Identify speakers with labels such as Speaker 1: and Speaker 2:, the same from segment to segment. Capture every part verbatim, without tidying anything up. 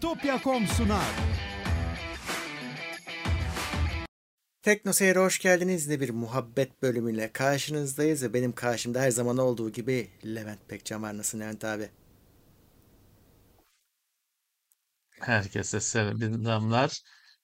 Speaker 1: itopya nokta com sunar.
Speaker 2: Tekno Seyir'e hoş geldiniz. De bir muhabbet bölümüyle karşınızdayız ve benim karşımda her zaman olduğu gibi Levent Pekcan var. Nasılsın Levent abi?
Speaker 3: Herkese selamlar.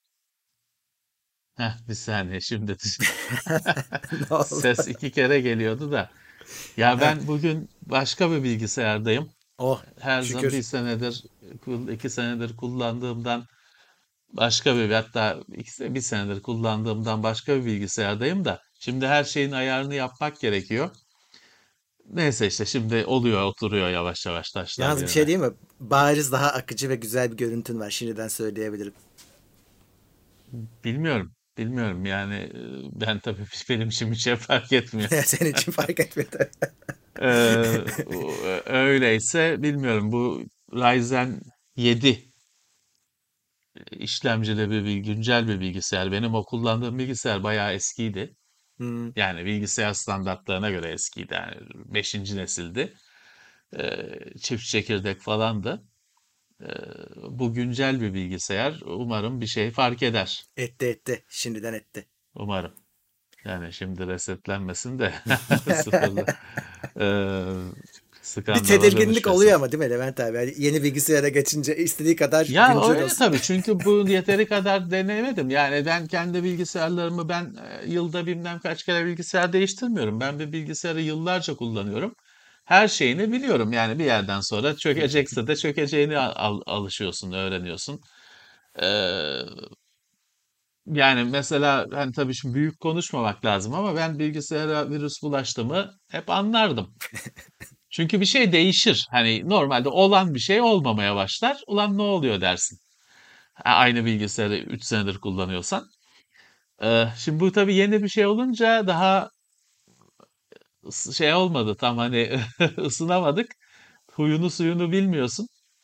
Speaker 3: Heh, bir saniye şimdi
Speaker 2: Ne oldu?
Speaker 3: ses iki kere geliyordu da. Ya
Speaker 2: Heh,
Speaker 3: ben bugün başka bir bilgisayardayım.
Speaker 2: oh
Speaker 3: Her zaman bir
Speaker 2: şükür.
Speaker 3: senedir, kul- iki senedir kullandığımdan başka bir, hatta iki, bir senedir kullandığımdan başka bir bilgisayardayım da. Şimdi her şeyin ayarını yapmak gerekiyor. Neyse işte şimdi oluyor, oturuyor yavaş yavaş taşlar
Speaker 2: Yalnız bir şey
Speaker 3: yerine.
Speaker 2: değil mi? Bariz daha akıcı ve güzel bir görüntün var. Şimdiden söyleyebilirim.
Speaker 3: Bilmiyorum, bilmiyorum yani e, ben tabii benim için bir şey fark etmiyor.
Speaker 2: Senin için fark etmedi.
Speaker 3: Ee, o- öyleyse bilmiyorum, bu Ryzen yedi işlemcili bir bil- güncel bir bilgisayar. Benim o kullandığım bilgisayar bayağı eskiydi.
Speaker 2: Hmm,
Speaker 3: Yani bilgisayar standartlarına göre eskiydi. Yani beşinci nesildi. Ee, çift çekirdek falandı. Ee, bu güncel bir bilgisayar. Umarım bir şey fark eder.
Speaker 2: etti etti. Şimdiden etti.
Speaker 3: Umarım. Yani şimdi resetlenmesin de sıfırla ee,
Speaker 2: Bir
Speaker 3: skandala
Speaker 2: tedirginlik
Speaker 3: dönüşmesin.
Speaker 2: oluyor ama değil mi Levent abi? Yani yeni bilgisayara geçince istediği kadar
Speaker 3: Ya
Speaker 2: güncel
Speaker 3: öyle
Speaker 2: olsun.
Speaker 3: tabii, çünkü bu yeteri kadar denemedim. Yani ben kendi bilgisayarlarımı ben e, yılda bilmem kaç kere bilgisayar değiştirmiyorum. Ben bir bilgisayarı yıllarca kullanıyorum. Her şeyini biliyorum. Yani bir yerden sonra çökecekse de çökeceğini al- al- alışıyorsun, öğreniyorsun. Ee, yani mesela hani tabii şimdi büyük konuşmamak lazım ama ben bilgisayara virüs bulaştı mı hep anlardım. Çünkü bir şey değişir. Hani normalde olan bir şey olmamaya başlar. Ulan ne oluyor dersin. A- Aynı bilgisayarı üç senedir kullanıyorsan. Ee, şimdi bu tabii yeni bir şey olunca daha ıs- şey olmadı, tam hani ısınamadık. Huyunu suyunu bilmiyorsun.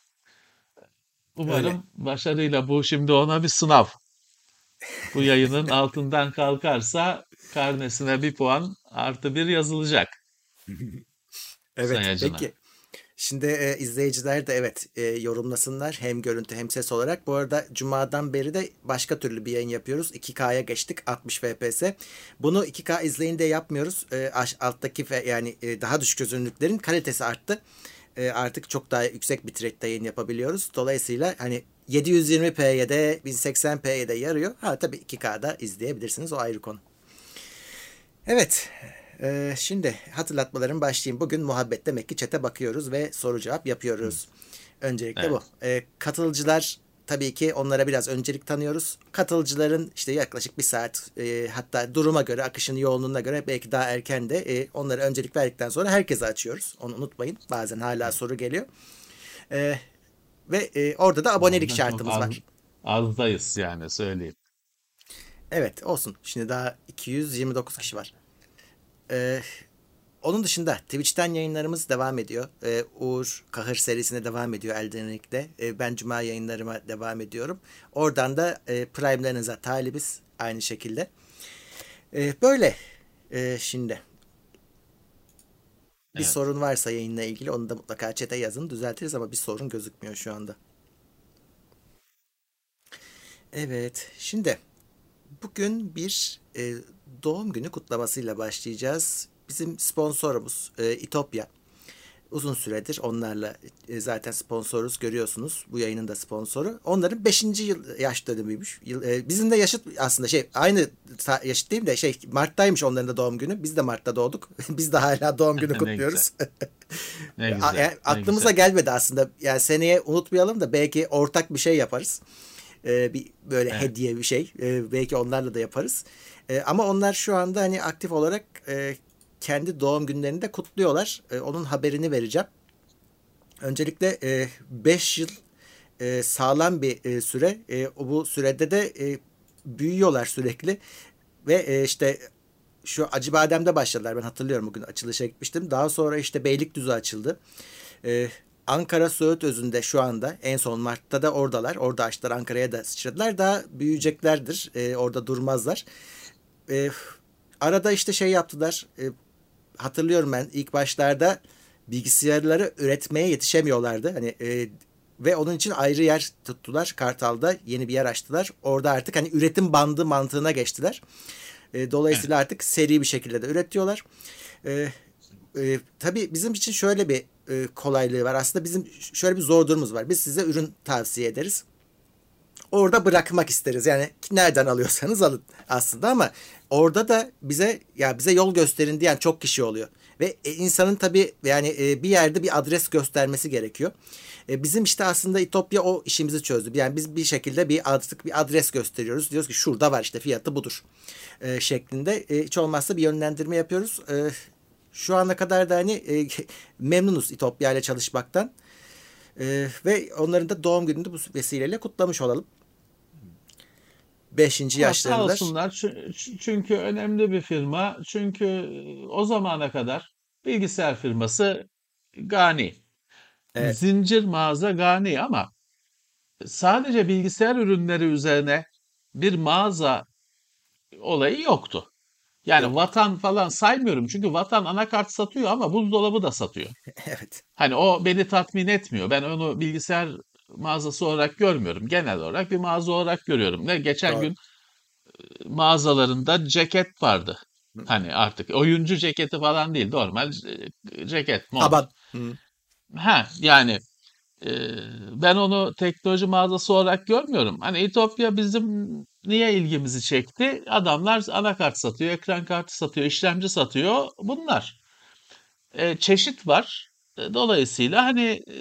Speaker 2: Öyle.
Speaker 3: Umarım başarıyla, bu şimdi ona bir sınav. Bu yayının altından kalkarsa karnesine bir puan artı bir yazılacak
Speaker 2: Evet.
Speaker 3: sayacına.
Speaker 2: Peki. Şimdi e, izleyiciler de evet e, yorumlasınlar hem görüntü hem ses olarak. Bu arada Cuma'dan beri de başka türlü bir yayın yapıyoruz. iki K'ya geçtik, altmış F P S. Bunu iki K izleyin de yapmıyoruz. E, aş- alttaki fe- yani e, daha düşük çözünürlüklerin kalitesi arttı. E, artık çok daha yüksek bitrate'de yayın yapabiliyoruz. Dolayısıyla hani yedi yüz yirmi P'ye de bin seksen P'ye de yarıyor. Ha tabii iki K'da izleyebilirsiniz, o ayrı konu. Evet. Ee, şimdi hatırlatmalarım başlayayım. Bugün muhabbet demek ki chat'e bakıyoruz ve soru cevap
Speaker 3: Hı,
Speaker 2: yapıyoruz. Öncelikle bu.
Speaker 3: evet.
Speaker 2: Ee, katılımcılar tabii ki onlara biraz öncelik tanıyoruz. Katılımcıların işte yaklaşık bir saat e, hatta duruma göre, akışın yoğunluğuna göre belki daha erken de e, onlara öncelik verdikten sonra herkese açıyoruz. Onu unutmayın. Bazen hala
Speaker 3: Evet.
Speaker 2: soru geliyor. Ee, ve e, orada da
Speaker 3: Bu
Speaker 2: abonelik
Speaker 3: arada çok
Speaker 2: şartımız
Speaker 3: az,
Speaker 2: var.
Speaker 3: azdayız yani, söyleyeyim.
Speaker 2: Evet olsun. Şimdi daha iki yüz yirmi dokuz kişi var. Ee, Onun dışında Twitch'ten yayınlarımız devam ediyor. Ee, Uğur Kahır serisine devam ediyor Elden Ring'de. Ee, ben Cuma yayınlarıma devam ediyorum. Oradan da e, Prime'larınıza talibiz aynı şekilde. Ee, böyle Ee, şimdi bir
Speaker 3: Evet.
Speaker 2: sorun varsa yayınla ilgili onu da mutlaka chat'e yazın, düzeltiriz ama bir sorun gözükmüyor şu anda. Evet, şimdi bugün bir e, doğum günü kutlamasıyla başlayacağız. Bizim sponsorumuz e, İtopya. Uzun süredir onlarla e, zaten sponsoruz, görüyorsunuz. Bu yayının da sponsoru. Onların beşinci yıl yaş dönümüymüş. Yıl, e, bizim de yaşıt aslında şey aynı ta- yaşıt değil de şey Mart'taymış onların da doğum günü. Biz de Mart'ta doğduk. Biz de hala doğum günü
Speaker 3: Ne güzel.
Speaker 2: kutluyoruz.
Speaker 3: Ne
Speaker 2: A-
Speaker 3: güzel.
Speaker 2: yani
Speaker 3: Ne
Speaker 2: aklımıza
Speaker 3: güzel.
Speaker 2: gelmedi aslında. Yani seneye unutmayalım da belki ortak bir şey yaparız. E, bir böyle
Speaker 3: Evet.
Speaker 2: hediye bir şey. E, belki onlarla da yaparız. E, ama onlar şu anda hani aktif olarak e, kendi doğum günlerini de kutluyorlar. E, onun haberini vereceğim. Öncelikle e, beş yıl e, sağlam bir e, süre. E, bu sürede de e, büyüyorlar sürekli. Ve e, işte şu Acıbadem'de başladılar. Ben hatırlıyorum, bugün açılışa gitmiştim. Daha sonra işte Beylikdüzü açıldı. E, Ankara Söğütözü'nde şu anda, en son Mart'ta da oradalar. Orada açtılar, Ankara'ya da sıçradılar. Daha büyüyeceklerdir. E, orada durmazlar. E, Arada işte şey yaptılar. E, hatırlıyorum ben ilk başlarda bilgisayarları üretmeye yetişemiyorlardı. Hani e, Ve onun için ayrı yer tuttular. Kartal'da yeni bir yer açtılar. Orada artık hani üretim bandı mantığına geçtiler. E,
Speaker 3: Evet.
Speaker 2: dolayısıyla artık seri bir şekilde de üretiyorlar. E, e, tabii bizim için şöyle bir e, kolaylığı var. Aslında bizim şöyle bir zor durumumuz var. Biz size ürün tavsiye ederiz. Orada bırakmak isteriz. Yani nereden alıyorsanız alın aslında, ama orada da bize ya bize yol gösterin diyen çok kişi oluyor. Ve e, insanın tabii yani e, bir yerde bir adres göstermesi gerekiyor. E, bizim işte aslında İtopya o işimizi çözdü. Yani biz bir şekilde bir artık bir adres gösteriyoruz. Diyoruz ki şurada var, işte fiyatı budur e, şeklinde. E, hiç olmazsa bir yönlendirme yapıyoruz. E, şu ana kadar da hani e, memnunuz İtopya ile çalışmaktan. E, ve onların da doğum gününü de bu vesileyle kutlamış olalım. Beşinci
Speaker 3: Ama sağ
Speaker 2: yaşlarındalar.
Speaker 3: olsunlar çü- çü- çünkü önemli bir firma. Çünkü o zamana kadar bilgisayar firması Gani.
Speaker 2: Evet.
Speaker 3: Zincir mağaza Gani ama sadece bilgisayar ürünleri üzerine bir mağaza olayı yoktu. Yani
Speaker 2: Yoktu.
Speaker 3: Vatan falan saymıyorum çünkü Vatan anakart satıyor ama buzdolabı da satıyor.
Speaker 2: Evet.
Speaker 3: Hani o beni tatmin etmiyor. Ben onu bilgisayar mağazası olarak görmüyorum. Genel olarak bir mağaza olarak görüyorum. Ne geçen
Speaker 2: Doğru.
Speaker 3: gün mağazalarında ceket vardı.
Speaker 2: Hı.
Speaker 3: Hani artık oyuncu ceketi falan değil, normal e, ceket, mont.
Speaker 2: Taban. Hı.
Speaker 3: Ha yani e, ben onu teknoloji mağazası olarak görmüyorum. Hani İtopya bizim niye ilgimizi çekti? Adamlar anakart satıyor, ekran kartı satıyor, işlemci satıyor. Bunlar. E, çeşit var. E, dolayısıyla hani e,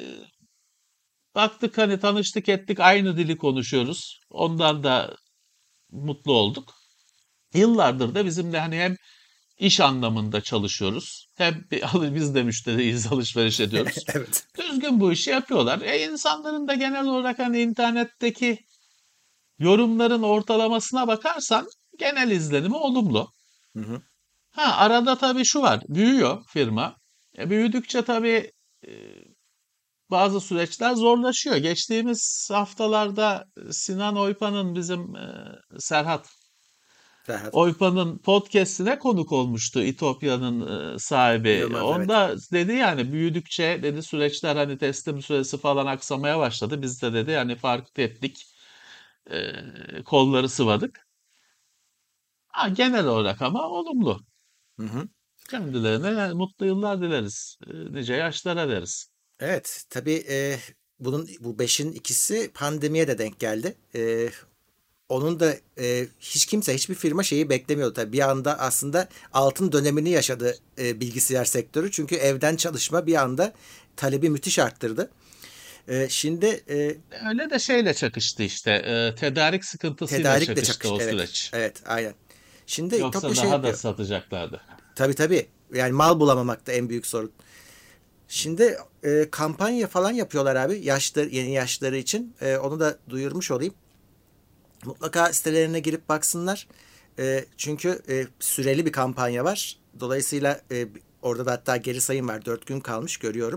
Speaker 3: baktık hani tanıştık ettik aynı dili konuşuyoruz. Ondan da mutlu olduk. Yıllardır da bizimle hani hem iş anlamında çalışıyoruz. Hem bir- biz de müşteriyiz, alışveriş ediyoruz.
Speaker 2: Evet.
Speaker 3: Düzgün bu işi yapıyorlar. E insanların da genel olarak hani internetteki yorumların ortalamasına bakarsan genel izlenimi olumlu.
Speaker 2: Hı hı.
Speaker 3: Ha arada tabii şu var, büyüyor firma. E, büyüdükçe tabii e, bazı süreçler zorlaşıyor. Geçtiğimiz haftalarda Sinan Oypan'ın bizim e, Serhat
Speaker 2: Ferhat.
Speaker 3: Oypan'ın podcast'ine konuk olmuştu İtopya'nın e, sahibi.
Speaker 2: Yılmaz, evet.
Speaker 3: Onda dedi yani büyüdükçe dedi süreçler hani teslim süresi falan aksamaya başladı. Biz de dedi yani fark ettik. E, kolları sıvadık. Ha, genel olarak ama olumlu.
Speaker 2: Hı hı.
Speaker 3: Kendilerine mutlu yıllar dileriz. E, nice yaşlara deriz.
Speaker 2: Evet. Tabii e, bunun bu beşin ikisi pandemiye de denk geldi. E, onun da e, hiç kimse, hiçbir firma şeyi beklemiyordu. Tabii bir anda aslında altın dönemini yaşadı e, bilgisayar sektörü. Çünkü evden çalışma bir anda talebi müthiş arttırdı. E, şimdi e,
Speaker 3: Öyle de şeyle çakıştı işte. E, tedarik sıkıntısıyla
Speaker 2: tedarikle
Speaker 3: çakıştı
Speaker 2: çakış.
Speaker 3: o
Speaker 2: Evet.
Speaker 3: süreç.
Speaker 2: Evet. Aynen. Şimdi İtopya
Speaker 3: Yoksa
Speaker 2: şey
Speaker 3: daha da
Speaker 2: yapıyor.
Speaker 3: satacaklardı.
Speaker 2: Tabii tabii. Yani mal bulamamak da en büyük sorun. Şimdi e, kampanya falan yapıyorlar abi. Yaşlı, yeni yaşları için. E, onu da duyurmuş olayım. Mutlaka sitelerine girip baksınlar. E, çünkü e, süreli bir kampanya var. Dolayısıyla e, orada da hatta geri sayım var. Dört gün kalmış görüyorum.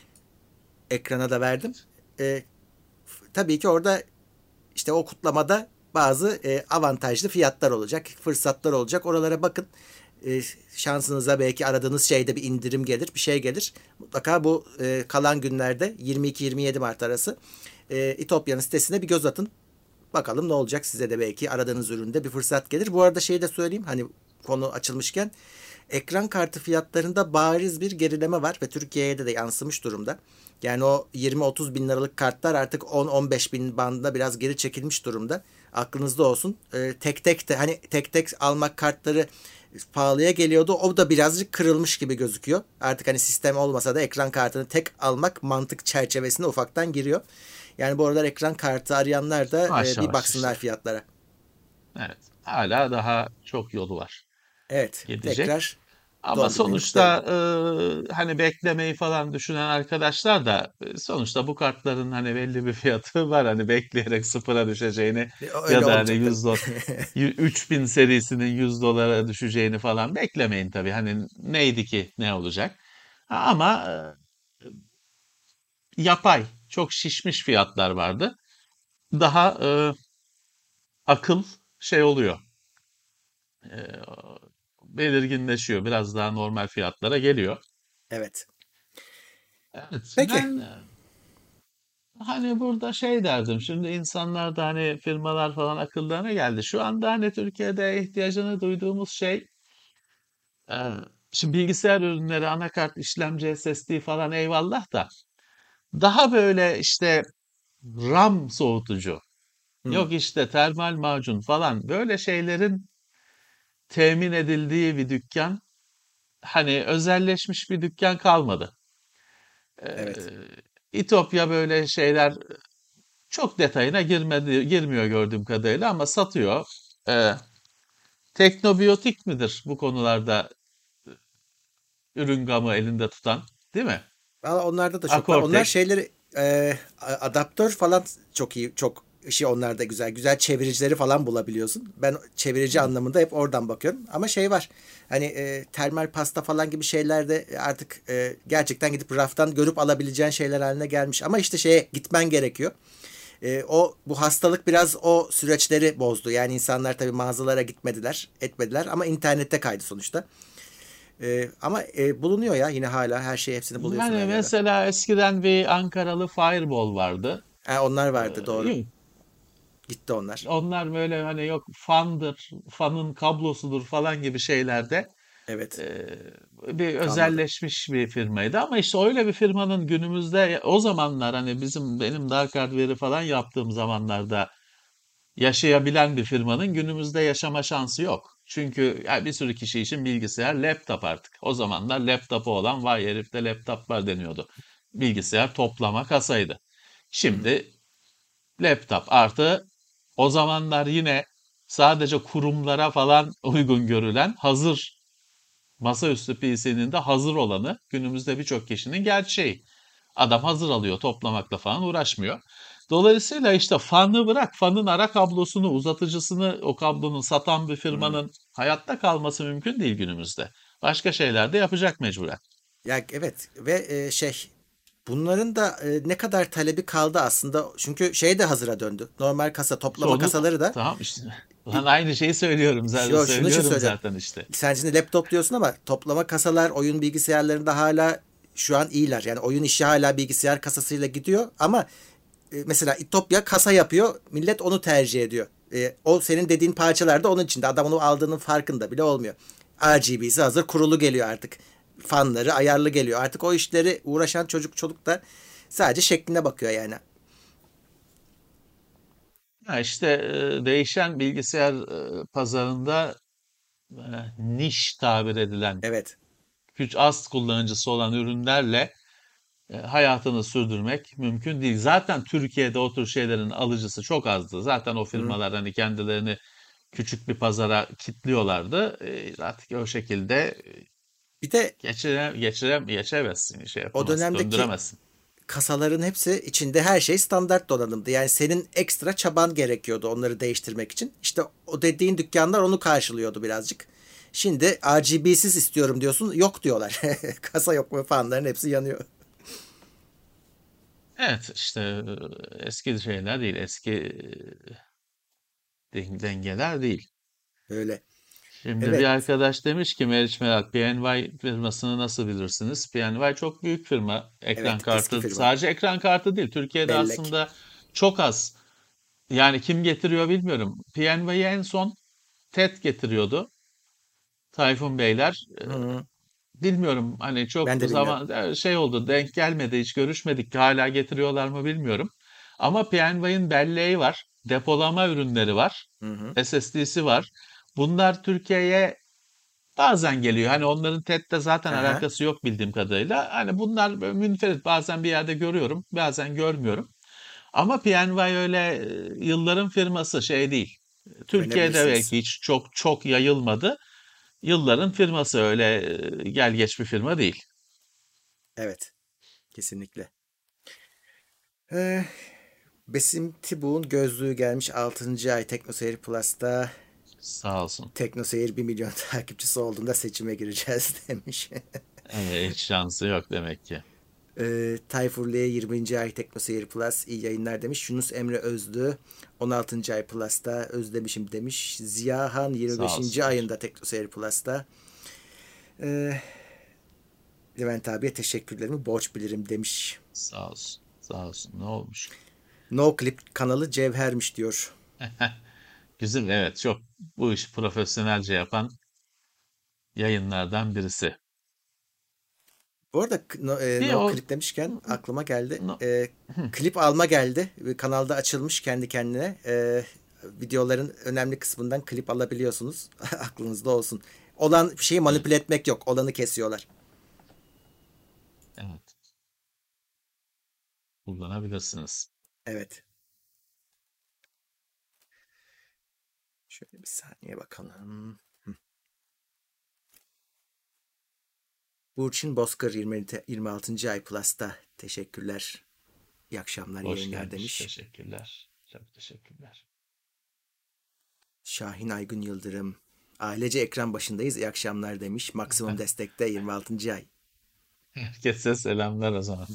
Speaker 2: Ekrana da verdim. E, tabii ki orada işte o kutlamada bazı e, avantajlı fiyatlar olacak, fırsatlar olacak. Oralara bakın. E, şansınıza belki aradığınız şeyde bir indirim gelir, bir şey gelir. Mutlaka bu e, kalan günlerde yirmi iki yirmi yedi Mart arası e, İtopya'nın sitesine bir göz atın. Bakalım ne olacak, size de belki aradığınız üründe bir fırsat gelir. Bu arada şeyi de söyleyeyim, hani konu açılmışken, ekran kartı fiyatlarında bariz bir gerileme var ve Türkiye'ye de, de yansımış durumda. Yani o yirmi otuz bin liralık kartlar artık on on beş bin bandında biraz geri çekilmiş durumda. Aklınızda olsun. Ee, tek tek de hani tek tek almak kartları pahalıya geliyordu. O da birazcık kırılmış gibi gözüküyor. Artık hani sistem olmasa da ekran kartını tek almak mantık çerçevesine ufaktan giriyor. Yani bu aralar ekran kartı arayanlar da
Speaker 3: Yavaş
Speaker 2: e, bir
Speaker 3: yavaş
Speaker 2: baksınlar
Speaker 3: işte.
Speaker 2: fiyatlara.
Speaker 3: Evet. Hala daha çok yolu var.
Speaker 2: Evet,
Speaker 3: Gidecek.
Speaker 2: tekrar
Speaker 3: Ama
Speaker 2: doğum günlerini kutlayalım.
Speaker 3: sonuçta e, hani beklemeyi falan düşünen arkadaşlar da e, sonuçta bu kartların hani belli bir fiyatı var. Hani bekleyerek sıfıra düşeceğini
Speaker 2: E, Öyle
Speaker 3: ya da hani
Speaker 2: olmayacak tabii.
Speaker 3: yüz dolar üç bin serisinin yüz dolara düşeceğini falan beklemeyin tabii. Hani neydi ki ne olacak? Ha, Ama e, yapay çok şişmiş fiyatlar vardı. Daha e, akıl şey oluyor. e, belirginleşiyor. Biraz daha normal fiyatlara geliyor.
Speaker 2: Evet.
Speaker 3: Evet,
Speaker 2: Peki.
Speaker 3: ben e, hani burada şey derdim. Şimdi insanlar da hani firmalar falan akıllarına geldi. Şu anda hani Türkiye'de ihtiyacını duyduğumuz şey e, şimdi bilgisayar ürünleri, anakart, işlemci, S S D falan eyvallah da daha böyle işte RAM soğutucu,
Speaker 2: Hmm,
Speaker 3: yok işte termal macun falan böyle şeylerin temin edildiği bir dükkan, hani özelleşmiş bir dükkan kalmadı. Ee,
Speaker 2: evet.
Speaker 3: İtopya böyle şeyler çok detayına girmedi, girmiyor gördüğüm kadarıyla ama satıyor. Ee, Teknobiyotik midir bu konularda ürün gamı elinde tutan, değil mi?
Speaker 2: Valla onlarda da çok var. Onlar
Speaker 3: Akortek.
Speaker 2: şeyleri e, a- adaptör falan çok iyi. Çok işi onlarda güzel. Güzel çeviricileri falan bulabiliyorsun. Ben çevirici anlamında hep oradan bakıyorum. Ama şey var. Hani e, termal pasta falan gibi şeyler de artık e, gerçekten gidip raftan görüp alabileceğin şeyler haline gelmiş. Ama işte şeye gitmen gerekiyor. E, o bu hastalık biraz o süreçleri bozdu. Yani insanlar tabii mağazalara gitmediler, etmediler ama internette kaydı sonuçta. E, ama e, bulunuyor ya yine hala her şeyi hepsini buluyorsun
Speaker 3: Yani
Speaker 2: her yerden.
Speaker 3: mesela eskiden bir Ankaralı Fireball vardı.
Speaker 2: Ha, onlar
Speaker 3: Ee,
Speaker 2: vardı doğru.
Speaker 3: yok,
Speaker 2: Gitti onlar.
Speaker 3: onlar böyle hani yok fandır, fanın kablosudur falan gibi şeylerde
Speaker 2: Evet.
Speaker 3: e, bir
Speaker 2: Kalmadı.
Speaker 3: özelleşmiş bir firmaydı. Ama işte öyle bir firmanın günümüzde o zamanlar hani bizim benim Dark Hardware'ı falan yaptığım zamanlarda yaşayabilen bir firmanın günümüzde yaşama şansı yok. Çünkü ya bir sürü kişi için bilgisayar, laptop artık. O zamanlar laptopu olan vay herifte laptop var deniyordu. Bilgisayar toplama kasaydı.
Speaker 2: Hı hı.
Speaker 3: Şimdi laptop artı o zamanlar yine sadece kurumlara falan uygun görülen hazır masaüstü P C'nin de hazır olanı günümüzde birçok kişinin gerçeği. Adam hazır alıyor, toplamakla falan uğraşmıyor. Dolayısıyla işte fanı bırak, fanın ara kablosunu, uzatıcısını o kablonun satan bir
Speaker 2: Hı.
Speaker 3: firmanın hayatta kalması mümkün değil günümüzde. Başka şeyler de yapacak mecburen.
Speaker 2: Ya evet ve e, şey bunların da e, ne kadar talebi kaldı aslında. Çünkü şey de hazıra döndü. Normal kasa toplama
Speaker 3: Çoğunu
Speaker 2: kasaları da
Speaker 3: tamam işte.
Speaker 2: e,
Speaker 3: Lan aynı şeyi söylüyorum zaten,
Speaker 2: Yo, şunun için
Speaker 3: söylüyorum
Speaker 2: söylüyorum.
Speaker 3: zaten işte.
Speaker 2: Sen şimdi laptop diyorsun ama toplama kasalar oyun bilgisayarlarında hala şu an iyiler. Yani oyun işi hala bilgisayar kasasıyla gidiyor ama e, mesela İtopya kasa yapıyor. Millet onu tercih ediyor. E, o senin dediğin parçalar da onun içinde. Adam onu aldığının farkında bile olmuyor. R G B'si hazır kurulu geliyor artık. Fanları ayarlı geliyor. Artık o işleri uğraşan çocuk çocuk da sadece şekline bakıyor yani.
Speaker 3: Ya işte e, değişen bilgisayar e, pazarında e, niş tabir edilen
Speaker 2: Evet.
Speaker 3: güç az kullanıcısı olan ürünlerle e, hayatını sürdürmek mümkün değil. Zaten Türkiye'de o tür şeylerin alıcısı çok azdı. Zaten o
Speaker 2: Hı.
Speaker 3: firmalar hani kendilerini küçük bir pazara kilitliyorlardı. E, artık o şekilde
Speaker 2: Bir de
Speaker 3: geçire, geçire, geçemezsin, şey
Speaker 2: o
Speaker 3: yapamazsın,
Speaker 2: dönemdeki
Speaker 3: döndüremezsin.
Speaker 2: kasaların hepsi içinde her şey standart donanımdı. Yani senin ekstra çaban gerekiyordu onları değiştirmek için. İşte o dediğin dükkanlar onu karşılıyordu birazcık. Şimdi R G B'siz istiyorum diyorsun. Yok diyorlar. Kasa yok mu fanların hepsi yanıyor.
Speaker 3: Evet işte e, eski şeyler değil, eski e, den- dengeler değil.
Speaker 2: Öyle.
Speaker 3: Şimdi bir
Speaker 2: Evet.
Speaker 3: arkadaş demiş ki Meriç Merak, P N Y firmasını nasıl bilirsiniz? P N Y çok büyük firma. Ekran
Speaker 2: Evet. Eski
Speaker 3: kartı,
Speaker 2: firma.
Speaker 3: sadece ekran kartı değil. Türkiye'de
Speaker 2: Bellek.
Speaker 3: aslında çok az. Yani kim getiriyor bilmiyorum. P N Y'yi en son T E D getiriyordu. Tayfun Beyler. Ee,
Speaker 2: Hı,
Speaker 3: Bilmiyorum hani çok
Speaker 2: ben de bilmiyorum.
Speaker 3: zaman e, şey oldu, denk gelmedi, hiç görüşmedik. Hala getiriyorlar mı bilmiyorum. Ama P N Y'nin belleği var. Depolama ürünleri var.
Speaker 2: Hı hı.
Speaker 3: S S D'si var. Bunlar Türkiye'ye bazen geliyor. Hani onların T E D'le zaten
Speaker 2: Aha.
Speaker 3: alakası yok bildiğim kadarıyla. Hani bunlar böyle münferit. Bazen bir yerde görüyorum, bazen görmüyorum. Ama P N Y öyle e, yılların firması şey değil. Türkiye'de
Speaker 2: Güvenebilirsiniz.
Speaker 3: belki hiç çok çok yayılmadı. Yılların firması öyle e, gel geç bir firma değil.
Speaker 2: Evet. Kesinlikle. Ee, Besim Tibu'nun gözlüğü gelmiş altıncı ay TeknoSeyir Plus'ta.
Speaker 3: Sağ olsun.
Speaker 2: TeknoSeyir bir milyon takipçisi olduğunda seçime gireceğiz demiş.
Speaker 3: Evet, hiç şansı yok demek ki.
Speaker 2: Ee, Tayfurlu'ya yirminci ay TeknoSeyir Plus iyi yayınlar demiş. Yunus Emre Özlü on altıncı ay Plus'ta özlemişim demiş. Ziyahan yirmi
Speaker 3: Sağ
Speaker 2: beşinci
Speaker 3: olsunlar.
Speaker 2: ayında TeknoSeyir Plus'ta. Ee, Levent abiye teşekkürlerimi borç bilirim demiş.
Speaker 3: Sağ olsun. Sağ olsun. Ne olmuş?
Speaker 2: No Clip kanalı Cevhermiş diyor.
Speaker 3: Güzel, evet, çok bu işi profesyonelce yapan yayınlardan birisi.
Speaker 2: Bu arada no, e,
Speaker 3: Bir
Speaker 2: no
Speaker 3: o
Speaker 2: Clip demişken aklıma geldi.
Speaker 3: no-
Speaker 2: E, klip alma geldi. Bir kanalda açılmış kendi kendine. E, videoların önemli kısmından klip alabiliyorsunuz. Aklınızda olsun. Olan şeyi
Speaker 3: evet,
Speaker 2: manipüle etmek yok. Olanı kesiyorlar.
Speaker 3: evet, kullanabilirsiniz.
Speaker 2: Evet. Şöyle bir saniye bakalım. Burçin Bozkır yirmi, yirmi altıncı ay Plus'ta. Teşekkürler. İyi akşamlar, iyi
Speaker 3: Hoş
Speaker 2: yayınlar
Speaker 3: gelmiş.
Speaker 2: demiş.
Speaker 3: Teşekkürler. Çok teşekkürler.
Speaker 2: Şahin Aygün Yıldırım. Ailece ekran başındayız. İyi akşamlar demiş. Maksimum Destek'te yirmi altıncı ay.
Speaker 3: Herkese selamlar o zaman.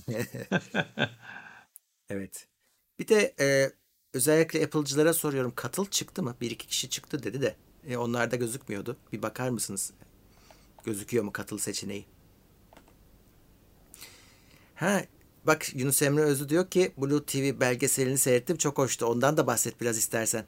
Speaker 2: Evet. Bir de e, özellikle Apple'cılara soruyorum. Katıl çıktı mı? Bir iki kişi çıktı dedi de. E, onlarda gözükmüyordu. Bir bakar mısınız? Gözüküyor mu katıl seçeneği? Ha, bak Yunus Emre Özlü diyor ki Blue T V belgeselini seyrettim. Çok hoştu. Ondan da bahset biraz istersen.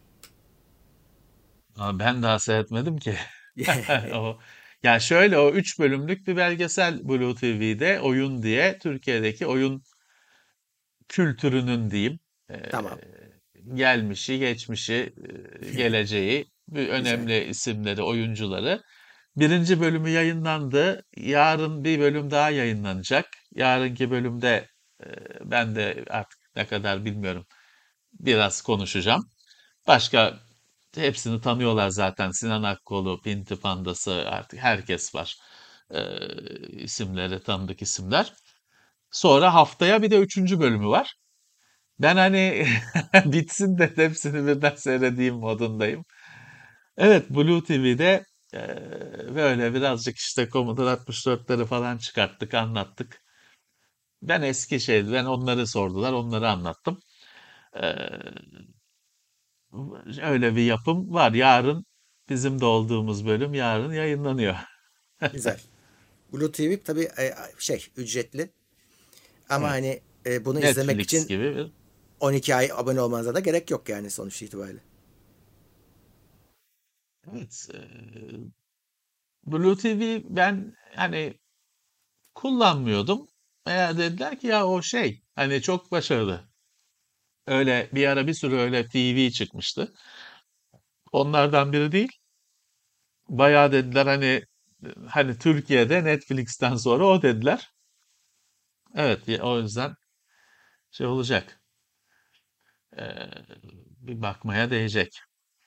Speaker 3: Ama ben daha seyretmedim ki. O, yani şöyle, o üç bölümlük bir belgesel Blue T V'de oyun diye Türkiye'deki oyun kültürünün diyeyim eee,
Speaker 2: Tamam.
Speaker 3: gelmişi, geçmişi, eee, geleceği, bir
Speaker 2: Güzel.
Speaker 3: önemli isimleri, oyuncuları. Birinci bölümü yayınlandı. Yarın bir bölüm daha yayınlanacak. Yarınki bölümde eee, ben de artık ne kadar bilmiyorum, biraz konuşacağım. Başka hepsini tanıyorlar zaten. Sinan Akkolu, Pinti Pandası, artık herkes var. Eee isimleri tanıdık isimler. Sonra haftaya bir de üçüncü bölümü var. Ben hani bitsin de hepsini birden seyredeyim modundayım. Evet, Blue T V'de eee, böyle birazcık işte Commodore altmış dörtleri falan çıkarttık, anlattık. Ben eski şeydi, ben onları sordular, onları anlattım. Eee, Öyle bir yapım var. Yarın bizim de olduğumuz bölüm yarın yayınlanıyor.
Speaker 2: Güzel. Blue T V tabii e, şey ücretli. Ama
Speaker 3: Evet.
Speaker 2: hani e, bunu izlemek
Speaker 3: Netflix
Speaker 2: için
Speaker 3: gibi bir.
Speaker 2: on iki ay abone olmanıza da gerek yok yani sonuç itibariyle.
Speaker 3: Evet. eee, Blue T V ben hani kullanmıyordum. Meğer dediler ki ya o şey hani çok başarılı. Öyle bir ara bir sürü öyle T V çıkmıştı. Onlardan biri değil. Bayağı dediler hani hani Türkiye'de Netflix'ten sonra o dediler. Evet, ya- o yüzden şey olacak. Eee, Bir bakmaya değecek.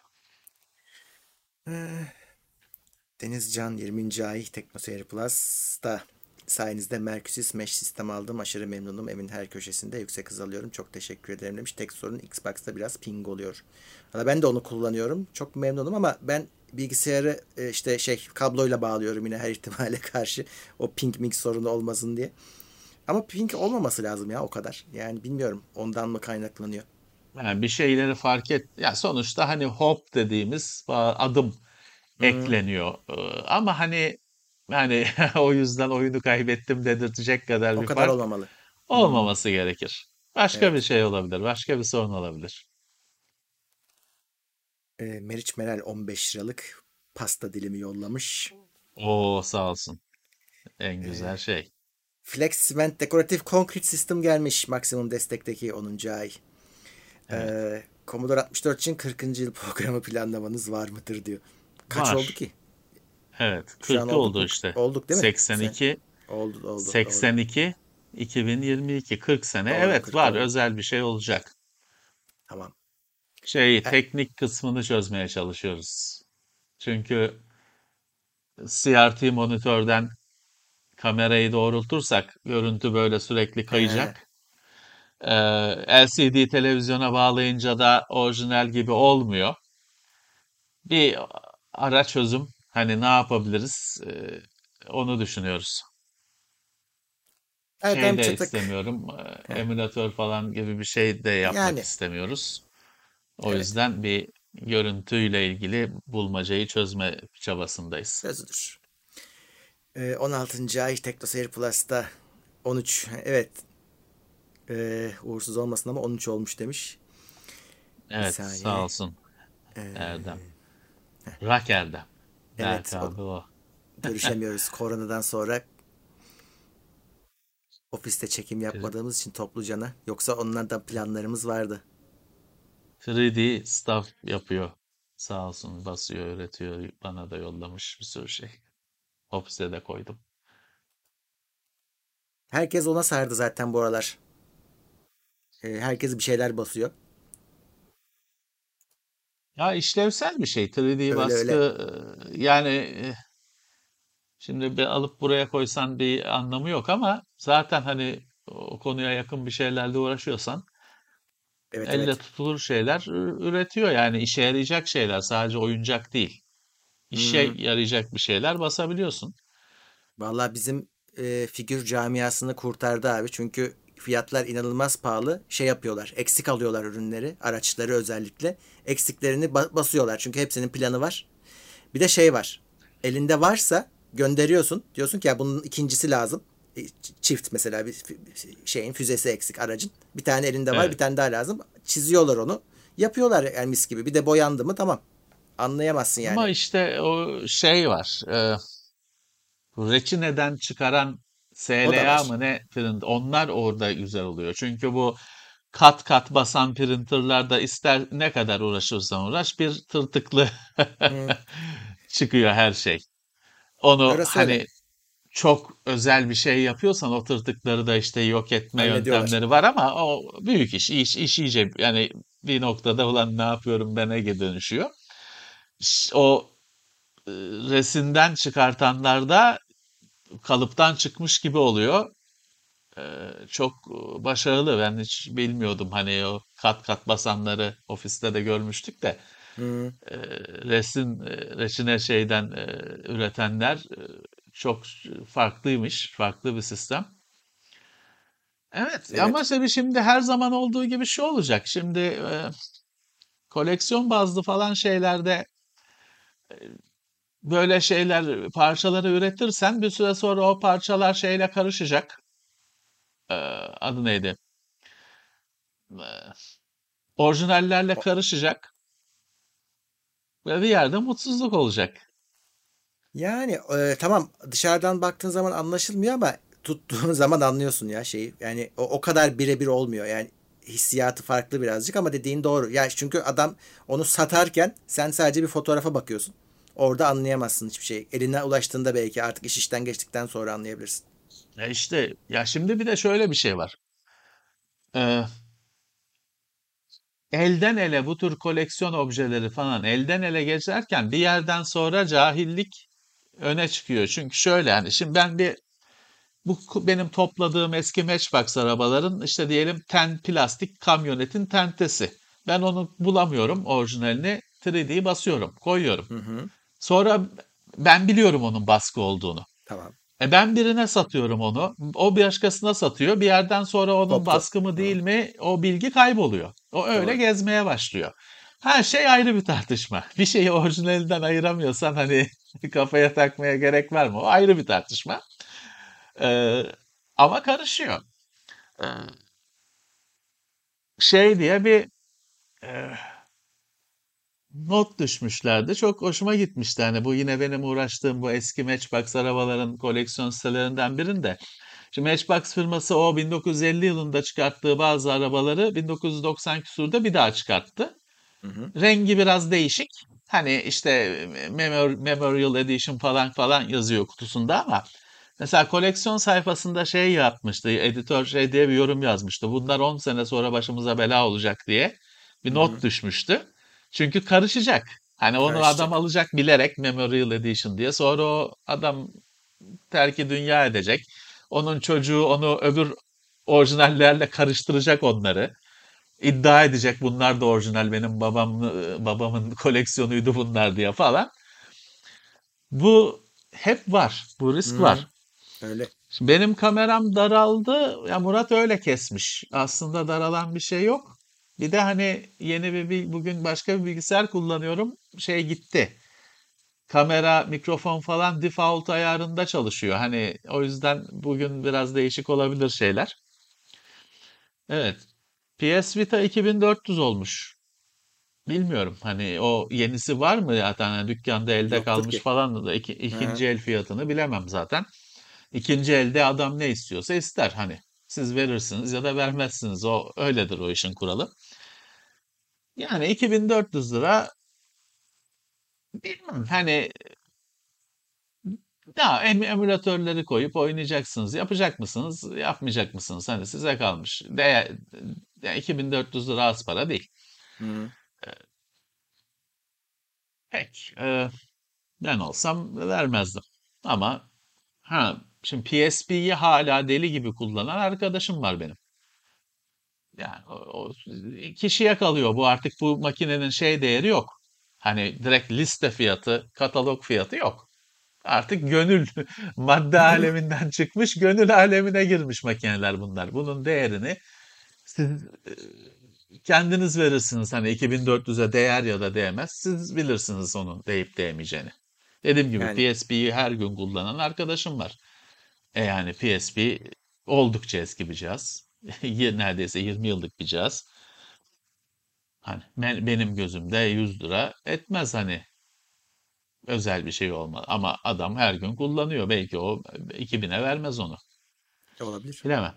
Speaker 2: Eh, Denizcan yirminci ay TeknoSeyir Plus'ta sayenizde Mercusys Mesh sistem aldım. Aşırı memnunum. Evin her köşesinde yüksek hız alıyorum. Çok teşekkür ederim demiş. Tek sorun Xbox'ta biraz ping oluyor. Valla ben de onu kullanıyorum. Çok memnunum ama ben bilgisayarı e, işte şey kabloyla bağlıyorum yine her ihtimale karşı. O ping ming sorunu olmasın diye. Ama ping olmaması lazım ya o kadar. Yani bilmiyorum ondan mı kaynaklanıyor.
Speaker 3: Yani bir şeyleri fark et. Ya sonuçta hani hop dediğimiz ba- adım
Speaker 2: Hmm,
Speaker 3: ekleniyor. Ee, Ama hani yani o yüzden oyunu kaybettim dedirtecek kadar
Speaker 2: o
Speaker 3: bir
Speaker 2: kadar
Speaker 3: fark
Speaker 2: olmamalı. Hmm,
Speaker 3: olmaması gerekir. Başka bir
Speaker 2: evet.
Speaker 3: şey olabilir, başka bir sorun olabilir.
Speaker 2: E, Meriç Meral on beş liralık pasta dilimi yollamış.
Speaker 3: Oo, sağ olsun. En güzel şey.
Speaker 2: Flex Cement Dekoratif Concrete System gelmiş. Maksimum destekteki onuncu ay.
Speaker 3: Evet.
Speaker 2: Ee, Commodore altmış dört için kırkıncı yıl programı planlamanız var mıdır diyor. Kaç oldu
Speaker 3: Var.
Speaker 2: ki?
Speaker 3: Evet.
Speaker 2: Şu an
Speaker 3: kırk
Speaker 2: olduk
Speaker 3: oldu
Speaker 2: mu?
Speaker 3: işte.
Speaker 2: Olduk değil mi? Sen
Speaker 3: seksen iki,
Speaker 2: oldu oldu doğru.
Speaker 3: seksen iki, iki bin yirmi iki, kırk sene.
Speaker 2: Doğru
Speaker 3: Evet,
Speaker 2: kırk
Speaker 3: var.
Speaker 2: oldu.
Speaker 3: Özel bir şey olacak.
Speaker 2: Tamam.
Speaker 3: Şey,
Speaker 2: E,
Speaker 3: teknik kısmını çözmeye çalışıyoruz. Çünkü C R T monitörden kamerayı doğrultursak görüntü böyle sürekli
Speaker 2: he,
Speaker 3: kayacak. Ee, L C D televizyona bağlayınca da orijinal gibi olmuyor. Bir ara çözüm, hani ne yapabiliriz? Ee, onu düşünüyoruz.
Speaker 2: evet
Speaker 3: Şey
Speaker 2: hem
Speaker 3: de
Speaker 2: çıtık.
Speaker 3: istemiyorum, e,
Speaker 2: Heh,
Speaker 3: emülatör falan gibi bir şey de yapmak
Speaker 2: yani
Speaker 3: istemiyoruz. O
Speaker 2: evet
Speaker 3: yüzden bir görüntüyle ilgili bulmacayı çözme çabasındayız.
Speaker 2: çözülür. Ee, on altıncı ay Teknoseyir Plus'ta on üç evet Ee, uğursuz olmasın ama on üç olmuş demiş. Bir
Speaker 3: Evet, sağ
Speaker 2: saniye.
Speaker 3: olsun Erdem.
Speaker 2: Ee,
Speaker 3: Rak Erdem.
Speaker 2: evet, o,
Speaker 3: Lakabı o.
Speaker 2: görüşemiyoruz. Koronadan sonra ofiste çekim yapmadığımız için toplucana. Yoksa onlardan planlarımız vardı.
Speaker 3: üç D stuff yapıyor. Sağ olsun basıyor, üretiyor. Bana da yollamış bir sürü şey. Ofise de koydum.
Speaker 2: Herkes ona sardı zaten bu aralar. Ee, herkes bir şeyler basıyor.
Speaker 3: Ya işlevsel bir şey. üç D
Speaker 2: Öyle
Speaker 3: baskı
Speaker 2: öyle.
Speaker 3: e, yani e, şimdi bir alıp buraya koysan bir anlamı yok ama zaten hani o konuya yakın bir şeylerle uğraşıyorsan
Speaker 2: Evet
Speaker 3: elle
Speaker 2: evet.
Speaker 3: tutulur şeyler ü- üretiyor. Yani işe yarayacak şeyler, sadece oyuncak değil. İşe
Speaker 2: Hmm.
Speaker 3: yarayacak bir şeyler basabiliyorsun.
Speaker 2: Vallahi bizim e, figür camiasını kurtardı abi. Çünkü fiyatlar inanılmaz pahalı. Şey yapıyorlar. Eksik alıyorlar ürünleri. Araçları özellikle. Eksiklerini ba- basıyorlar. Çünkü hepsinin planı var. Bir de şey var. Elinde varsa gönderiyorsun. Diyorsun ki ya bunun ikincisi lazım. E, Çift mesela bir şeyin füzesi eksik aracın. Bir tane elinde var, bir
Speaker 3: Evet.
Speaker 2: tane daha lazım. Çiziyorlar onu. Yapıyorlar yani mis gibi. Bir de boyandı mı tamam. Anlayamazsın
Speaker 3: Ama
Speaker 2: yani.
Speaker 3: işte o şey var. E, bu reçineden çıkaran
Speaker 2: O da
Speaker 3: S L A
Speaker 2: var.
Speaker 3: mı ne print, onlar orada güzel oluyor. Çünkü bu kat kat basan printerlarda ister ne kadar uğraşırsan uğraş bir tırtıklı
Speaker 2: Hı,
Speaker 3: çıkıyor her şey. Onu
Speaker 2: orası öyle.
Speaker 3: hani çok özel bir şey yapıyorsan o tırtıkları da işte yok etme
Speaker 2: Hallediyorlar.
Speaker 3: yöntemleri var ama o büyük iş. İş, iş iyice yani bir noktada ulan ne yapıyorum ben Ege dönüşüyor. Ş- O e, resimden çıkartanlarda kalıptan çıkmış gibi oluyor. E, Çok e, başarılı. Ben hiç bilmiyordum hani o kat kat basanları ofiste de görmüştük de
Speaker 2: Hı,
Speaker 3: e, resim e, reçine şeyden e, üretenler e, çok farklıymış. Farklı bir sistem. Evet ama
Speaker 2: evet.
Speaker 3: tabii şimdi her zaman olduğu gibi şu olacak. Şimdi e, koleksiyon bazlı falan şeylerde böyle şeyler parçaları üretirsen bir süre sonra o parçalar şeyle karışacak. E, Adı neydi? E, Orijinallerle
Speaker 2: O-
Speaker 3: karışacak ve bir yerde mutsuzluk olacak.
Speaker 2: Yani e, tamam dışarıdan baktığın zaman anlaşılmıyor ama tuttuğun zaman anlıyorsun ya şeyi. Yani o, o kadar birebir olmuyor. Yani hissiyatı farklı birazcık ama dediğin doğru. Ya çünkü adam onu satarken sen sadece bir fotoğrafa bakıyorsun. Orada anlayamazsın hiçbir şey. Eline ulaştığında belki artık iş işten geçtikten sonra anlayabilirsin.
Speaker 3: Ya işte ya şimdi bir de şöyle bir şey var. E, Elden ele bu tür koleksiyon objeleri falan elden ele geçerken bir yerden sonra cahillik öne çıkıyor. Çünkü şöyle yani şimdi ben bir bu ku- benim topladığım eski Matchbox arabaların işte diyelim ten plastik kamyonetin tentesi. Ben onu bulamıyorum orijinalini üç D'yi basıyorum, koyuyorum.
Speaker 2: Hı hı.
Speaker 3: Sonra ben biliyorum onun baskı olduğunu.
Speaker 2: Tamam.
Speaker 3: E ben birine satıyorum onu. O bir başkasına satıyor. Bir yerden sonra onun
Speaker 2: Koptu.
Speaker 3: baskı mı değil
Speaker 2: Hı.
Speaker 3: mi o bilgi kayboluyor. O öyle
Speaker 2: Doğru.
Speaker 3: gezmeye başlıyor. Her şey ayrı bir tartışma. Bir şeyi orijinalinden ayıramıyorsan hani kafaya takmaya gerek var mı? O ayrı bir tartışma. Ee, Ama karışıyor. Ee, Şey diye bir e, not düşmüşlerdi. Çok hoşuma gitmişti. Hani bu yine benim uğraştığım bu eski Matchbox arabaların koleksiyon sitelerinden birinde. Şimdi Matchbox firması o bin dokuz yüz elli yılında çıkarttığı bazı arabaları bin dokuz yüz doksan küsurda bir daha çıkarttı.
Speaker 2: Hı hı.
Speaker 3: Rengi biraz değişik. Hani işte Memor- Memorial Edition falan falan yazıyor kutusunda ama mesela koleksiyon sayfasında şey yapmıştı. Editör şey diye bir yorum yazmıştı. Bunlar on sene sonra başımıza bela olacak diye bir
Speaker 2: Hı
Speaker 3: not
Speaker 2: hı.
Speaker 3: düşmüştü. Çünkü karışacak. Hani onu adam
Speaker 2: Karışacak.
Speaker 3: alacak bilerek Memorial Edition diye. Sonra o adam terki dünya edecek. Onun çocuğu onu öbür orijinallerle karıştıracak onları. İddia edecek bunlar da orijinal benim babam babamın koleksiyonuydu bunlar diye falan. Bu hep var. Bu
Speaker 2: Hı
Speaker 3: risk
Speaker 2: hı.
Speaker 3: var.
Speaker 2: Öyle.
Speaker 3: Şimdi benim kameram daraldı. Ya Murat öyle kesmiş. Aslında daralan bir şey yok. Bir de hani yeni bir bil- bugün başka bir bilgisayar kullanıyorum. Şey gitti. Kamera, mikrofon falan default ayarında çalışıyor. Hani o yüzden bugün biraz değişik olabilir şeyler. Evet. P S Vita iki bin dört yüz olmuş. Bilmiyorum hani o yenisi var mı zaten hani dükkanda elde
Speaker 2: Yoktur
Speaker 3: kalmış
Speaker 2: ki.
Speaker 3: falan da iki,
Speaker 2: Hı.
Speaker 3: ikinci el fiyatını bilemem zaten. İkinci elde adam ne istiyorsa ister hani. Siz verirsiniz ya da vermezsiniz. O öyledir o işin kuralı. Yani iki bin dört yüz lira bilmem hani ya em- emülatörleri koyup oynayacaksınız. Yapacak mısınız? Yapmayacak mısınız? Hani size kalmış. Değer, yani iki bin dört yüz lira az para değil.
Speaker 2: Hı.
Speaker 3: Pek. e, ben olsam vermezdim. Ama ha şimdi P S P'yi hala deli gibi kullanan arkadaşım var benim. Yani o, o kişiye kalıyor bu artık bu makinenin şey değeri yok. Hani direkt liste fiyatı, katalog fiyatı yok. Artık gönül madde aleminden çıkmış, gönül alemine girmiş makineler bunlar. Bunun değerini siz e, kendiniz verirsiniz. Hani iki bin dört yüze değer ya da değmez. Siz bilirsiniz onun değip değmeyeceğini. Dediğim gibi
Speaker 2: Yani
Speaker 3: P S P'yi her gün kullanan arkadaşım var. E yani P S P oldukça eski bir cihaz. Y- Neredeyse yirmi yıllık bir cihaz. Hani ben- benim gözümde yüz lira etmez hani özel bir şey olmaz. Ama adam her gün kullanıyor. Belki o iki bine vermez onu.
Speaker 2: olabilir.
Speaker 3: Bilemem.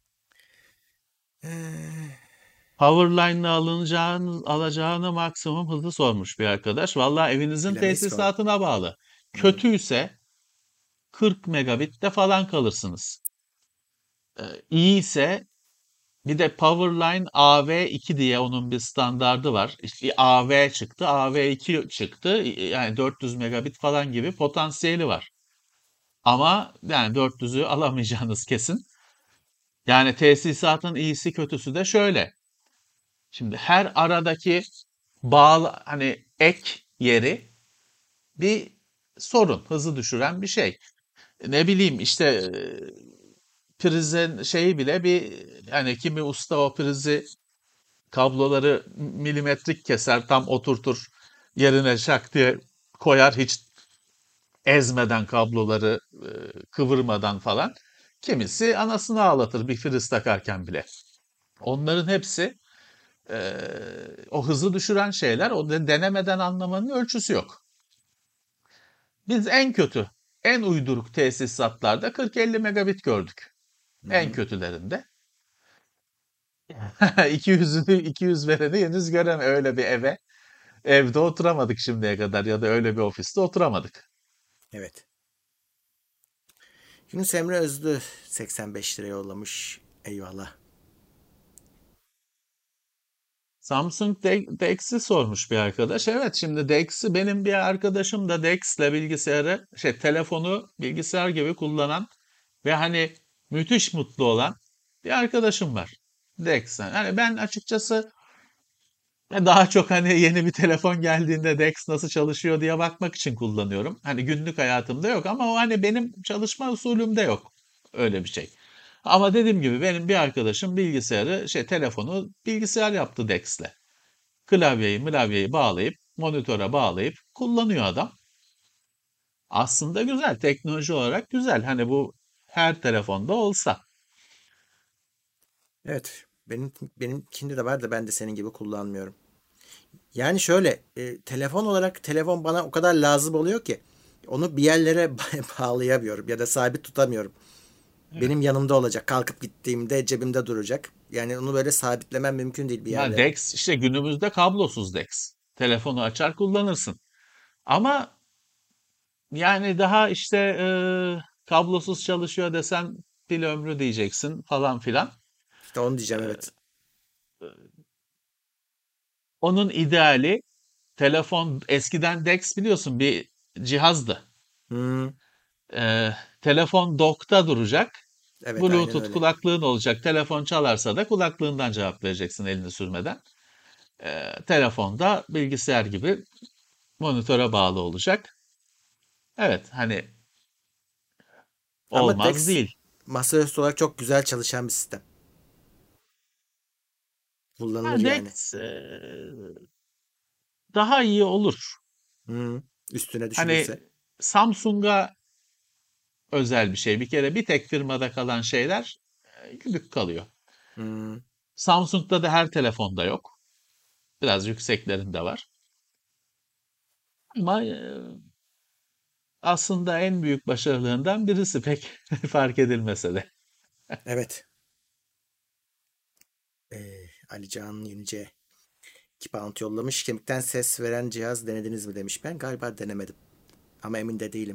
Speaker 2: Ee,
Speaker 3: Powerline'la alınacağını, alacağını maksimum hızı sormuş bir arkadaş. Vallahi evinizin
Speaker 2: bilemeyiz ki onu.
Speaker 3: tesisatına bağlı.
Speaker 2: Hı.
Speaker 3: Kötüyse kırk megabitte falan kalırsınız. Ee, iyi ise bir de Powerline A V iki diye onun bir standardı var. İşte A V çıktı, A V iki çıktı. Yani dört yüz megabit falan gibi potansiyeli var. Ama yani dört yüzü alamayacağınız kesin. Yani tesisatın iyisi kötüsü de şöyle. Şimdi her aradaki bağlı hani ek yeri bir sorun, hızı düşüren bir şey. Ne bileyim işte e, prizin şeyi bile bir yani kimi usta o prizi kabloları milimetrik keser, tam oturtur, yerine şak diye koyar hiç ezmeden kabloları e, kıvırmadan falan. Kimisi anasını ağlatır bir priz takarken bile. Onların hepsi e, o hızı düşüren şeyler. O de- denemeden anlamanın ölçüsü yok. Biz en kötü, en uyduruk tesisatlarda kırk elli megabit gördük.
Speaker 2: Hı
Speaker 3: En
Speaker 2: hı.
Speaker 3: kötülerinde. iki yüzünü iki yüz vereni henüz göreme öyle bir eve. Evde oturamadık şimdiye kadar ya da öyle bir ofiste oturamadık.
Speaker 2: Evet. Yunus Emre Özlü seksen beş lira yollamış. Eyvallah.
Speaker 3: Samsung De- DeX'i sormuş bir arkadaş. Evet şimdi DeX'i benim bir arkadaşım da DeX'le bilgisayarı, şey telefonu bilgisayar gibi kullanan ve hani müthiş mutlu olan bir arkadaşım var. DeX'ten. Yani ben açıkçası ve daha çok hani yeni bir telefon geldiğinde Dex nasıl çalışıyor diye bakmak için kullanıyorum. Hani günlük hayatımda yok ama o hani benim çalışma usulümde yok öyle bir şey. Ama dediğim gibi benim bir arkadaşım bilgisayarı, şey telefonu bilgisayar yaptı Dex'le. Klavyeyi, mlavyeyi bağlayıp, monitöre bağlayıp kullanıyor adam. Aslında güzel, teknoloji olarak güzel. Hani bu her telefonda olsa.
Speaker 2: Evet. Benim benimkinde de var da ben de senin gibi kullanmıyorum. Yani şöyle e, telefon olarak telefon bana o kadar lazım oluyor ki onu bir yerlere bağlayamıyorum ya da sabit tutamıyorum.
Speaker 3: Evet.
Speaker 2: Benim yanımda olacak. Kalkıp gittiğimde cebimde duracak. Yani onu böyle sabitlemem mümkün değil bir
Speaker 3: Ya
Speaker 2: yerlere.
Speaker 3: Dex işte günümüzde kablosuz Dex. Telefonu açar kullanırsın. Ama yani daha işte eee, kablosuz çalışıyor desen pil ömrü diyeceksin falan filan.
Speaker 2: İşte onu diyeceğim
Speaker 3: Eee,
Speaker 2: evet.
Speaker 3: onun ideali telefon eskiden Dex biliyorsun bir cihazdı.
Speaker 2: Hmm,
Speaker 3: Eee, telefon dock'ta duracak.
Speaker 2: evet aynen
Speaker 3: Bluetooth
Speaker 2: öyle.
Speaker 3: kulaklığın olacak. Telefon çalarsa da kulaklığından cevap vereceksin elini sürmeden. Eee telefonda bilgisayar gibi monitöre bağlı olacak. Evet hani
Speaker 2: Ama
Speaker 3: olmaz
Speaker 2: Dex
Speaker 3: değil.
Speaker 2: masaüstü olarak çok güzel çalışan bir sistem. Kullanılır
Speaker 3: Ha,
Speaker 2: yani.
Speaker 3: Dex eee, daha iyi olur.
Speaker 2: Hmm, üstüne
Speaker 3: Hani
Speaker 2: düşülürse.
Speaker 3: Samsung'a özel bir şey. Bir kere bir tek firmada kalan şeyler e, güdük kalıyor.
Speaker 2: Hmm.
Speaker 3: Samsung'da da her telefonda yok. Biraz yükseklerinde var. Ama e, aslında en büyük başarılarından birisi pek fark edilmese de.
Speaker 2: Evet. Ee, Ali Can Yenice iki pound yollamış. Kemikten ses veren cihaz denediniz mi demiş. Ben galiba denemedim. Ama emin de değilim.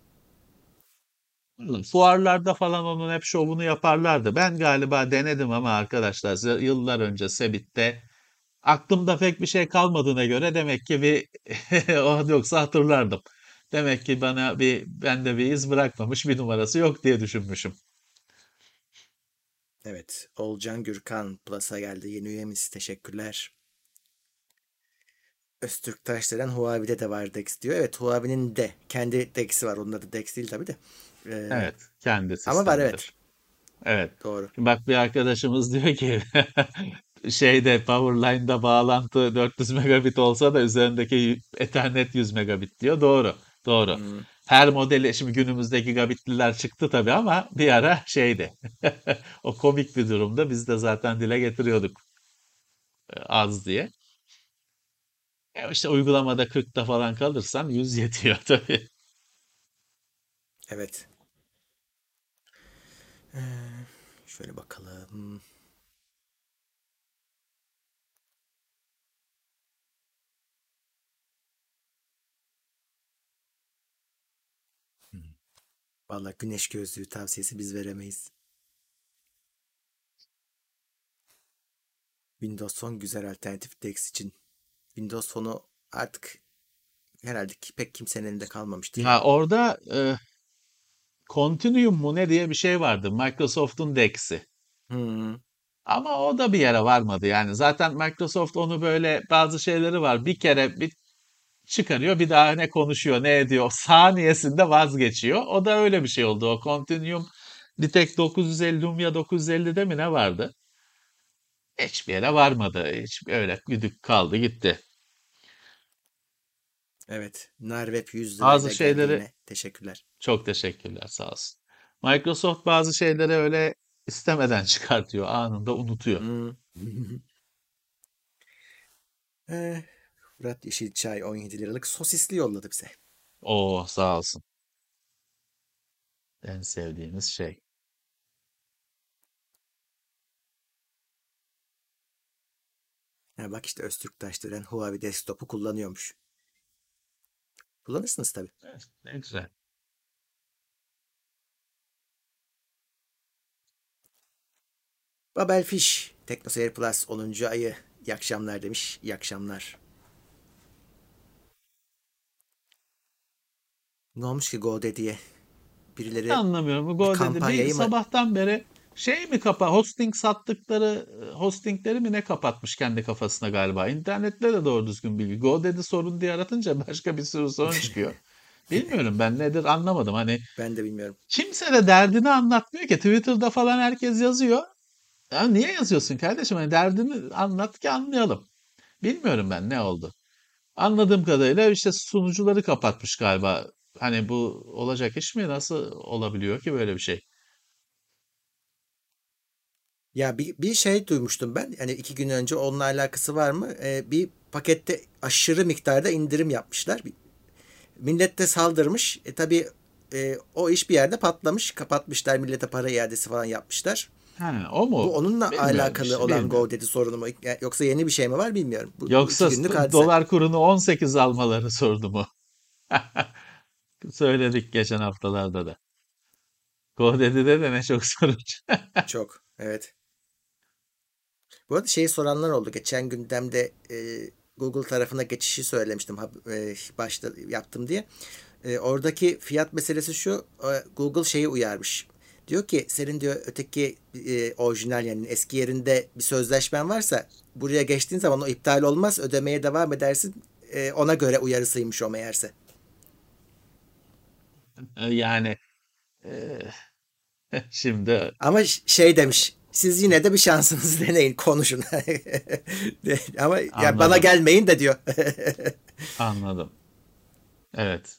Speaker 3: Fuarlarda falan onun hep şovunu yaparlardı. Ben galiba denedim ama arkadaşlar yıllar önce Sebit'te aklımda pek bir şey kalmadığına göre demek ki bir o yoksa hatırlardım. Demek ki bana bir bende bir iz bırakmamış bir numarası yok diye düşünmüşüm.
Speaker 2: Evet. Olcan Gürkan Plus'a geldi. Yeni üyemiz. Teşekkürler. Öztürk Taşdelen Huawei'de de var Dex diyor. Evet, Huawei'nin de kendi Dex'i var. Onun adı Dex değil tabii de. Ee,
Speaker 3: Evet, kendi
Speaker 2: ama var, evet.
Speaker 3: sistemidir. Evet.
Speaker 2: Doğru.
Speaker 3: Şimdi bak bir arkadaşımız diyor ki şeyde Powerline'da bağlantı dört yüz megabit olsa da üzerindeki Ethernet yüz megabit diyor. Doğru. Doğru.
Speaker 2: Hmm,
Speaker 3: Her modeli şimdi günümüzde gigabitliler çıktı tabii ama bir ara şeydi. O komik bir durumda biz de zaten dile getiriyorduk e, az diye. E işte uygulamada kırkta falan kalırsan yüz yetiyor tabii.
Speaker 2: evet. Ee, şöyle bakalım. Hmm. Vallahi güneş gözlüğü tavsiyesi biz veremeyiz. Windows Phone güzel alternatif Dex için. Windows Phone'u artık herhalde ki pek kimsenin elinde kalmamıştır
Speaker 3: Ya
Speaker 2: ya.
Speaker 3: orada e, Continuum mu ne diye bir şey vardı. Microsoft'un Dex'i.
Speaker 2: Hmm,
Speaker 3: Ama o da bir yere varmadı yani. Zaten Microsoft onu böyle bazı şeyleri var. Bir kere bir çıkarıyor, bir daha ne konuşuyor, ne ediyor. Saniyesinde vazgeçiyor. O da öyle bir şey oldu. O Continuum bir tek dokuz yüz elli Lumia dokuz yüz ellide mi ne vardı? Hiçbir yere varmadı. Hiç öyle güdük kaldı gitti.
Speaker 2: evet. Narweb yüz
Speaker 3: Bazı
Speaker 2: lirayla geldi
Speaker 3: şeyleri
Speaker 2: yine. Teşekkürler.
Speaker 3: çok teşekkürler sağ olsun. Microsoft bazı şeyleri öyle istemeden çıkartıyor, anında unutuyor.
Speaker 2: Hmm. Eh, Fırat Yeşilçay on yedi liralık sosisli yolladı bize.
Speaker 3: Oo sağ olsun. En sevdiğimiz şey.
Speaker 2: Ha, bak işte Öztürk denen Huawei desktop'u kullanıyormuş. Kullanırsınız tabii.
Speaker 3: Evet, ne güzel.
Speaker 2: Babelfish. TeknoSeyir Plus onuncu ayı. İyi akşamlar demiş. İyi akşamlar. Ne olmuş ki GoDaddy'ye?
Speaker 3: Ne
Speaker 2: Birileri
Speaker 3: anlamıyorum. Bu
Speaker 2: bir
Speaker 3: Go dedi. Bir
Speaker 2: kampanyayı mı?
Speaker 3: sabahtan beri şey mi kapa hosting sattıkları e, hostingleri mi ne kapatmış kendi kafasına galiba. İnternette de doğru düzgün bilgi. Go dedi sorun diye aratınca başka bir sürü sorun çıkıyor. Bilmiyorum ben nedir anlamadım. Hani
Speaker 2: Ben de bilmiyorum.
Speaker 3: kimse de derdini anlatmıyor ki. Twitter'da falan herkes yazıyor. Ya niye yazıyorsun kardeşim? Hani derdini anlat ki anlayalım. Bilmiyorum ben ne oldu. Anladığım kadarıyla işte sunucuları kapatmış galiba. Hani bu olacak iş mi? Nasıl olabiliyor ki böyle bir şey?
Speaker 2: Ya bir, bir şey duymuştum ben. Yani iki gün önce onunla alakası var mı? Ee, bir pakette aşırı miktarda indirim yapmışlar. Bir- Millet de saldırmış. E tabii e, o iş bir yerde patlamış. Kapatmışlar. Millete para iadesi falan yapmışlar.
Speaker 3: Ha, o
Speaker 2: Bu
Speaker 3: mu?
Speaker 2: onunla
Speaker 3: Bilmiyorum
Speaker 2: alakalı
Speaker 3: işte
Speaker 2: olan
Speaker 3: bilmiyorum.
Speaker 2: GoDaddy sorunu mu? Ya- Yoksa yeni bir şey mi var bilmiyorum. Bu, bu iki
Speaker 3: Yoksa
Speaker 2: günlük
Speaker 3: s-
Speaker 2: hadise.
Speaker 3: dolar kurunu on sekiz almaları sordu mu? Söyledik geçen haftalarda da. GoDaddy'de de ne çok sorun.
Speaker 2: Çok. Evet. Bu arada şeyi soranlar oldu. Geçen gündemde e, Google tarafına geçişi söylemiştim. E, başta yaptım diye. E, oradaki fiyat meselesi şu. e, Google şeyi uyarmış. Diyor ki senin diyor öteki e, orijinal yani eski yerinde bir sözleşmen varsa buraya geçtiğin zaman o iptal olmaz. Ödemeye devam edersin. E, ona göre uyarısıymış o meğerse.
Speaker 3: Yani e, şimdi
Speaker 2: Ama şey demiş. Siz yine de bir şansınızı deneyin, konuşun. Ama ya bana
Speaker 3: anladım.
Speaker 2: gelmeyin de diyor.
Speaker 3: Anladım. Evet.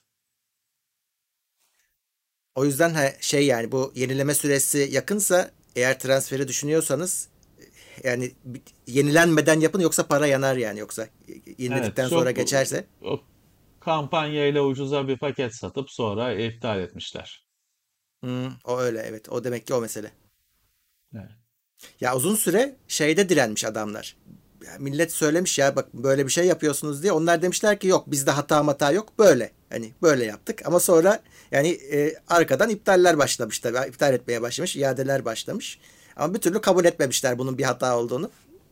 Speaker 2: O yüzden şey yani bu yenileme süresi yakınsa eğer transferi düşünüyorsanız Yani bi- yenilenmeden yapın yoksa para yanar yani, yoksa
Speaker 3: Evet,
Speaker 2: yeniledikten sonra
Speaker 3: çok
Speaker 2: geçerse.
Speaker 3: o kampanyayla ucuza bir paket satıp sonra iptal etmişler.
Speaker 2: Hmm, o öyle, evet, o demek ki o mesele.
Speaker 3: Evet.
Speaker 2: Ya uzun süre şeyde direnmiş adamlar. Ya millet söylemiş ya, bak böyle bir şey yapıyorsunuz diye. Onlar demişler ki yok, bizde hata hata yok, böyle. Hani böyle yaptık ama sonra yani e, arkadan iptaller başlamış tabii. İptal etmeye başlamış, iadeler başlamış. Ama bir türlü kabul etmemişler bunun bir hata olduğunu.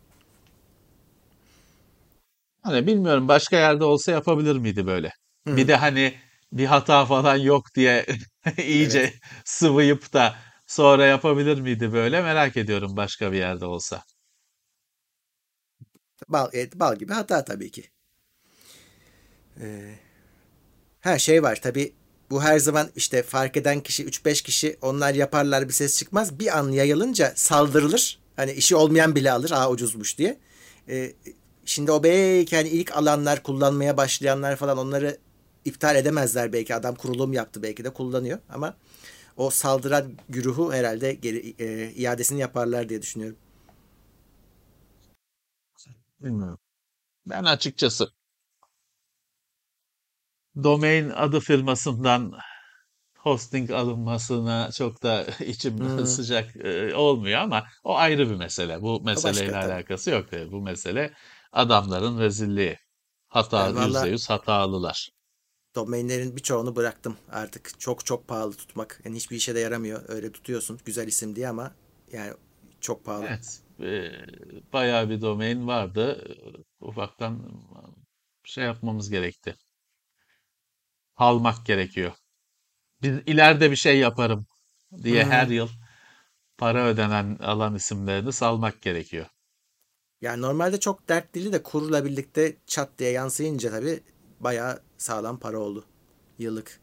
Speaker 3: Hani bilmiyorum, başka yerde olsa yapabilir miydi böyle? Bir
Speaker 2: Hı,
Speaker 3: de hani bir hata falan yok diye
Speaker 2: evet.
Speaker 3: iyice sıvayıp da sonra yapabilir miydi böyle? Merak ediyorum başka bir yerde olsa.
Speaker 2: Bal, evet, bal gibi hata tabii ki. Her şey var tabii, bu her zaman işte fark eden kişi üç beş kişi, onlar yaparlar, bir ses çıkmaz. Bir an yayılınca saldırılır. Hani işi olmayan bile alır, aa ucuzmuş diye. Ee, Şimdi o belki hani ilk alanlar, kullanmaya başlayanlar falan, onları iptal edemezler belki. Adam kurulum yaptı, belki de kullanıyor ama o saldıran güruhu herhalde geri, e, iadesini yaparlar diye düşünüyorum.
Speaker 3: Bilmiyorum. Ben açıkçası domain adı firmasından hosting alınmasına çok da içim
Speaker 2: Hmm,
Speaker 3: sıcak e, olmuyor ama o ayrı bir mesele. Bu
Speaker 2: o başka
Speaker 3: meseleyle
Speaker 2: tabii.
Speaker 3: alakası yok. tabii. Bu mesele adamların rezilliği. Hata,
Speaker 2: Ben
Speaker 3: yüzde
Speaker 2: valla
Speaker 3: yüz hatalılar.
Speaker 2: domainlerin birçoğunu bıraktım artık. Çok çok pahalı tutmak. Yani hiçbir işe de yaramıyor. Öyle tutuyorsun güzel isim diye ama yani çok pahalı.
Speaker 3: Evet, e, bayağı bir domain vardı. E, Ufaktan şey yapmamız gerekti. Almak gerekiyor. Biz ileride bir şey yaparım diye her
Speaker 2: Hmm.
Speaker 3: yıl para ödenen alan isimlerini salmak gerekiyor.
Speaker 2: Yani normalde çok dertlili de kurla birlikte çat diye yansıyınca tabii bayağı sağlam para oldu. Yıllık.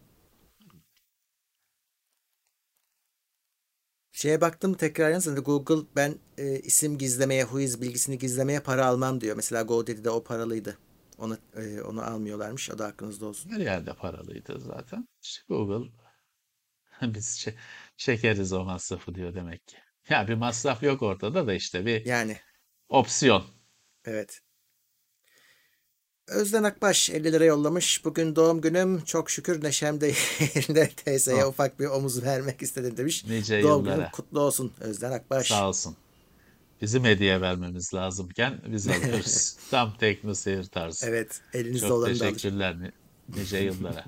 Speaker 2: Şeye baktım tekrar, yansın Google, ben e, isim gizlemeye, whois bilgisini gizlemeye para almam diyor. Mesela GoDaddy'de o paralıydı. Onu e, onu almıyorlarmış. O da aklınızda olsun.
Speaker 3: Her yerde paralıydı zaten. İşte Google biz çe- çekeriz o masrafı diyor demek ki. Ya bir masraf yok ortada da işte bir
Speaker 2: Yani
Speaker 3: opsiyon.
Speaker 2: evet. Özden Akbaş elli lira yollamış. Bugün doğum günüm. Çok şükür neşem de yerinde. Teyzeye
Speaker 3: Oh,
Speaker 2: ufak bir omuz vermek istedim demiş.
Speaker 3: nice
Speaker 2: Doğum günün
Speaker 3: yıllara.
Speaker 2: kutlu olsun Özden Akbaş.
Speaker 3: Sağ olsun. Bizim hediye vermemiz lazımken biz alıyoruz. Tam tekno seyir tarzı.
Speaker 2: Evet, elinizde
Speaker 3: Çok
Speaker 2: olanı da alır.
Speaker 3: teşekkürler ni- nice yıllara.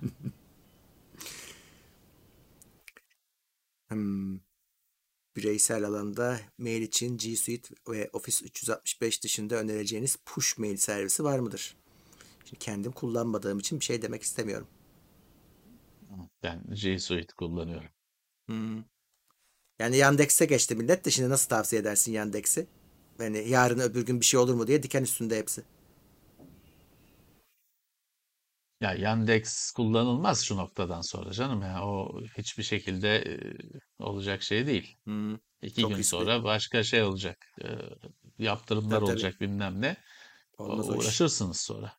Speaker 2: Hmm. Bireysel alanda mail için G Suite ve Office üç yüz altmış beş dışında önereceğiniz push mail servisi var mıdır? Şimdi kendim kullanmadığım için bir şey demek istemiyorum.
Speaker 3: Ben G Suite kullanıyorum.
Speaker 2: Hmm. Yani Yandex'e geçti millet de, şimdi nasıl tavsiye edersin Yandex'i? Yani yarın öbür gün bir şey olur mu diye diken üstünde hepsi.
Speaker 3: Ya Yandex kullanılmaz şu noktadan sonra canım ya, o hiçbir şekilde e, olacak şey değil.
Speaker 2: Hmm.
Speaker 3: İki
Speaker 2: Çok
Speaker 3: gün
Speaker 2: riskli.
Speaker 3: sonra başka şey olacak. e, yaptırımlar
Speaker 2: Tabii tabii.
Speaker 3: olacak bilmem ne. O-
Speaker 2: Olmaz o iş.
Speaker 3: uğraşırsınız sonra.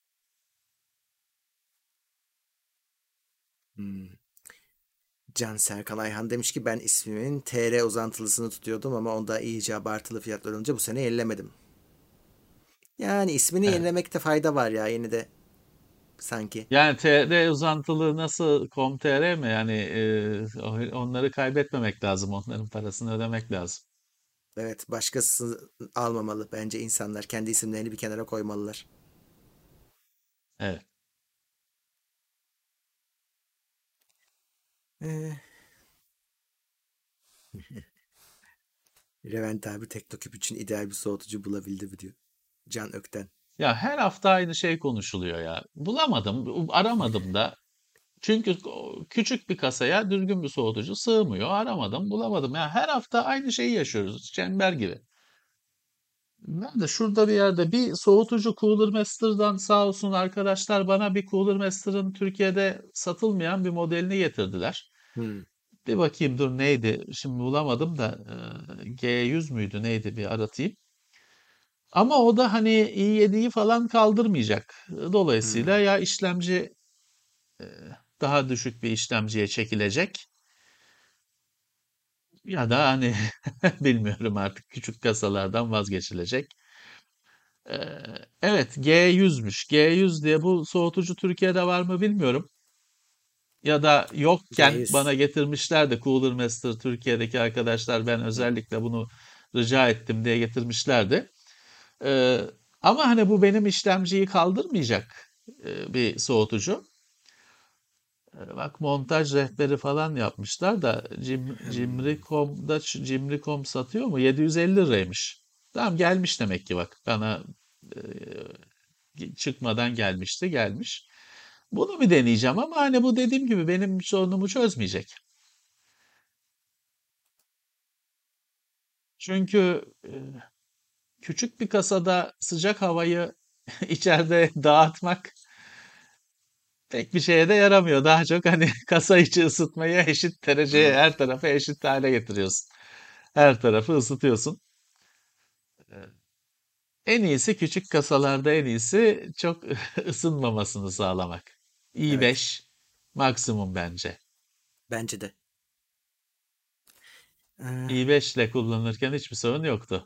Speaker 2: Hmm. Can Serkan Ayhan demiş ki ben ismimin T R uzantılısını tutuyordum ama onda iyice abartılı fiyatlar olunca bu sene yenilemedim. Yani ismini
Speaker 3: Evet.
Speaker 2: yenilemekte fayda var ya yine de sanki.
Speaker 3: Yani T R uzantılı nasıl .com.tr mi? Yani e, o- onları kaybetmemek lazım. Onların parasını ödemek lazım.
Speaker 2: Evet, başkası almamalı bence insanlar. Kendi isimlerini bir kenara koymalılar.
Speaker 3: Evet.
Speaker 2: Ee, Levent abi Teknoküp için ideal bir soğutucu bulabildi mi diyor. Can Ökten.
Speaker 3: Ya her hafta aynı şey konuşuluyor ya. Bulamadım, aramadım da. Çünkü o küçük bir kasaya düzgün bir soğutucu sığmıyor. Aramadım, bulamadım. Ya her hafta aynı şeyi yaşıyoruz. Çember gibi. Ben de şurada bir yerde bir soğutucu Cooler Master'dan sağ olsun arkadaşlar bana bir Cooler Master'ın Türkiye'de satılmayan bir modelini getirdiler.
Speaker 2: Hmm.
Speaker 3: Bir bakayım dur neydi? Şimdi bulamadım da e, G yüz müydü neydi bir aratayım. Ama o da hani i yediyi falan kaldırmayacak. Dolayısıyla
Speaker 2: Hmm.
Speaker 3: ya işlemci e, daha düşük bir işlemciye çekilecek Ya da hani bilmiyorum artık küçük kasalardan vazgeçilecek. Ee, evet G yüzmüş. G yüz diye bu soğutucu Türkiye'de var mı bilmiyorum. Ya da yokken
Speaker 2: G yüz.
Speaker 3: bana getirmişler de Cooler Master Türkiye'deki arkadaşlar ben
Speaker 2: Hı.
Speaker 3: özellikle bunu rica ettim diye getirmişlerdi. Ee, ama hani bu benim işlemciyi kaldırmayacak e, bir soğutucu. Ee, Bak montaj rehberi falan yapmışlar da Cim, Cimri
Speaker 2: Hmm.
Speaker 3: nokta com'da Cimri nokta com satıyor mu? yedi yüz elli liraymış. Tamam gelmiş demek ki bak bana e, çıkmadan gelmişti gelmiş. Bunu bir deneyeceğim ama hani bu dediğim gibi benim sorunumu çözmeyecek. Çünkü e, küçük bir kasada sıcak havayı içeride dağıtmak pek bir şeye de yaramıyor. Daha çok hani kasa içi ısıtmayı eşit dereceye
Speaker 2: Hmm.
Speaker 3: her tarafı eşit hale getiriyorsun. Her tarafı ısıtıyorsun. En iyisi küçük kasalarda en iyisi çok ısınmamasını sağlamak.
Speaker 2: Evet.
Speaker 3: i beş maksimum bence.
Speaker 2: Bence de. Ee,
Speaker 3: i beş ile kullanırken hiçbir sorun yoktu.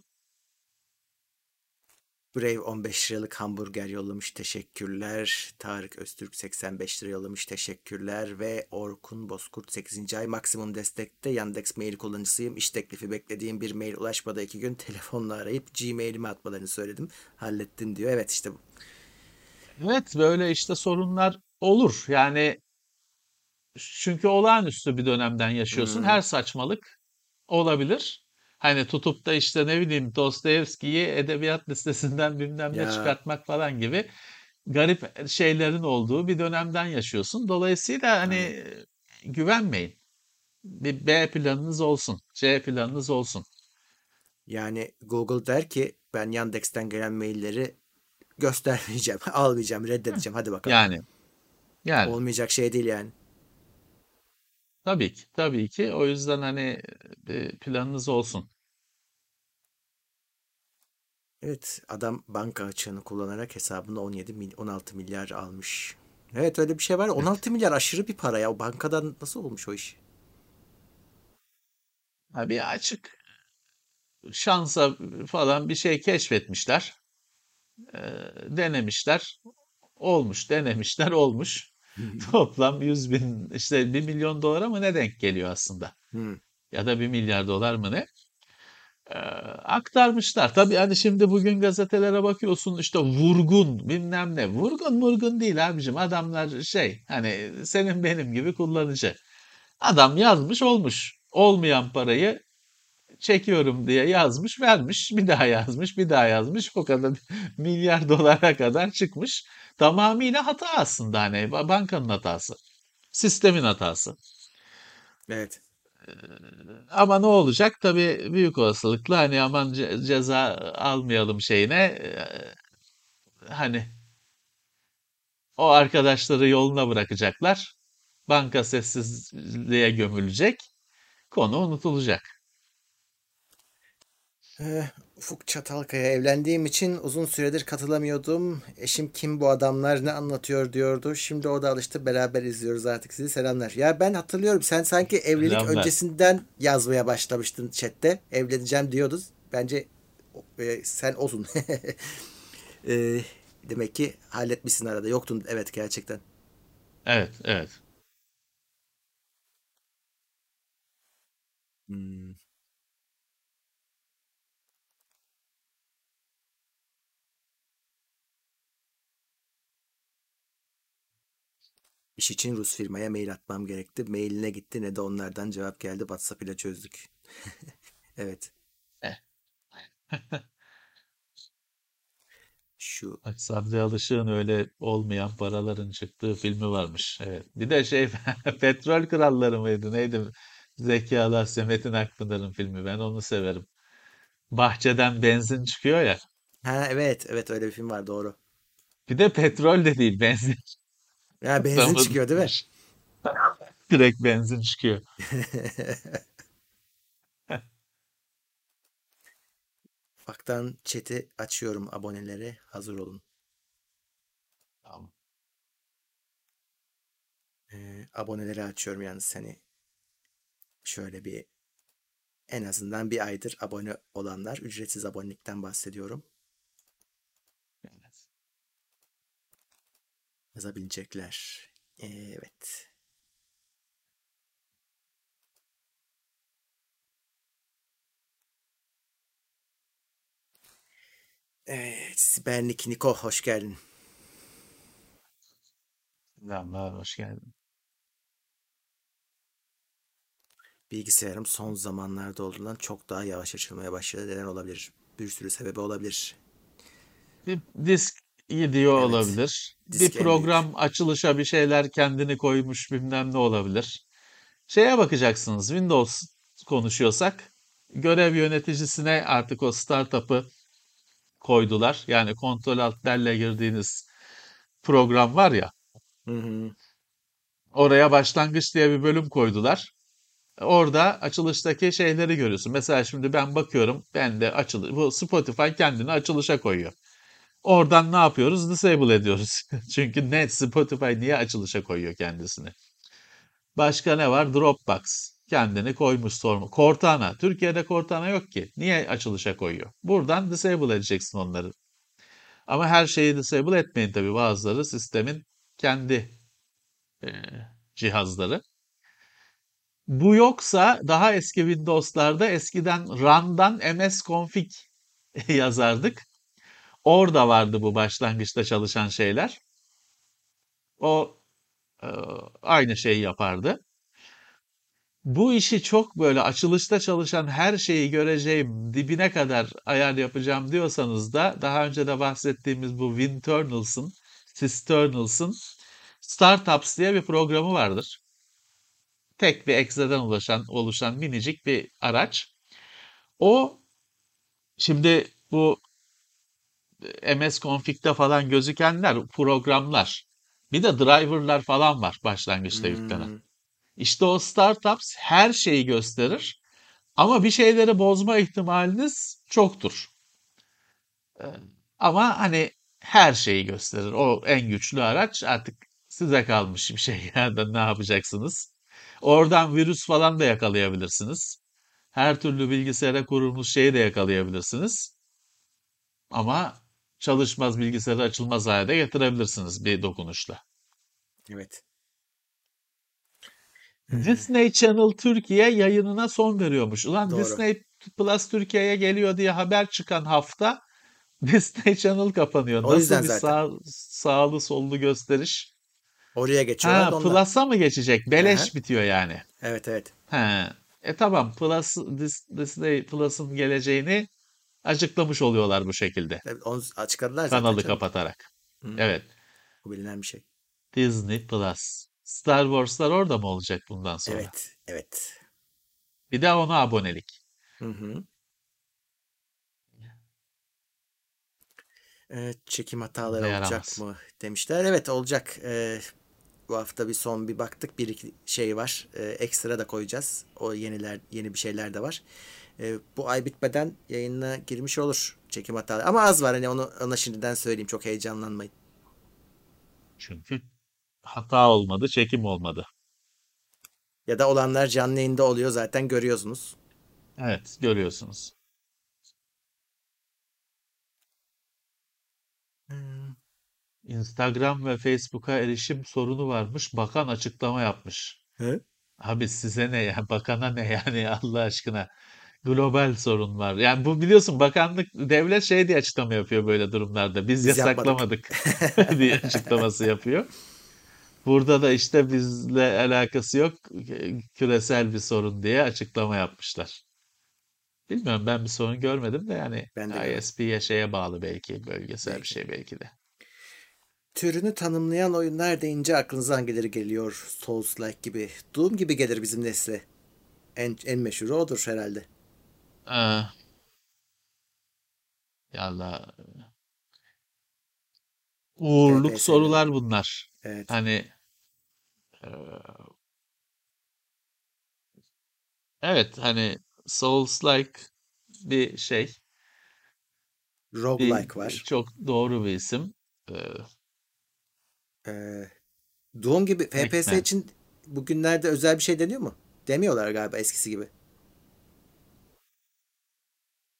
Speaker 2: Brave on beş liralık hamburger yollamış. Teşekkürler. Tarık Öztürk seksen beş lira yollamış. Teşekkürler. Ve Orkun Bozkurt sekizinci ay maksimum destekte. Yandex mail kullanıcısıyım. İş teklifi beklediğim bir mail ulaşmadı. iki gün telefonla arayıp Gmail'ime atmalarını söyledim. Hallettin diyor. Evet işte bu.
Speaker 3: Evet böyle işte sorunlar olur. Yani çünkü olağanüstü bir dönemden yaşıyorsun.
Speaker 2: Hmm,
Speaker 3: Her saçmalık olabilir. Hani tutup da işte ne bileyim Dostoyevski'yi edebiyat listesinden bilmem ne
Speaker 2: ya
Speaker 3: çıkartmak falan gibi garip şeylerin olduğu bir dönemden yaşıyorsun. Dolayısıyla
Speaker 2: aynen.
Speaker 3: hani güvenmeyin. Bir B planınız olsun, C planınız olsun.
Speaker 2: Yani Google der ki ben Yandex'ten gelen mailleri göstermeyeceğim. Almayacağım.
Speaker 3: Heh.
Speaker 2: Reddedeceğim. Hadi bakalım.
Speaker 3: Yani, yani
Speaker 2: Olmayacak şey değil yani.
Speaker 3: tabii ki, tabii ki. O yüzden hani bir planınız olsun.
Speaker 2: Evet, adam banka açığını kullanarak hesabına on yedi mil- on altı milyar almış. Evet öyle bir şey var.
Speaker 3: Evet.
Speaker 2: on altı milyar aşırı bir para ya. O bankadan nasıl olmuş o iş?
Speaker 3: Ha, bir açık şansa falan bir şey keşfetmişler, e, denemişler, olmuş, denemişler, olmuş. Toplam yüz bin, işte bir milyon dolara mı ne denk geliyor aslında?
Speaker 2: Hmm,
Speaker 3: Ya da bir milyar dolar mı ne? Ee, aktarmışlar. Tabii hani şimdi bugün gazetelere bakıyorsun işte vurgun bilmem ne. Vurgun vurgun değil abicim. Adamlar şey hani senin benim gibi kullanıcı. Adam yazmış olmuş. Olmayan parayı çekiyorum diye yazmış vermiş. Bir daha yazmış bir daha yazmış. O kadar milyar dolara kadar çıkmış. Tamamıyla hata aslında hani ba- bankanın hatası. Sistemin hatası.
Speaker 2: evet.
Speaker 3: Ama ne olacak? Tabii büyük olasılıkla hani aman ce- ceza almayalım şeyine e, hani o arkadaşları yoluna bırakacaklar. Banka sessizliğe gömülecek. Konu unutulacak.
Speaker 2: Eh, Ufuk Çatalkaya evlendiğim için uzun süredir katılamıyordum. Eşim kim bu adamlar ne anlatıyor diyordu. Şimdi o da alıştı beraber izliyoruz artık sizi selamlar. Ya ben hatırlıyorum sen sanki evlilik
Speaker 3: Selamlar.
Speaker 2: öncesinden yazmaya başlamıştın chatte. Evleneceğim diyordun. Bence e, sen olsun. E, demek ki halletmişsin arada. Yoktun evet gerçekten.
Speaker 3: Evet, evet.
Speaker 2: Hmm. İş için Rus firmaya mail atmam gerekti. Mailine gitti ne de onlardan cevap geldi. WhatsApp ile çözdük. Evet.
Speaker 3: Eh.
Speaker 2: Şu
Speaker 3: Bak Sabri Alışık'ın öyle olmayan paraların çıktığı filmi varmış. Evet. Bir de şey Petrol Kralları mıydı? Neydi? Zeki Alasya Metin Akpınar'ın filmi. Ben onu severim. Bahçeden benzin çıkıyor ya.
Speaker 2: ha evet evet öyle bir film var doğru.
Speaker 3: Bir de petrol de değil, benzin.
Speaker 2: Ya benzin çıkıyor değil mi?
Speaker 3: Adamınmış. Direkt benzin çıkıyor.
Speaker 2: Ufaktan chat'i açıyorum abonelere. Hazır olun.
Speaker 3: Tamam.
Speaker 2: Ee, aboneleri açıyorum yalnız seni. Şöyle bir En azından bir aydır abone olanlar, ücretsiz abonelikten bahsediyorum.
Speaker 3: Evet.
Speaker 2: Yazabilecekler. Evet. Evet. Sibernik Niko hoş geldin.
Speaker 3: Selamlar, hoş geldin.
Speaker 2: Bilgisayarım son zamanlarda olduğundan çok daha yavaş açılmaya başladı. Neden olabilir? Bir sürü sebebi olabilir.
Speaker 3: Bir disk gidiyor
Speaker 2: Evet.
Speaker 3: olabilir. Bir
Speaker 2: Disk en büyük.
Speaker 3: program açılışa bir şeyler kendini koymuş bilmem ne olabilir. Şeye bakacaksınız. Windows konuşuyorsak görev yöneticisine artık o startup'ı koydular. Yani kontrol alt derle girdiğiniz program var ya.
Speaker 2: Hı hı.
Speaker 3: Oraya başlangıç diye bir bölüm koydular. Orada açılıştaki şeyleri görüyorsun. Mesela şimdi ben bakıyorum. Ben de açılış. Bu Spotify kendini açılışa koyuyor. Oradan ne yapıyoruz? Disable ediyoruz. Çünkü net Spotify niye açılışa koyuyor kendisini? Başka ne var? Dropbox. Kendini koymuş sorma. Cortana. Türkiye'de Cortana yok ki. Niye açılışa koyuyor? Buradan disable edeceksin onları. Ama her şeyi disable etmeyin tabii. Bazıları sistemin kendi e, cihazları. Bu yoksa daha eski Windows'larda eskiden run'dan msconfig yazardık. Orada vardı bu başlangıçta çalışan şeyler. O e, aynı şeyi yapardı. Bu işi çok böyle açılışta çalışan her şeyi göreceğim, dibine kadar ayar yapacağım diyorsanız da daha önce de bahsettiğimiz bu Winternals'ın, Cisternals'ın Startups diye bir programı vardır. Tek bir egzeden oluşan, oluşan minicik bir araç. O şimdi bu M S Config'de falan gözükenler programlar. Bir de driver'lar falan var başlangıçta yüklenen.
Speaker 2: Hmm.
Speaker 3: İşte o startups her şeyi gösterir ama bir şeyleri bozma ihtimaliniz çoktur. Ee, Ama hani her şeyi gösterir. O en güçlü araç artık size kalmış bir şey. Yani ne yapacaksınız? Oradan virüs falan da yakalayabilirsiniz. Her türlü bilgisayara kurulmuş şeyi de yakalayabilirsiniz. Ama çalışmaz bilgisayarı açılmaz hale de getirebilirsiniz bir dokunuşla.
Speaker 2: Evet. Ee,
Speaker 3: Disney Channel Türkiye yayınına son veriyormuş. Ulan
Speaker 2: doğru.
Speaker 3: Disney Plus Türkiye'ye geliyor diye haber çıkan hafta Disney Channel kapanıyor.
Speaker 2: O yüzden
Speaker 3: Nasıl bir
Speaker 2: zaten.
Speaker 3: sağ, sağlı sollu gösteriş?
Speaker 2: Oraya geçiyorlar da
Speaker 3: Ha,
Speaker 2: ondan.
Speaker 3: Plus'a mı geçecek?
Speaker 2: Aha.
Speaker 3: Beleş bitiyor yani.
Speaker 2: Evet evet.
Speaker 3: Ha. E tamam, Plus, Dis- Disney Plus'ın geleceğini açıklamış oluyorlar bu şekilde.
Speaker 2: Evet, onu açıkladılar zaten
Speaker 3: Kanalı
Speaker 2: canım.
Speaker 3: kapatarak.
Speaker 2: Hmm.
Speaker 3: Evet.
Speaker 2: Bu bilinen bir şey.
Speaker 3: Disney Plus. Star Wars'lar orada mı olacak bundan sonra?
Speaker 2: Evet. Evet.
Speaker 3: Bir de ona abonelik.
Speaker 2: Hı hı. Evet, çekim hataları
Speaker 3: Ne
Speaker 2: olacak
Speaker 3: yaramaz.
Speaker 2: mı demişler. Evet olacak. Ee, bu hafta bir son bir baktık. Bir iki şey var. Ee, ekstra da koyacağız. O yeniler yeni bir şeyler de var. Ee, bu ay bitmeden yayına girmiş olur çekim hataları. Ama az var hani onu ona şimdiden söyleyeyim. Çok heyecanlanmayın.
Speaker 3: Çünkü hata olmadı, çekim olmadı.
Speaker 2: Ya da olanlar canlı yayında oluyor zaten görüyorsunuz.
Speaker 3: Evet, görüyorsunuz.
Speaker 2: Hmm.
Speaker 3: Instagram ve Facebook'a erişim sorunu varmış. Bakan açıklama yapmış.
Speaker 2: He?
Speaker 3: Abi size ne ya? Bakana ne yani Allah aşkına? Global sorun var. Yani bu biliyorsun bakanlık, devlet şey diye açıklama yapıyor böyle durumlarda. Biz
Speaker 2: Biz yapmadık.
Speaker 3: yasaklamadık diye açıklaması yapıyor. Burada da işte bizle alakası yok. Küresel bir sorun diye açıklama yapmışlar. Bilmiyorum, ben bir sorun görmedim de yani
Speaker 2: Ben de görmedim.
Speaker 3: I S P'ye şeye bağlı belki, bölgesel bir
Speaker 2: Belki.
Speaker 3: şey belki de.
Speaker 2: Türünü tanımlayan oyunlar deyince aklınıza hangileri geliyor? Souls-like gibi. Doom gibi gelir bizim nesle. En, en meşhuru odur herhalde.
Speaker 3: Aa, yalla, uğurluk
Speaker 2: F P S'lerin.
Speaker 3: sorular bunlar.
Speaker 2: Evet.
Speaker 3: Hani e, evet, hani Souls-like bir şey, bir
Speaker 2: Roguelike var.
Speaker 3: çok doğru bir isim. Ee,
Speaker 2: Ee, Doom gibi F P S
Speaker 3: Pac-Man.
Speaker 2: için bugünlerde özel bir şey deniyor mu? Demiyorlar galiba eskisi gibi.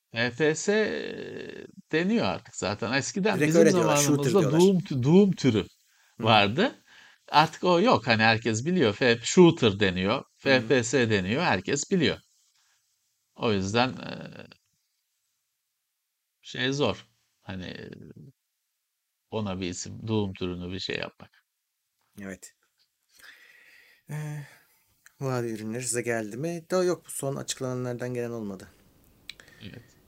Speaker 3: F P S deniyor artık zaten. Eskiden
Speaker 2: Direkt
Speaker 3: bizim
Speaker 2: öyle diyorlar. Shooter
Speaker 3: zamanımızda
Speaker 2: diyorlar.
Speaker 3: Doom, Doom türü
Speaker 2: Hı
Speaker 3: vardı. Artık o yok. Hani herkes biliyor. F- Shooter deniyor.
Speaker 2: hı.
Speaker 3: F P S deniyor. Herkes biliyor. O yüzden e, şey zor. Hani ona bir isim, Doom türünü bir şey yapmak.
Speaker 2: Evet. Ee, Huawei ürünleri size geldi mi? Daha yok. Bu son açıklananlardan gelen olmadı.
Speaker 3: Evet.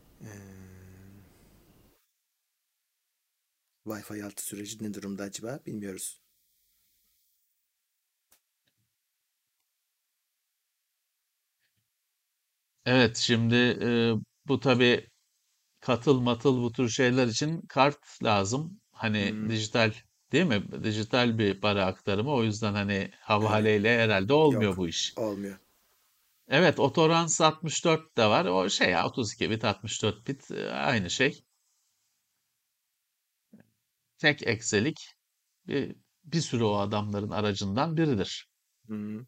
Speaker 2: Wi-Fi altı süreci ne durumda acaba? Bilmiyoruz.
Speaker 3: Evet, şimdi e, bu tabii katıl matıl bu tür şeyler için kart lazım. Hani
Speaker 2: Hmm,
Speaker 3: dijital değil mi? Dijital bir para aktarımı. O yüzden hani
Speaker 2: evet.
Speaker 3: havaleyle herhalde olmuyor
Speaker 2: Yok.
Speaker 3: bu iş.
Speaker 2: Olmuyor.
Speaker 3: Evet, Otorans altmış dört de var. O şey ya otuz iki bit, altmış dört bit e, aynı şey. Tek ekselik bir, bir sürü o adamların aracından biridir.
Speaker 2: Hmm.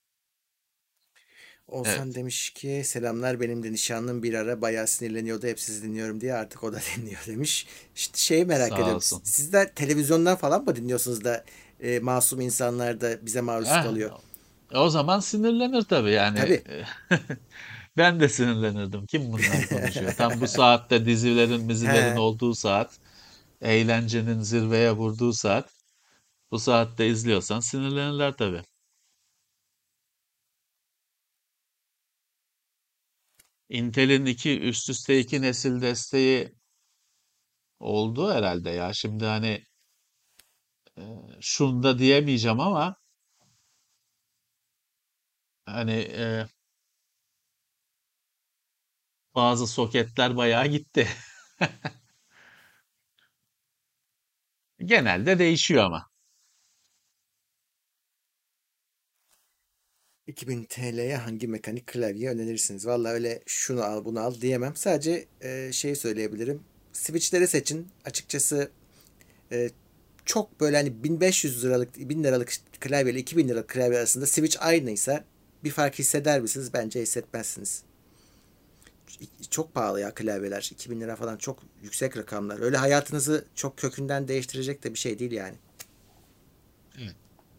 Speaker 2: Oğuzhan
Speaker 3: Evet,
Speaker 2: demiş ki selamlar, benim de nişanlım bir ara bayağı sinirleniyordu hep sizi dinliyorum diye, artık o da dinliyor demiş. İşte şeyi merak
Speaker 3: sağ
Speaker 2: ediyorum.
Speaker 3: olsun.
Speaker 2: Sizler televizyondan falan mı dinliyorsunuz da e, masum insanlar da bize maruz
Speaker 3: Eh,
Speaker 2: kalıyor?
Speaker 3: o zaman sinirlenir tabii yani.
Speaker 2: Tabii.
Speaker 3: Ben de sinirlenirdim. Kim bunlar konuşuyor? Tam bu saatte dizilerin, mizilerin
Speaker 2: He.
Speaker 3: olduğu saat, eğlencenin zirveye vurduğu saat. Bu saatte izliyorsan sinirlenirler tabii. Intel'in iki üst üste iki nesil desteği oldu herhalde ya. Şimdi hani e, şunu da diyemeyeceğim ama hani e, bazı soketler bayağı gitti. Genelde değişiyor ama.
Speaker 2: iki bin T L'ye hangi mekanik klavye önerirsiniz? Vallahi öyle şunu al bunu al diyemem. Sadece e, şey söyleyebilirim. Switch'leri seçin. Açıkçası e, çok böyle hani bin beş yüz liralık bin liralık klavye ile iki bin liralık klavye arasında switch aynıysa bir fark hisseder misiniz? Bence hissetmezsiniz. Çok pahalı ya klavyeler. iki bin lira falan çok yüksek rakamlar. Öyle hayatınızı çok kökünden değiştirecek de bir şey değil yani.
Speaker 3: Evet.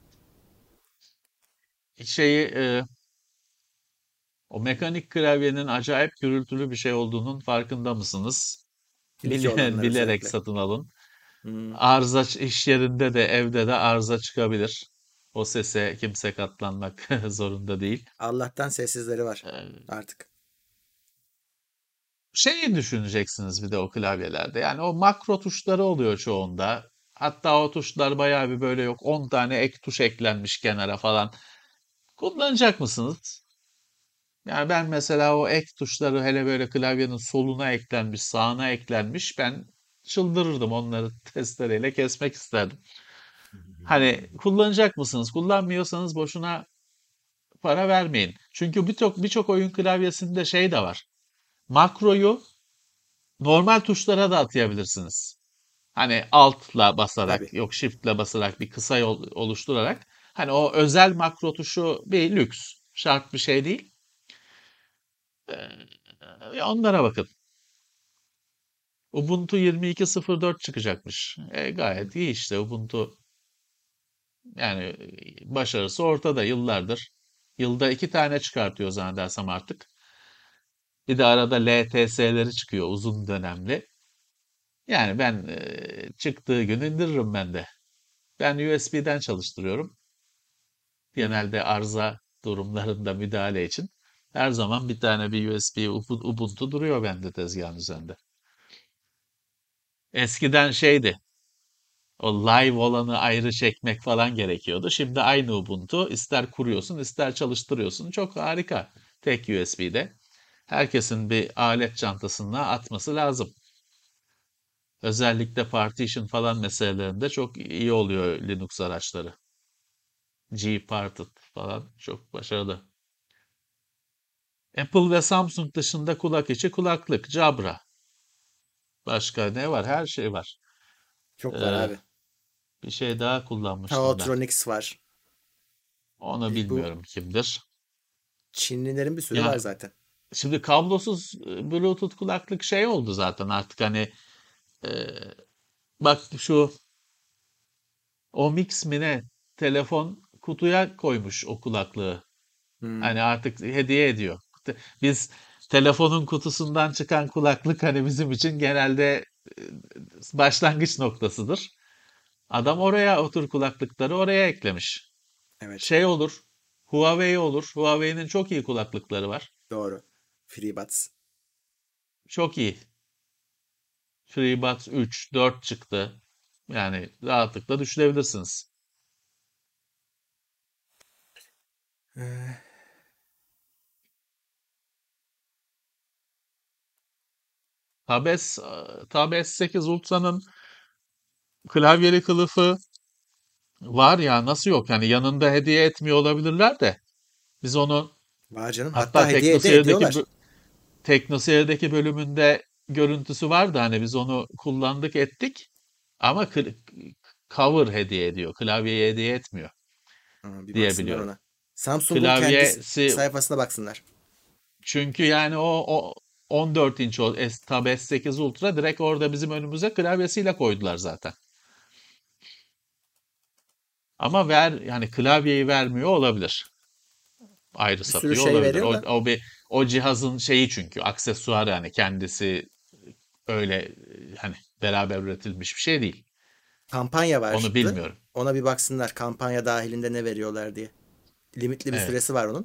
Speaker 3: Şeyi e, o mekanik klavyenin acayip gürültülü bir şey olduğunun farkında mısınız?
Speaker 2: İlki
Speaker 3: Bile-
Speaker 2: olanlar
Speaker 3: bilerek
Speaker 2: özellikle.
Speaker 3: satın alın.
Speaker 2: Hmm.
Speaker 3: Arıza ç- iş yerinde de evde de arıza çıkabilir. O sese kimse katlanmak zorunda değil.
Speaker 2: Allah'tan sessizleri var
Speaker 3: Ee,
Speaker 2: artık.
Speaker 3: Şeyi düşüneceksiniz bir de o klavyelerde. Yani o makro tuşları oluyor çoğunda. Hatta o tuşlar bayağı bir böyle yok. On tane ek tuş eklenmiş kenara falan. Kullanacak mısınız? Yani ben mesela o ek tuşları hele böyle klavyenin soluna eklenmiş, sağına eklenmiş. Ben çıldırırdım, onları testereyle kesmek isterdim. Hani kullanacak mısınız? Kullanmıyorsanız boşuna para vermeyin. Çünkü birçok birçok oyun klavyesinde şey de var. Makroyu normal tuşlara da atayabilirsiniz. Hani altla basarak,
Speaker 2: Tabii.
Speaker 3: yok shift'le basarak bir kısa yol oluşturarak. Hani o özel makro tuşu bir lüks. Şart bir şey değil. Ee, onlara bakın. Ubuntu yirmi iki nokta sıfır dört çıkacakmış. E, gayet iyi işte Ubuntu. Yani e, başarısı ortada yıllardır. Yılda iki tane çıkartıyor zannedersem artık. Bir de arada L T S'leri çıkıyor uzun dönemli. Yani ben e, çıktığı gün indiririm ben de. Ben U S B'den çalıştırıyorum.
Speaker 2: Hı hı.
Speaker 3: Genelde arıza durumlarında müdahale için. Her zaman bir tane bir U S B Ubu- Ubuntu duruyor bende tezgahın üzerinde. Eskiden şeydi. O live olanı ayrı çekmek falan gerekiyordu. Şimdi aynı Ubuntu ister kuruyorsun ister çalıştırıyorsun. Çok harika. Tek U S B'de. Herkesin bir alet çantasına atması lazım. Özellikle partition falan meselelerinde çok iyi oluyor Linux araçları. Gparted falan çok başarılı. Apple ve Samsung dışında kulak içi kulaklık, Jabra. Başka ne var? Her şey var.
Speaker 2: Çok var
Speaker 3: Ee,
Speaker 2: abi.
Speaker 3: bir şey daha kullanmıştım ben.
Speaker 2: Taotronics var.
Speaker 3: Onu
Speaker 2: E, bu
Speaker 3: bilmiyorum kimdir.
Speaker 2: Çinlilerin bir sürü var
Speaker 3: Ya
Speaker 2: zaten.
Speaker 3: Şimdi kablosuz e, Bluetooth kulaklık şey oldu zaten artık hani e, bak şu Omix mi ne telefon kutuya koymuş o kulaklığı.
Speaker 2: Hmm,
Speaker 3: Hani artık hediye ediyor. Te- Biz telefonun kutusundan çıkan kulaklık hani bizim için genelde e, başlangıç noktasıdır. Adam oraya otur kulaklıkları oraya eklemiş.
Speaker 2: evet,
Speaker 3: Şey olur, Huawei olur. Huawei'nin çok iyi kulaklıkları var.
Speaker 2: doğru. FreeBuds.
Speaker 3: Çok iyi. FreeBuds üç, dört çıktı. Yani rahatlıkla düşünebilirsiniz.
Speaker 2: Ee,
Speaker 3: Tab S, Tab S sekiz Ultra'nın klavyeli kılıfı var ya nasıl yok? Yani yanında hediye etmiyor olabilirler de biz onu
Speaker 2: Var canım.
Speaker 3: hatta
Speaker 2: Hatta hediye de
Speaker 3: TeknoSeyir'deki bö-
Speaker 2: ediyorlar.
Speaker 3: TeknoSeyir'deki bölümünde görüntüsü vardı hani biz onu kullandık ettik ama kl- cover hediye ediyor. Klavyeyi hediye etmiyor
Speaker 2: Ha, bir
Speaker 3: diye
Speaker 2: baksınlar
Speaker 3: biliyorum.
Speaker 2: ona. Samsung'un kendi
Speaker 3: Klavyesi
Speaker 2: sayfasına baksınlar.
Speaker 3: çünkü yani o, o on dört inç o S, Tab S sekiz Ultra direkt orada bizim önümüze klavyesiyle koydular zaten. Ama ver yani klavyeyi vermiyor olabilir. Ayrı
Speaker 2: Bir sürü
Speaker 3: satıyor
Speaker 2: şey
Speaker 3: olabilir.
Speaker 2: veriyor
Speaker 3: O,
Speaker 2: da
Speaker 3: o bir o cihazın şeyi çünkü aksesuarı yani kendisi öyle e, hani beraber üretilmiş bir şey değil.
Speaker 2: kampanya
Speaker 3: Onu
Speaker 2: vardı.
Speaker 3: bilmiyorum.
Speaker 2: Ona bir baksınlar kampanya dahilinde ne veriyorlar diye. Limitli bir
Speaker 3: Evet.
Speaker 2: süresi var onun.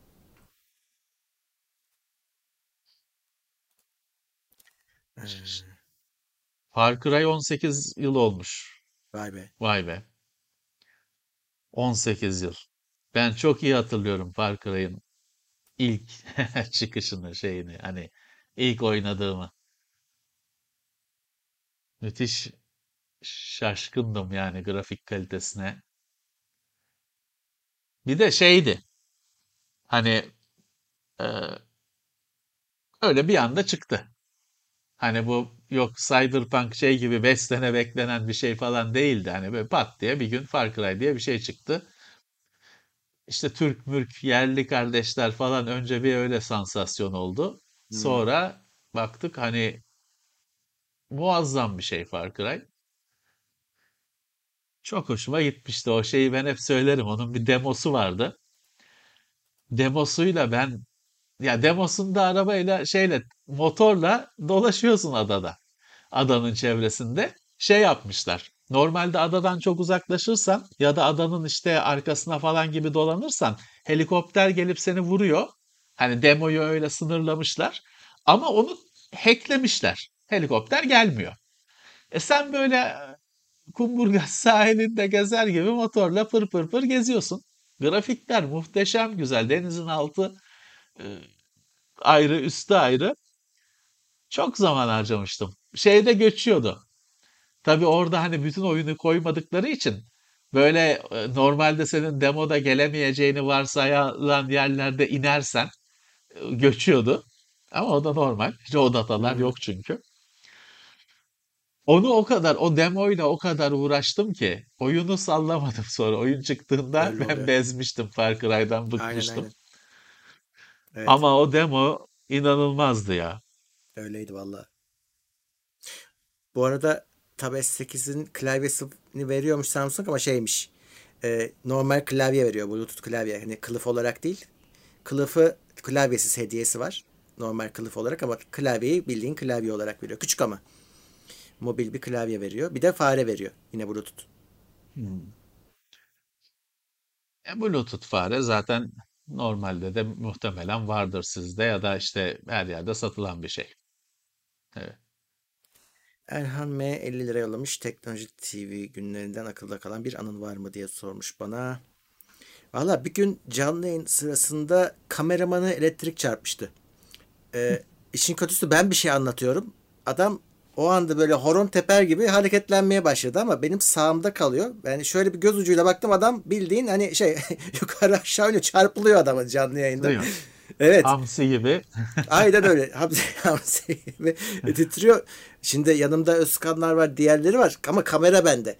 Speaker 2: Ee,
Speaker 3: Far Cry on sekiz yıl olmuş.
Speaker 2: Vay be.
Speaker 3: Vay be. on sekiz yıl. Ben çok iyi hatırlıyorum Far Cry'ın ilk çıkışını şeyini hani ilk oynadığımı. Müthiş şaşkındım yani grafik kalitesine. Bir de şeydi hani e, öyle bir anda çıktı. Hani bu yok Cyberpunk şey gibi beş sene beklenen bir şey falan değildi. Hani böyle pat diye bir gün Far Cry diye bir şey çıktı. İşte Türk mürk yerli kardeşler falan önce bir öyle sansasyon oldu.
Speaker 2: Hmm,
Speaker 3: Sonra baktık hani muazzam bir şey Far Cry. Çok hoşuma gitmişti o şeyi ben hep söylerim. Onun bir demosu vardı. Demosuyla ben ya demosunda arabayla şeyle motorla dolaşıyorsun adada. Adanın çevresinde şey yapmışlar. Normalde adadan çok uzaklaşırsan ya da adanın işte arkasına falan gibi dolanırsan helikopter gelip seni vuruyor. Hani demoyu öyle sınırlamışlar. Ama onu hacklemişler. Helikopter gelmiyor. E sen böyle e, Kumburgaz sahilinde gezer gibi motorla pır pır pır geziyorsun. Grafikler muhteşem güzel. Denizin altı e, ayrı, üstü ayrı. Çok zaman harcamıştım. Şeyde göçüyordu. Tabii orada hani bütün oyunu koymadıkları için böyle e, normalde senin demoda gelemeyeceğini varsayılan yerlerde inersen e, göçüyordu. Ama o da normal. Hiç o datalar
Speaker 2: hmm,
Speaker 3: yok çünkü. Onu o kadar, o demoyla o kadar uğraştım ki oyunu sallamadım sonra. Oyun çıktığında
Speaker 2: öyle
Speaker 3: ben
Speaker 2: oluyor.
Speaker 3: bezmiştim. Far Cry'dan
Speaker 2: Aynen
Speaker 3: bıkmıştım.
Speaker 2: aynen. Evet.
Speaker 3: Ama o demo inanılmazdı ya.
Speaker 2: Öyleydi valla. Bu arada Tab S sekizin klavyesini veriyormuş Samsung ama şeymiş. E, normal klavye veriyor. Bluetooth klavye. Hani kılıf olarak değil. Kılıfı klavyesiz hediyesi var. Normal kılıf olarak ama klavyeyi bildiğin klavye olarak veriyor. Küçük ama. Mobil bir klavye veriyor. Bir de fare veriyor. Yine Bluetooth.
Speaker 3: Hmm. E, Bluetooth fare zaten normalde de muhtemelen vardır sizde ya da işte her yerde satılan bir şey. Evet.
Speaker 2: Erhan M elli lira yollamış. Teknoloji T V günlerinden akılda kalan bir anın var mı diye sormuş bana. Valla bir gün canlı yayın sırasında kameramanı elektrik çarpmıştı. Ee, işin kötüsü ben bir şey anlatıyorum. Adam o anda böyle horon teper gibi hareketlenmeye başladı ama benim sağımda kalıyor. Yani şöyle bir göz ucuyla baktım adam bildiğin hani şey yukarı aşağı oynuyor çarpılıyor adamın canlı yayında.
Speaker 3: Değil mi?
Speaker 2: Evet.
Speaker 3: Hamsi gibi.
Speaker 2: Aynen öyle. Hamsi, hamsi gibi titriyor. Şimdi yanımda Özkanlar var, diğerleri var ama kamera bende.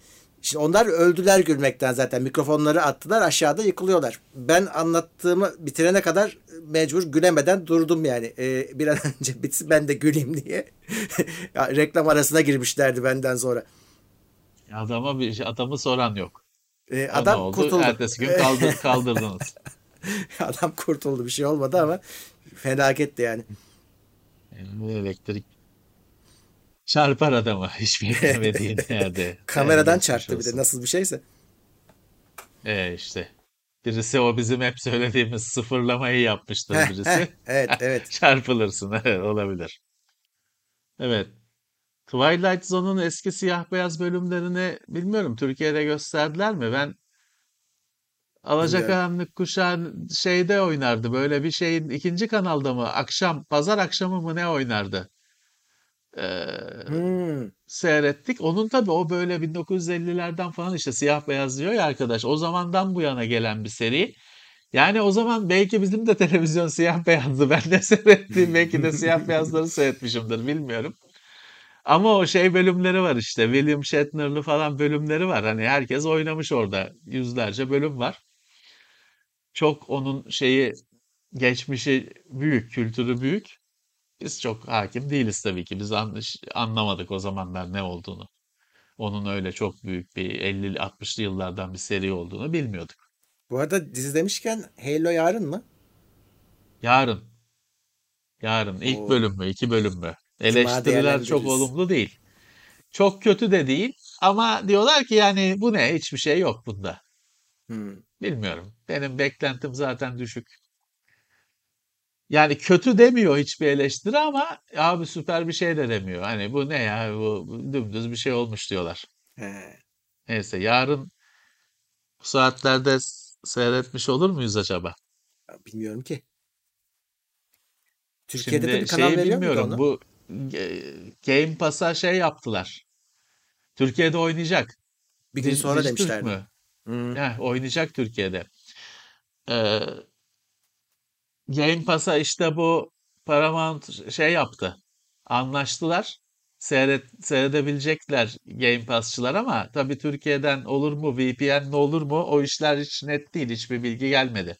Speaker 2: Şimdi onlar öldüler gülmekten zaten. Mikrofonları attılar, aşağıda yıkılıyorlar. Ben anlattığımı bitirene kadar mecbur gülemeden durdum yani. Ee, bir an önce bitsin ben de güleyim diye. Ya, reklam arasına girmişlerdi benden sonra.
Speaker 3: Adama bir şey, adamı soran yok.
Speaker 2: Ee,
Speaker 3: O ne
Speaker 2: adam
Speaker 3: oldu?
Speaker 2: kurtuldu.
Speaker 3: Ertesi gün kaldır, kaldırdınız.
Speaker 2: Adam kurtuldu, bir şey olmadı ama felaketti yani.
Speaker 3: Yani elektrik çarpar adamı hiç beklemediğin yerde. Yani
Speaker 2: Kameradan
Speaker 3: geçmiş
Speaker 2: çarptı bir de,
Speaker 3: olsun.
Speaker 2: nasıl bir şeyse.
Speaker 3: E işte. Birisi o bizim hep söylediğimiz sıfırlamayı yapmıştır
Speaker 2: Heh, heh,
Speaker 3: birisi.
Speaker 2: evet, evet.
Speaker 3: Çarpılırsın. Evet, olabilir. Evet. Twilight Zone'un eski siyah beyaz bölümlerini bilmiyorum Türkiye'de gösterdiler mi? Ben
Speaker 2: Bilmiyorum.
Speaker 3: Alacakaranlık Kuşağı şeyde oynardı. Böyle bir şeyin ikinci kanalda mı? Akşam, pazar akşamı mı ne oynardı? Ee,
Speaker 2: Hmm.
Speaker 3: Seyrettik. Onun tabii o böyle bin dokuz yüz ellilerden falan işte siyah beyaz diyor ya arkadaş. O zamandan bu yana gelen bir seri. Yani o zaman belki bizim de televizyon siyah beyazdı. Ben de seyrettiğim belki de siyah beyazları seyretmişimdir bilmiyorum. Ama o şey bölümleri var işte. William Shatner'lı falan bölümleri var. Hani herkes oynamış orada. Yüzlerce bölüm var. Çok onun şeyi geçmişi büyük, kültürü büyük. Biz çok hakim değiliz tabii ki. Biz anlaş, anlamadık o zamanlar ne olduğunu. Onun öyle çok büyük bir elli altmışlı yıllardan bir seri olduğunu bilmiyorduk.
Speaker 2: Bu arada dizi demişken Halo yarın mı?
Speaker 3: Yarın, yarın ilk
Speaker 2: O
Speaker 3: bölüm mü, iki bölüm mü?
Speaker 2: Cuma
Speaker 3: Eleştiriler çok
Speaker 2: değerlendiririz.
Speaker 3: olumlu değil. Çok kötü de değil. Ama diyorlar ki yani bu ne? Hiçbir şey yok bunda.
Speaker 2: Hmm.
Speaker 3: Bilmiyorum. Benim beklentim zaten düşük. Yani kötü demiyor hiçbir eleştiri ama abi süper bir şey de demiyor. Hani bu ne ya bu, bu dümdüz bir şey olmuş diyorlar.
Speaker 2: He,
Speaker 3: Neyse yarın bu saatlerde s- seyretmiş olur muyuz acaba?
Speaker 2: bilmiyorum ki. Türkiye'de de bir
Speaker 3: Şimdi
Speaker 2: kanal
Speaker 3: şeyi
Speaker 2: veriyor muydu
Speaker 3: bilmiyorum
Speaker 2: onu?
Speaker 3: bu Ge- Game Pass'a şey yaptılar. Türkiye'de oynayacak.
Speaker 2: Bir gün
Speaker 3: Dij-
Speaker 2: sonra
Speaker 3: Dijitürk
Speaker 2: demişlerdi.
Speaker 3: mü?
Speaker 2: Hmm.
Speaker 3: Heh, oynayacak Türkiye'de. Ee, Game Pass'a işte bu Paramount şey yaptı. Anlaştılar. Seyret, seyredebilecekler Game Pass'çılar ama tabii Türkiye'den olur mu, V P N'le olur mu? O işler hiç net değil. Hiçbir bilgi gelmedi.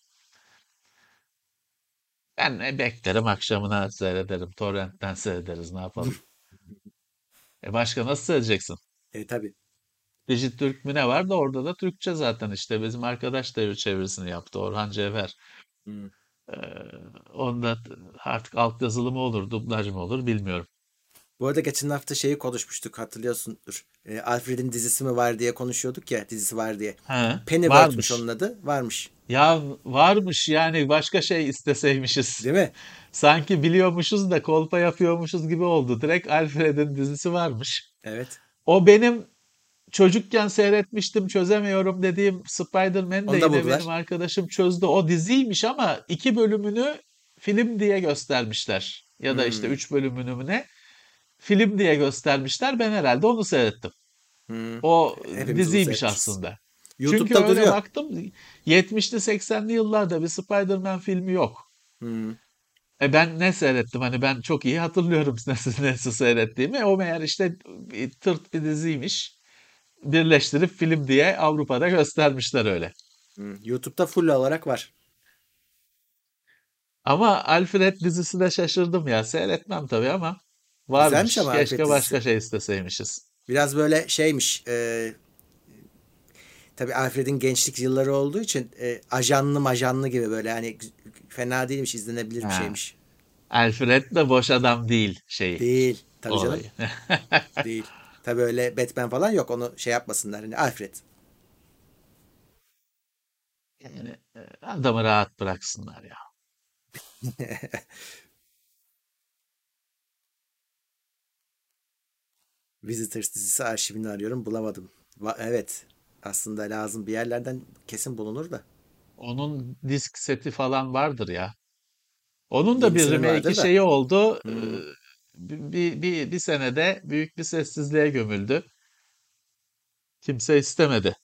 Speaker 3: Ben e, beklerim akşamına seyrederim. Torrent'ten seyrederiz ne yapalım. E başka nasıl seyredeceksin?
Speaker 2: E tabii.
Speaker 3: Dijitürk mü ne var da orada da Türkçe zaten işte. Bizim arkadaş da çevirisini yaptı Orhan Cevher.
Speaker 2: Hmm.
Speaker 3: Ee, Onda artık altyazılı mı olur, dublaj mı olur bilmiyorum.
Speaker 2: Bu arada geçen hafta şeyi konuşmuştuk, hatırlıyorsundur. E, Alfred'in dizisi mi var diye konuşuyorduk ya, dizisi var diye.
Speaker 3: He,
Speaker 2: Pennyworth'muş
Speaker 3: varmış.
Speaker 2: onun adı. Varmış.
Speaker 3: Ya varmış yani başka şey isteseymişiz.
Speaker 2: Değil mi?
Speaker 3: Sanki biliyormuşuz da kolpa yapıyormuşuz gibi oldu. Direkt Alfred'in dizisi varmış.
Speaker 2: Evet.
Speaker 3: O benim çocukken seyretmiştim çözemiyorum dediğim Spider-Man de
Speaker 2: Onu da
Speaker 3: yine benim
Speaker 2: buldular.
Speaker 3: arkadaşım çözdü. O diziymiş ama iki bölümünü film diye göstermişler. Ya da işte
Speaker 2: Hmm.
Speaker 3: üç bölümünü mü ne film diye göstermişler. Ben herhalde onu seyrettim.
Speaker 2: Hmm.
Speaker 3: O
Speaker 2: Hepimiz onu
Speaker 3: diziymiş
Speaker 2: seyretmişiz.
Speaker 3: aslında. Çünkü
Speaker 2: YouTube'da
Speaker 3: öyle
Speaker 2: duruyor.
Speaker 3: baktım yetmişli seksenli yıllarda bir Spider-Man filmi yok.
Speaker 2: Hmm.
Speaker 3: E ben ne seyrettim? Hani ben çok iyi hatırlıyorum nasıl nasıl seyrettiğimi. O meğer işte bir tırt bir diziymiş. Birleştirip film diye Avrupa'da göstermişler öyle.
Speaker 2: Hmm. YouTube'da full olarak var.
Speaker 3: Ama Alfred dizisi de şaşırdım ya. Seyretmem tabii ama
Speaker 2: Güzelmiş
Speaker 3: varmış.
Speaker 2: ama Alfred
Speaker 3: Keşke
Speaker 2: dizisi.
Speaker 3: başka şey isteseymişiz.
Speaker 2: Biraz böyle şeymiş. E, tabii Alfred'in gençlik yılları olduğu için e, ajanlı majanlı gibi, böyle hani fena değilmiş, izlenebilir bir
Speaker 3: Ha.
Speaker 2: şeymiş.
Speaker 3: Alfred de boş adam değil şeyi
Speaker 2: Değil. Tabii canım.
Speaker 3: olayı.
Speaker 2: Değil. Tabii öyle Batman falan yok. Onu şey yapmasınlar. Hani Alfred.
Speaker 3: Yani e, adamı rahat bıraksınlar ya.
Speaker 2: Visitors dizisi arşivini arıyorum. Bulamadım. Va- evet. Aslında lazım. Bir yerlerden kesin bulunur da.
Speaker 3: Onun disk seti falan vardır ya. Onun da bir
Speaker 2: Yenisinin
Speaker 3: remake'i
Speaker 2: vardır da.
Speaker 3: şeyi oldu. Ee,
Speaker 2: Hmm.
Speaker 3: Bir, bir, bir senede büyük bir sessizliğe gömüldü. Kimse istemedi.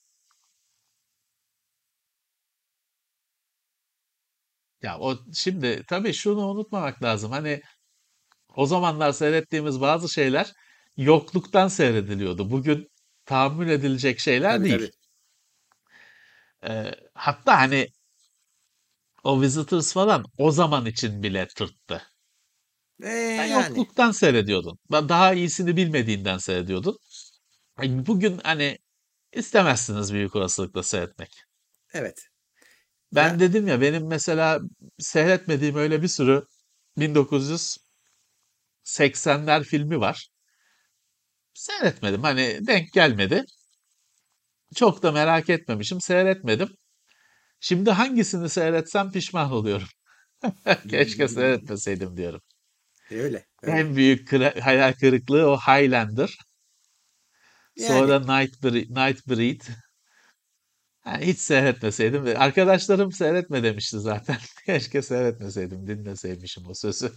Speaker 3: Ya o şimdi tabii şunu unutmamak lazım. Hani o zamanlar seyrettiğimiz bazı şeyler yokluktan seyrediliyordu. Bugün tahammül edilecek şeyler
Speaker 2: Tabii
Speaker 3: değil.
Speaker 2: tabii.
Speaker 3: Ee, hatta hani o Visitors falan o zaman için bile tırttı.
Speaker 2: E,
Speaker 3: Sen
Speaker 2: yani
Speaker 3: yokluktan seyrediyordun. Ba- Daha iyisini bilmediğinden seyrediyordun. E, Bugün hani istemezsiniz büyük olasılıkla seyretmek.
Speaker 2: evet.
Speaker 3: Ben
Speaker 2: Ya
Speaker 3: dedim ya benim mesela seyretmediğim öyle bir sürü bin dokuz yüz seksenler filmi var. Seyretmedim. Hani denk gelmedi. Çok da merak etmemişim. Seyretmedim. Şimdi hangisini seyretsem pişman oluyorum. Keşke seyretmeseydim diyorum.
Speaker 2: öyle öyle.
Speaker 3: En büyük kıra- hayal kırıklığı o Highlander.
Speaker 2: Yani
Speaker 3: Sonra Nightbreed. Nightbreed. Ha, hiç seyretmeseydim de. Arkadaşlarım seyretme demişti zaten. Keşke seyretmeseydim. Dinleseymişim o sözü.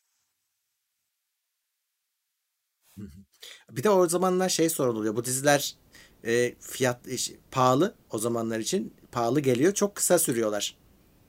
Speaker 2: bir de o zamanlar şey sorun oluyor. Bu diziler e, fiyat iş- pahalı o zamanlar için. Pahalı geliyor. Çok kısa sürüyorlar.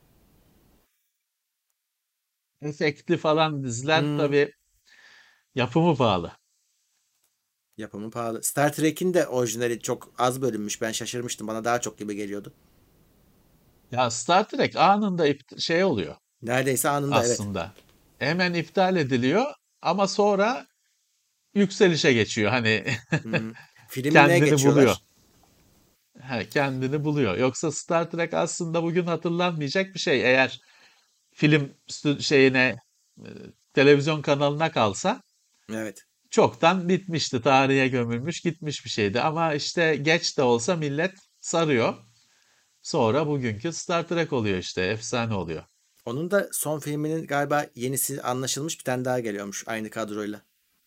Speaker 3: Efektli falan diziler
Speaker 2: Hmm,
Speaker 3: tabii yapımı pahalı.
Speaker 2: yapımı pahalı. Star Trek'in de orijinali çok az bölünmüş. Ben şaşırmıştım. Bana daha çok gibi geliyordu.
Speaker 3: Ya Star Trek anında ipt- şey oluyor
Speaker 2: Neredeyse anında evet.
Speaker 3: aslında. Hemen iptal ediliyor ama sonra yükselişe geçiyor. Hani
Speaker 2: Hmm. Filmine
Speaker 3: kendini buluyor.
Speaker 2: geçiyorlar.
Speaker 3: Ha, kendini buluyor. Yoksa Star Trek aslında bugün hatırlanmayacak bir şey. Eğer film stü- şeyine e, televizyon kanalına kalsa
Speaker 2: Evet.
Speaker 3: çoktan bitmişti. Tarihe gömülmüş gitmiş bir şeydi. Ama işte geç de olsa millet sarıyor. Sonra bugünkü Star Trek oluyor işte. Efsane oluyor.
Speaker 2: Onun da son filminin galiba yenisi anlaşılmış bir tane daha geliyormuş aynı kadroyla.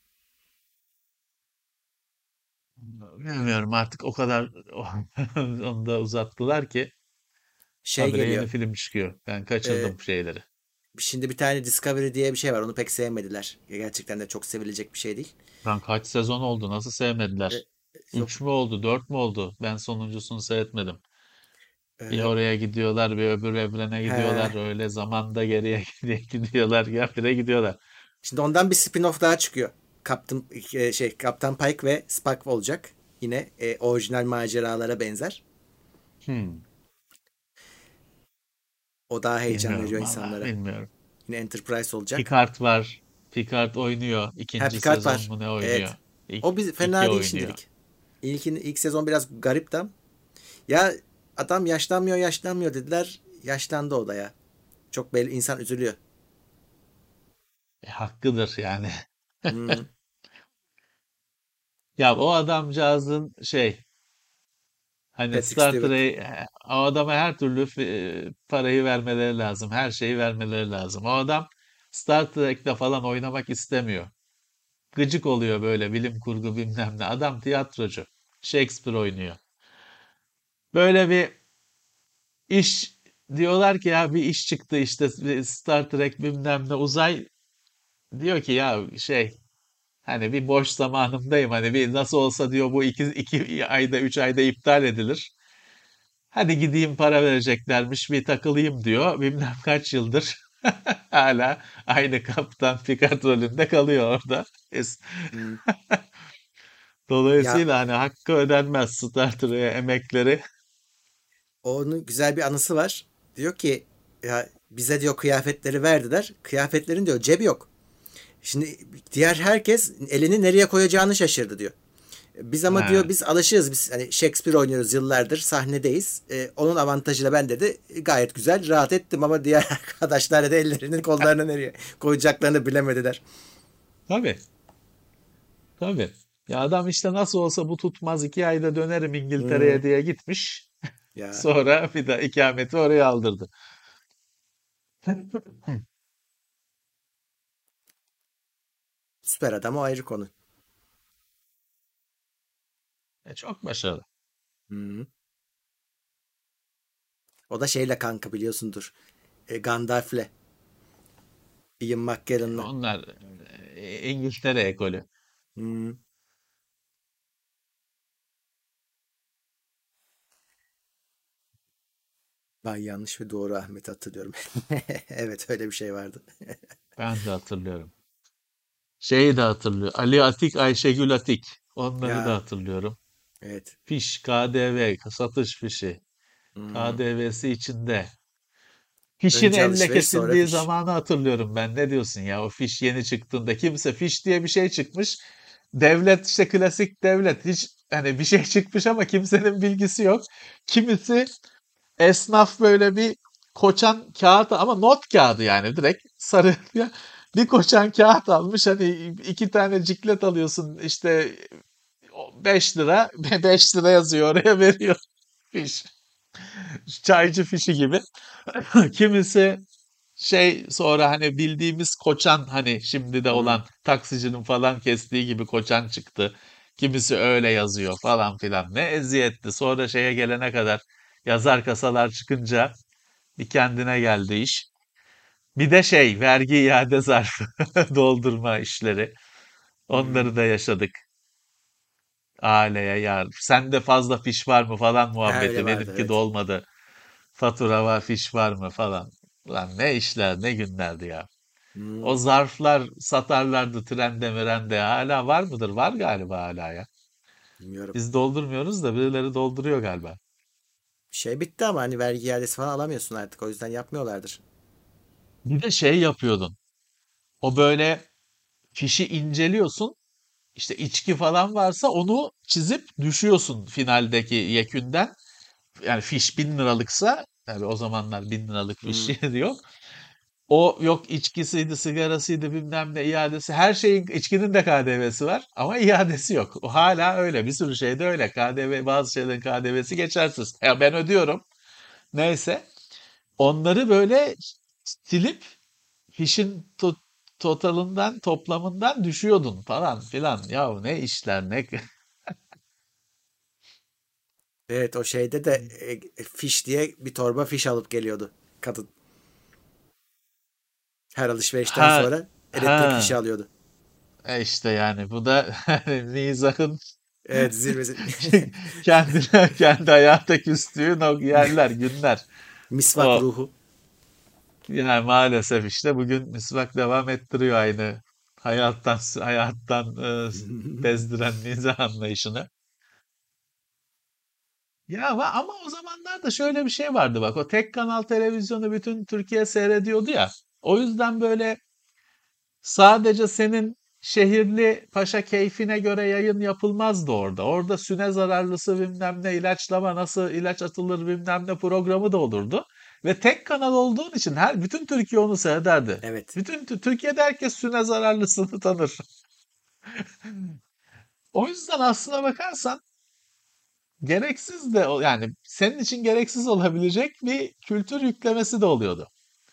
Speaker 3: Bilmiyorum artık o kadar onu da uzattılar ki
Speaker 2: Şey
Speaker 3: habire
Speaker 2: geliyor.
Speaker 3: yeni film çıkıyor. Ben
Speaker 2: e,
Speaker 3: kaçırdım şeyleri.
Speaker 2: Şimdi bir tane Discovery diye bir şey var. Onu pek sevmediler. Gerçekten de çok sevilecek bir şey değil.
Speaker 3: Ben kaç sezon oldu? Nasıl
Speaker 2: E,
Speaker 3: sevmediler?
Speaker 2: yok.
Speaker 3: Üç mü oldu? Dört mü oldu? Ben sonuncusunu seyretmedim. Bir
Speaker 2: E,
Speaker 3: oraya gidiyorlar, bir öbür evrene
Speaker 2: he.
Speaker 3: gidiyorlar. Öyle zamanda geriye gidiyorlar. Habire gidiyorlar.
Speaker 2: Şimdi ondan bir spin-off daha çıkıyor. Kaptan e, şey Kaptan Pike ve Spock olacak. Yine e, orijinal maceralara benzer.
Speaker 3: Hmm,
Speaker 2: O daha heyecan
Speaker 3: bilmiyorum
Speaker 2: veriyor
Speaker 3: valla,
Speaker 2: insanlara.
Speaker 3: bilmiyorum.
Speaker 2: Yine Enterprise olacak.
Speaker 3: Picard var. Picard oynuyor.
Speaker 2: Ha
Speaker 3: İkinci
Speaker 2: Picard
Speaker 3: sezon
Speaker 2: var.
Speaker 3: mu ne oynuyor?
Speaker 2: Evet. O
Speaker 3: İki,
Speaker 2: bir
Speaker 3: iki
Speaker 2: fena değil
Speaker 3: oynuyor.
Speaker 2: şimdilik. İlkin, ilk sezon biraz garipti ama. Ya adam yaşlanmıyor yaşlanmıyor dediler. Yaşlandı o da ya. Çok belli insan üzülüyor.
Speaker 3: E, hakkıdır yani.
Speaker 2: Hmm.
Speaker 3: Ya o adamcağızın şey hani
Speaker 2: Patrick
Speaker 3: Star
Speaker 2: Stewart.
Speaker 3: Trek o adama her türlü fi- parayı vermeleri lazım. Her şeyi vermeleri lazım. O adam Star Trek'te falan oynamak istemiyor. Gıcık oluyor böyle bilim kurgu bilmem ne. Adam tiyatrocu. Shakespeare oynuyor. Böyle bir iş diyorlar ki ya bir iş çıktı işte Star Trek bilmem ne uzay diyor ki ya şey hani bir boş zamanımdayım hani bir nasıl olsa diyor bu iki, iki ayda üç ayda iptal edilir. Hadi gideyim para vereceklermiş bir takılayım diyor. Bilmem kaç yıldır hala aynı kaptan Picard rolünde kalıyor orada. Es-
Speaker 2: Hmm. Ya
Speaker 3: Dolayısıyla hani hakkı ödenmez Star Trek'e emekleri.
Speaker 2: onun güzel bir anısı var. Diyor ki ya bize diyor kıyafetleri verdiler. Kıyafetlerin diyor cebi yok. Şimdi diğer herkes elini nereye koyacağını şaşırdı diyor. Biz ama diyor
Speaker 3: Ha,
Speaker 2: biz alışığız. Biz hani Shakespeare oynuyoruz yıllardır sahnedeyiz. Ee, onun avantajıyla ben dedi gayet güzel rahat ettim ama diğer arkadaşlar da ellerinin kollarını nereye koyacaklarını bilemediler.
Speaker 3: tabii tabii. Ya adam işte nasıl olsa bu tutmaz iki ayda dönerim
Speaker 2: Hmm,
Speaker 3: İngiltere'ye diye gitmiş.
Speaker 2: ya
Speaker 3: Sonra bir de ikameti oraya aldırdı.
Speaker 2: süper adam o ayrı konu.
Speaker 3: E, çok başarılı.
Speaker 2: Hmm. O da şeyle kanka biliyorsundur. E, Gandalf'le. Ian McKellen'la.
Speaker 3: Onlar e, İngiltere ekolü.
Speaker 2: Hmm. Ben yanlış ve doğru Ahmet'i hatırlıyorum. Evet öyle bir şey vardı.
Speaker 3: Ben de hatırlıyorum. Şeyi de hatırlıyorum. Ali Atik, Ayşegül Atik. Onları da
Speaker 2: Ya
Speaker 3: hatırlıyorum.
Speaker 2: Evet.
Speaker 3: Fiş, K D V, satış fişi,
Speaker 2: Hmm.
Speaker 3: K D V'si içinde. Fişin
Speaker 2: Önce
Speaker 3: elle
Speaker 2: alışveriş sonra
Speaker 3: kesildiği
Speaker 2: fiş.
Speaker 3: zamanı hatırlıyorum ben. Ne diyorsun ya? O fiş yeni çıktığında kimse fiş diye bir şey çıkmış. Devlet işte klasik devlet. Hiç hani bir şey çıkmış ama kimsenin bilgisi yok. Kimisi esnaf böyle bir koçan kağıt ama not kağıdı yani direkt sarı bir koçan kağıt almış hani iki tane ciklet alıyorsun işte beş lira beş lira yazıyor oraya veriyor fiş. Çaycı fişi gibi. Kimisi şey sonra hani bildiğimiz koçan hani şimdi de
Speaker 2: Hmm.
Speaker 3: olan taksicinin falan kestiği gibi koçan çıktı. Kimisi öyle yazıyor falan filan. Ne eziyetti. Sonra şeye gelene kadar yazar kasalar çıkınca bir kendine geldi iş. Bir de şey vergi iade zarfı doldurma işleri. Onları
Speaker 2: Hmm.
Speaker 3: da yaşadık. Aileye yar. Sende fazla fiş var mı falan
Speaker 2: Ha, öyle
Speaker 3: muhabbeti.
Speaker 2: vardı,
Speaker 3: Benimki de
Speaker 2: evet.
Speaker 3: olmadı. Fatura var, fiş var mı falan. Lan ne işler, ne günlerdi ya. O
Speaker 2: Hmm.
Speaker 3: zarflar satarlardı trende mirende. Hala var mıdır? Var galiba hala ya.
Speaker 2: Bilmiyorum.
Speaker 3: Biz doldurmuyoruz da birileri dolduruyor galiba.
Speaker 2: Şey bitti ama hani vergi iadesi falan alamıyorsun artık. O yüzden yapmıyorlardır.
Speaker 3: Bir de şey yapıyordun. O böyle fişi inceliyorsun. İşte içki falan varsa onu çizip düşüyorsun finaldeki yekünden. Yani fiş bin liralıksa tabii o zamanlar bin liralık fiş
Speaker 2: Hmm.
Speaker 3: diyor. O yok içkisiydi, sigarasıydı bilmem ne iadesi. Her şeyin içkinin de K D V'si var ama iadesi yok. O hala öyle. Bir sürü şeyde öyle. K D V bazı şeylerin K D V'si geçersiz. Ya ben ödüyorum. Neyse. Onları böyle silip fişin to- totalından, toplamından düşüyordun falan filan. Ya ne işler ne.
Speaker 2: Evet, o şeyde de e, fiş diye bir torba fiş alıp geliyordu kadın. Her alışverişten
Speaker 3: Ha
Speaker 2: sonra elektrik fişi
Speaker 3: ha
Speaker 2: alıyordu.
Speaker 3: e işte yani bu da mizahın
Speaker 2: Evet, zirvesi.
Speaker 3: kendine kendi hayata küstüğü o yerler günler.
Speaker 2: Misvak
Speaker 3: O
Speaker 2: ruhu.
Speaker 3: yani maalesef işte bugün misvak devam ettiriyor aynı hayattan hayattan e, bezdiren mizah anlayışını. Ya ama, ama o zamanlarda şöyle bir şey vardı bak o tek kanal televizyonu bütün Türkiye seyrediyordu ya. O yüzden böyle sadece senin şehirli paşa keyfine göre yayın yapılmazdı orada. Orada süne zararlısı bilmem ne ilaçlama nasıl ilaç atılır bilmem ne programı da olurdu. Ve tek kanal olduğun için her bütün Türkiye onu seyrederdi.
Speaker 2: Evet.
Speaker 3: Bütün Tü- Türkiye'de herkes süne zararlısını tanır. O yüzden aslına bakarsan gereksiz de o- yani senin için gereksiz olabilecek bir kültür yüklemesi de oluyordu.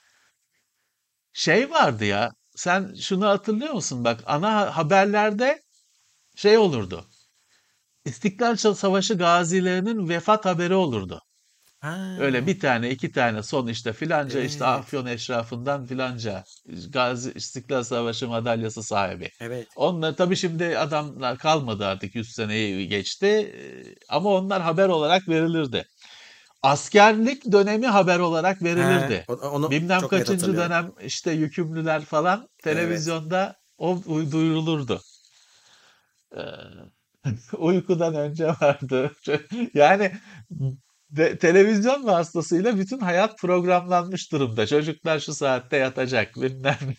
Speaker 3: Şey vardı ya sen şunu hatırlıyor musun? Bak ana haberlerde şey olurdu. İstiklal Savaşı gazilerinin vefat haberi olurdu. Öyle
Speaker 2: Ha,
Speaker 3: bir tane iki tane son işte filanca işte
Speaker 2: evet.
Speaker 3: Afyon eşrafından filanca Gazi İstiklal Savaşı madalyası sahibi.
Speaker 2: Evet.
Speaker 3: Onlar tabii şimdi adamlar kalmadı artık yüz seneyi geçti Ee, ama onlar haber olarak verilirdi. Askerlik dönemi haber olarak
Speaker 2: Ha,
Speaker 3: verilirdi.
Speaker 2: o- onu
Speaker 3: Bilmem
Speaker 2: çok net
Speaker 3: kaçıncı
Speaker 2: hatırlıyorum.
Speaker 3: dönem işte yükümlüler falan
Speaker 2: Evet.
Speaker 3: televizyonda o duyurulurdu. Ee, Uykudan önce vardı. Yani de- televizyon vasıtasıyla bütün hayat programlanmış durumda. Çocuklar şu saatte yatacak bilmem. ne.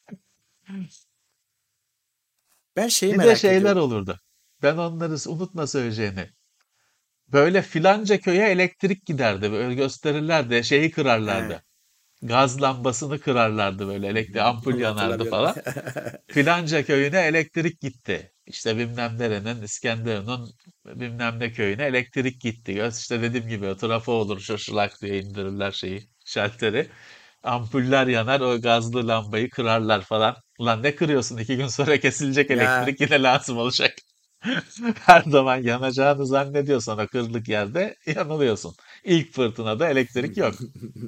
Speaker 2: Ben şeyi
Speaker 3: Bir de
Speaker 2: merak
Speaker 3: şeyler
Speaker 2: ediyorum.
Speaker 3: olurdu. Ben onları unutma söyleyeceğini. Böyle filanca köye elektrik giderdi. Böyle gösterirlerdi. Şeyi
Speaker 2: He.
Speaker 3: kırarlardı. Gaz lambasını kırarlardı böyle. Elektrik ampul
Speaker 2: Onu
Speaker 3: yanardı
Speaker 2: hatırlamıyorum.
Speaker 3: falan. Filanca köyüne elektrik gitti. İşte bilmem nerenin İskenderun'un bilmem ne köyüne elektrik gitti. Ya İşte dediğim gibi o trafo olur şaşılak diye indirirler şeyi şalteri. Ampuller yanar o gazlı lambayı kırarlar falan. Ulan ne kırıyorsun? İki gün sonra kesilecek
Speaker 2: Ya.
Speaker 3: elektrik yine lazım olacak. Her zaman yanacağını zannediyorsan o kırlık yerde yanılıyorsun. İlk fırtınada elektrik yok.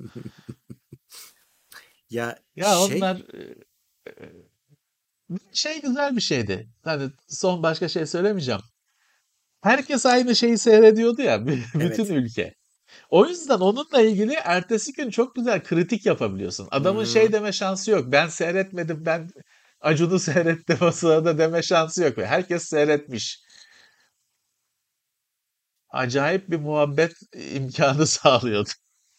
Speaker 2: Ya
Speaker 3: Ya
Speaker 2: şey.
Speaker 3: onlar şey güzel bir şeydi. Hani son başka şey söylemeyeceğim. Herkes aynı şeyi seyrediyordu ya bütün
Speaker 2: Evet.
Speaker 3: ülke. O yüzden onunla ilgili ertesi gün çok güzel kritik yapabiliyorsun. Adamın
Speaker 2: Hmm.
Speaker 3: şey deme şansı yok. Ben seyretmedim, ben Acun'u seyrettim o sırada deme şansı yok. Herkes seyretmiş. acayip bir muhabbet imkanı sağlıyordu.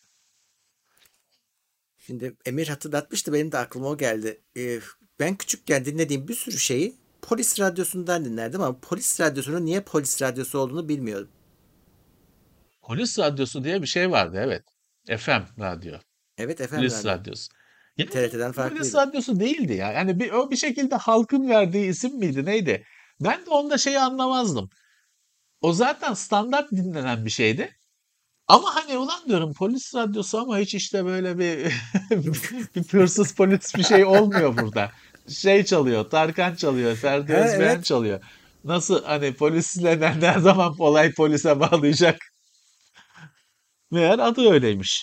Speaker 2: Şimdi Emir hatırlatmıştı, benim de aklıma o geldi. Ee, ben küçükken dinlediğim bir sürü şeyi polis radyosundan dinlerdim ama polis radyosunun niye polis radyosu olduğunu bilmiyorum.
Speaker 3: Polis radyosu diye bir şey vardı, evet. F M radyo.
Speaker 2: Evet, F M
Speaker 3: Polis
Speaker 2: radyo.
Speaker 3: radyosu. Yani
Speaker 2: T R T'den
Speaker 3: bu polis
Speaker 2: farklıydı.
Speaker 3: radyosu değildi ya. Yani bir, o bir şekilde halkın verdiği isim miydi neydi? Ben de onda şeyi anlamazdım. O zaten standart dinlenen bir şeydi. Ama hani ulan diyorum polis radyosu ama hiç işte böyle bir bir hırsız polis bir şey olmuyor burada. Şey çalıyor, Tarkan çalıyor, Ferdi
Speaker 2: Ha,
Speaker 3: Özbeğen
Speaker 2: evet.
Speaker 3: çalıyor. Nasıl hani polisle ne, ne zaman olay polise bağlayacak? Meğer adı öyleymiş.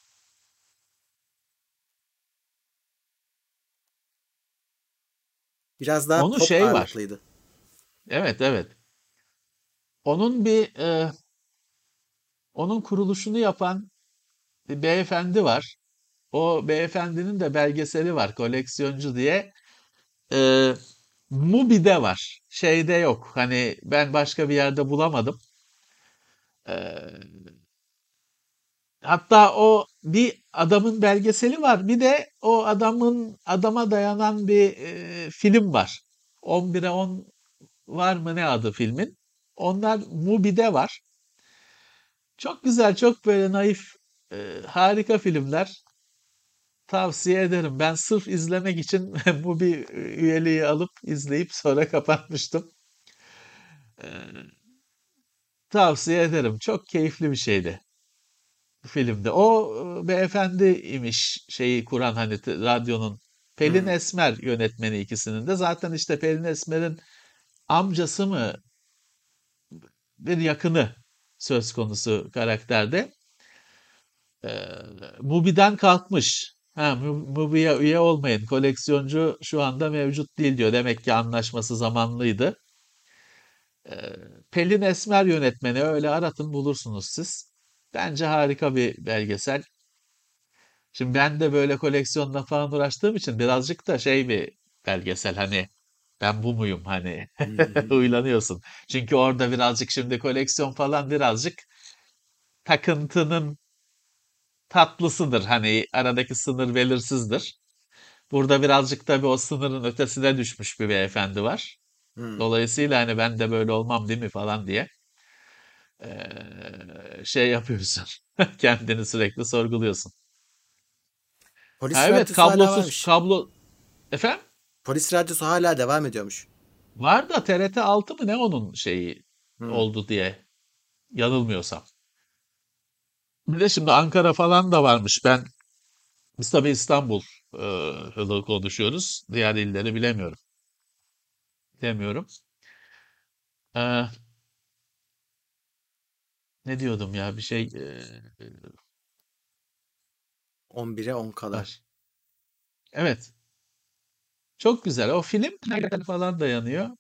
Speaker 2: Biraz daha
Speaker 3: Onun
Speaker 2: pop
Speaker 3: şey var.
Speaker 2: ağırlıklıydı.
Speaker 3: Evet, evet. Onun bir e, onun kuruluşunu yapan bir beyefendi var. O beyefendinin de belgeseli var, koleksiyoncu diye. E, Mubi'de var. Şeyde yok. Hani ben başka bir yerde bulamadım. E, Hatta o bir adamın belgeseli var. Bir de o adamın adama dayanan bir e, film var. on bire on var mı ne adı filmin? Onlar Mubi'de var. Çok güzel, çok böyle naif, e, harika filmler. Tavsiye ederim. Ben sırf izlemek için bu bir üyeliği alıp izleyip sonra kapatmıştım. Ee, Tavsiye ederim. Çok keyifli bir şeydi filmde. O e, beyefendi imiş şeyi kuran hani t- radyonun. Pelin
Speaker 2: Hmm.
Speaker 3: Esmer yönetmeni ikisinin de. Zaten işte Pelin Esmer'in amcası mı bir yakını söz konusu karakterde. Ee, Mubi'den kalkmış. Ha, Mu- Mubi'ye üye olmayın. Koleksiyoncu şu anda mevcut değil diyor. Demek ki anlaşması zamanlıydı. Ee, Pelin Esmer yönetmeni, öyle aratın bulursunuz siz. Bence harika bir belgesel. Şimdi ben de böyle koleksiyonla falan uğraştığım için birazcık da şey bir belgesel, hani ben bu muyum hani uylanıyorsun. Çünkü orada birazcık şimdi koleksiyon falan birazcık takıntının tatlısıdır. Hani aradaki sınır belirsizdir. Burada birazcık tabii o sınırın ötesine düşmüş bir beyefendi var.
Speaker 2: Hmm.
Speaker 3: Dolayısıyla hani ben de böyle olmam değil mi falan diye eee, şey yapıyorsun. Kendini sürekli sorguluyorsun.
Speaker 2: Polis
Speaker 3: Ha evet,
Speaker 2: radyosu hala
Speaker 3: kablosuz
Speaker 2: varmış.
Speaker 3: kablo efendim
Speaker 2: Polis radyosu hala devam ediyormuş.
Speaker 3: var da T R T altı mı ne onun şeyi
Speaker 2: Hmm.
Speaker 3: oldu diye yanılmıyorsam. Bir de şimdi Ankara falan da varmış. Ben biz tabii İstanbul eee konuşuyoruz. Diğer illeri bilemiyorum. Bilemiyorum. Eee, Ne diyordum ya bir şey eee
Speaker 2: on bire on kala.
Speaker 3: var. Evet. Çok güzel. O film falan dayanıyor.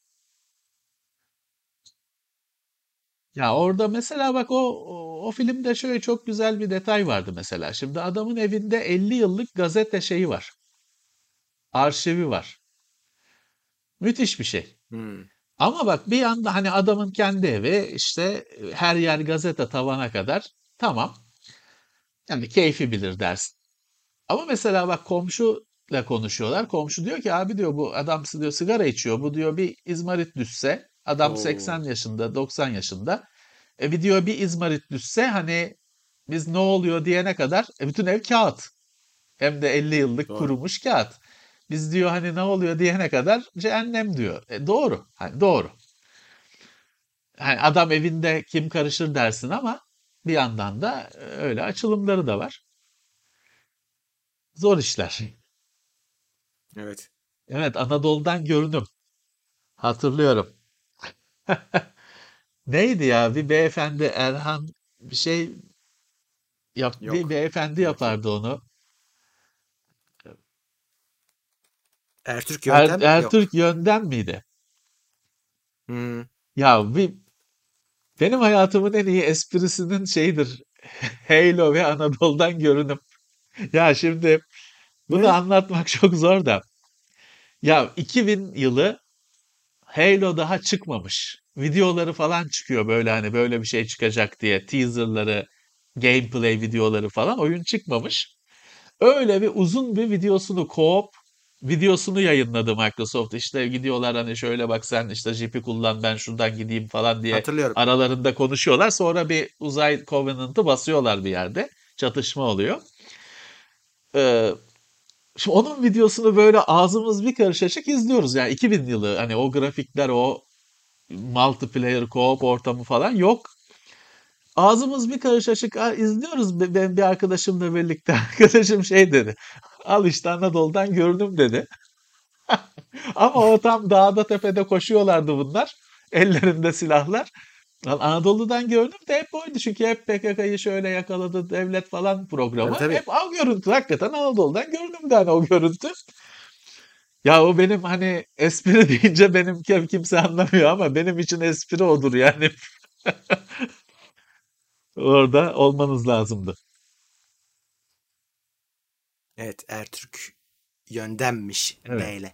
Speaker 3: Ya orada mesela bak o, o o filmde şöyle çok güzel bir detay vardı mesela. Şimdi adamın evinde elli yıllık gazete şeyi var. Arşivi var. Müthiş bir şey.
Speaker 2: Hmm.
Speaker 3: Ama bak bir yanda hani adamın kendi evi işte e, her yer gazete tavana kadar. Tamam. Yani keyfi bilir dersin. Ama mesela bak komşuyla konuşuyorlar. Komşu diyor ki abi diyor bu adam diyor sigara içiyor. Bu diyor bir izmarit düşse adam seksen
Speaker 2: Oo.
Speaker 3: yaşında doksan yaşında. E bir diyor bir izmarit düşse hani biz ne oluyor diyene kadar e bütün ev kağıt. Hem de elli yıllık
Speaker 2: Doğru.
Speaker 3: kurumuş kağıt. Biz diyor hani ne oluyor diyene kadar cehennem diyor. E doğru. Hani doğru. Hani adam evinde kim karışır dersin ama bir yandan da e, öyle açılımları da var. Zor işler.
Speaker 2: Evet.
Speaker 3: Evet, Anadolu'dan görünüm. Hatırlıyorum. Neydi ya? Bir beyefendi Erhan bir şey yap bir
Speaker 2: Yok.
Speaker 3: beyefendi
Speaker 2: Bakayım.
Speaker 3: yapardı onu.
Speaker 2: Ertürk
Speaker 3: Er,
Speaker 2: Yöntem yok.
Speaker 3: Ertürk Yönden miydi?
Speaker 2: Hmm.
Speaker 3: Ya bir benim hayatımın en iyi esprisinin şeyidir. Halo ve Anadolu'dan görünüm. Ya şimdi bunu
Speaker 2: Ne?
Speaker 3: anlatmak çok zor da. Ya iki bin yılı Halo daha çıkmamış. videoları falan çıkıyor böyle hani böyle bir şey çıkacak diye teaserları, gameplay videoları falan oyun çıkmamış. Öyle bir uzun bir videosunu co-op videosunu yayınladı Microsoft. İşte gidiyorlar hani şöyle bak sen işte jeep'i kullan ben şuradan gideyim falan diye
Speaker 2: Hatırlıyorum.
Speaker 3: aralarında konuşuyorlar. Sonra bir uzay Covenant'ı basıyorlar bir yerde. Çatışma oluyor. Ee, Şimdi onun videosunu böyle ağzımız bir karış açık izliyoruz. Yani iki bin yılı hani o grafikler o multiplayer co-op ortamı falan yok. Ağzımız bir karış açık a- izliyoruz. Be- Ben bir arkadaşımla birlikte arkadaşım şey dedi. Al işte Anadolu'dan gördüm dedi. Ama o tam dağda tepede koşuyorlardı bunlar. Ellerinde silahlar. Lan Anadolu'dan gördüm de hep oydu. Çünkü hep P K K'yı şöyle yakaladı devlet falan
Speaker 2: Tabii
Speaker 3: programı.
Speaker 2: tabii.
Speaker 3: Hep av görüntü. Hakikaten Anadolu'dan gördüm de hani o görüntü. Ya o benim hani espri deyince benim kim- kimse anlamıyor ama benim için espri odur yani. Orada olmanız lazımdı.
Speaker 2: Evet, Ertürk yöndemmiş
Speaker 3: Evet.
Speaker 2: B ile.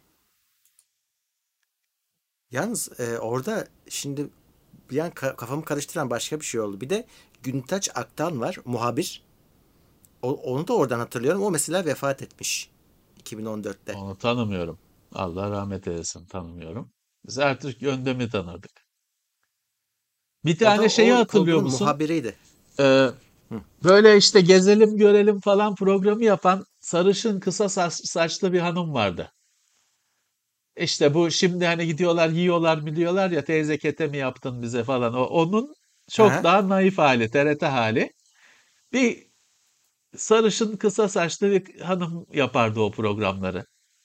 Speaker 2: Yalnız e, orada şimdi bir an ka- kafamı karıştıran başka bir şey oldu. Bir de Güntaç Aktan var, muhabir. O- onu da oradan hatırlıyorum. O mesela vefat etmiş iki bin on dörtte.
Speaker 3: Onu tanımıyorum. Allah rahmet eylesin tanımıyorum. Biz Ertürk Yöndem'i tanırdık. Bir
Speaker 2: O da
Speaker 3: tane şeyi
Speaker 2: o
Speaker 3: hatırlıyor
Speaker 2: programın
Speaker 3: musun?
Speaker 2: muhabiriydi.
Speaker 3: Ee,
Speaker 2: Hı.
Speaker 3: Böyle işte gezelim görelim falan programı yapan sarışın kısa saç- saçlı bir hanım vardı. İşte bu şimdi hani gidiyorlar yiyorlar biliyorlar ya teyze kete mi yaptın bize falan. O, onun çok
Speaker 2: Aha.
Speaker 3: daha naif hali, T R T hali. Bir sarışın kısa saçlı bir hanım yapardı o programları.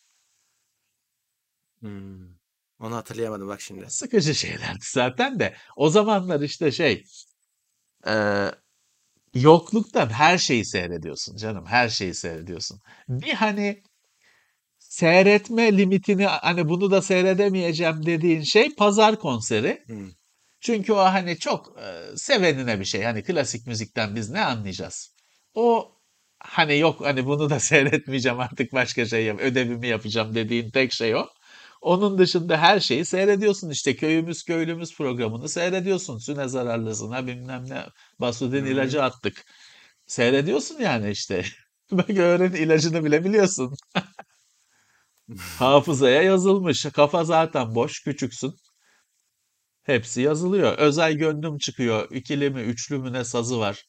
Speaker 2: Hmm. Onu hatırlayamadım bak şimdi.
Speaker 3: Sıkıcı şeylerdi zaten de. O zamanlar işte şey, e, yokluktan her şeyi seyrediyorsun canım, her şeyi seyrediyorsun. Bir hani seyretme limitini hani bunu da seyredemeyeceğim dediğin şey pazar konseri.
Speaker 2: Hmm.
Speaker 3: Çünkü o hani çok e, sevenine bir şey. Hani klasik müzikten biz ne anlayacağız? O hani yok hani bunu da seyretmeyeceğim artık başka şey yap ödevimi yapacağım dediğin tek şey o. Onun dışında her şeyi seyrediyorsun işte köyümüz köylümüz programını seyrediyorsun. Süne zararlısına bilmem ne Basudin
Speaker 2: Hmm.
Speaker 3: ilacı attık. Seyrediyorsun yani işte. Bak öğren ilacını bile biliyorsun. Hafızaya yazılmış. Kafa zaten boş küçüksün. Hepsi yazılıyor. Özel gönlüm çıkıyor. İkili mi, üçlü mü ne sazı var.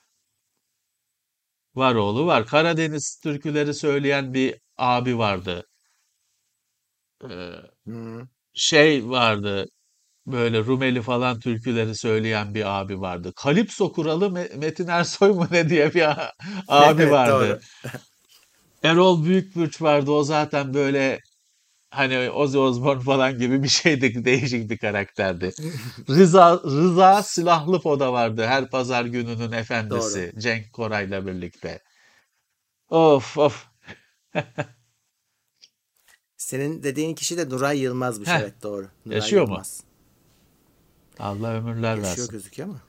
Speaker 3: Var oğlu var. Karadeniz türküleri söyleyen bir abi vardı. Ee,
Speaker 2: Hmm.
Speaker 3: Şey vardı. Böyle Rumeli falan türküleri söyleyen bir abi vardı. Kalipso kuralı Me- Metin Ersoy mu ne diye bir a- abi
Speaker 2: Evet
Speaker 3: vardı.
Speaker 2: doğru.
Speaker 3: Erol Büyükbürç vardı. O zaten böyle hani Ozzy Osbourne falan gibi bir şeydi. Değişik bir karakterdi. Rıza, Rıza Silahlıpo da vardı. Her pazar gününün
Speaker 2: Doğru.
Speaker 3: efendisi. Cenk Koray'la birlikte. Of of.
Speaker 2: Senin dediğin kişi de Nuray Yılmaz'mış.
Speaker 3: Heh,
Speaker 2: Evet doğru. Nuray
Speaker 3: yaşıyor mu?
Speaker 2: Yılmaz.
Speaker 3: Allah ömürler
Speaker 2: Yaşıyor
Speaker 3: versin.
Speaker 2: gözüküyor ama.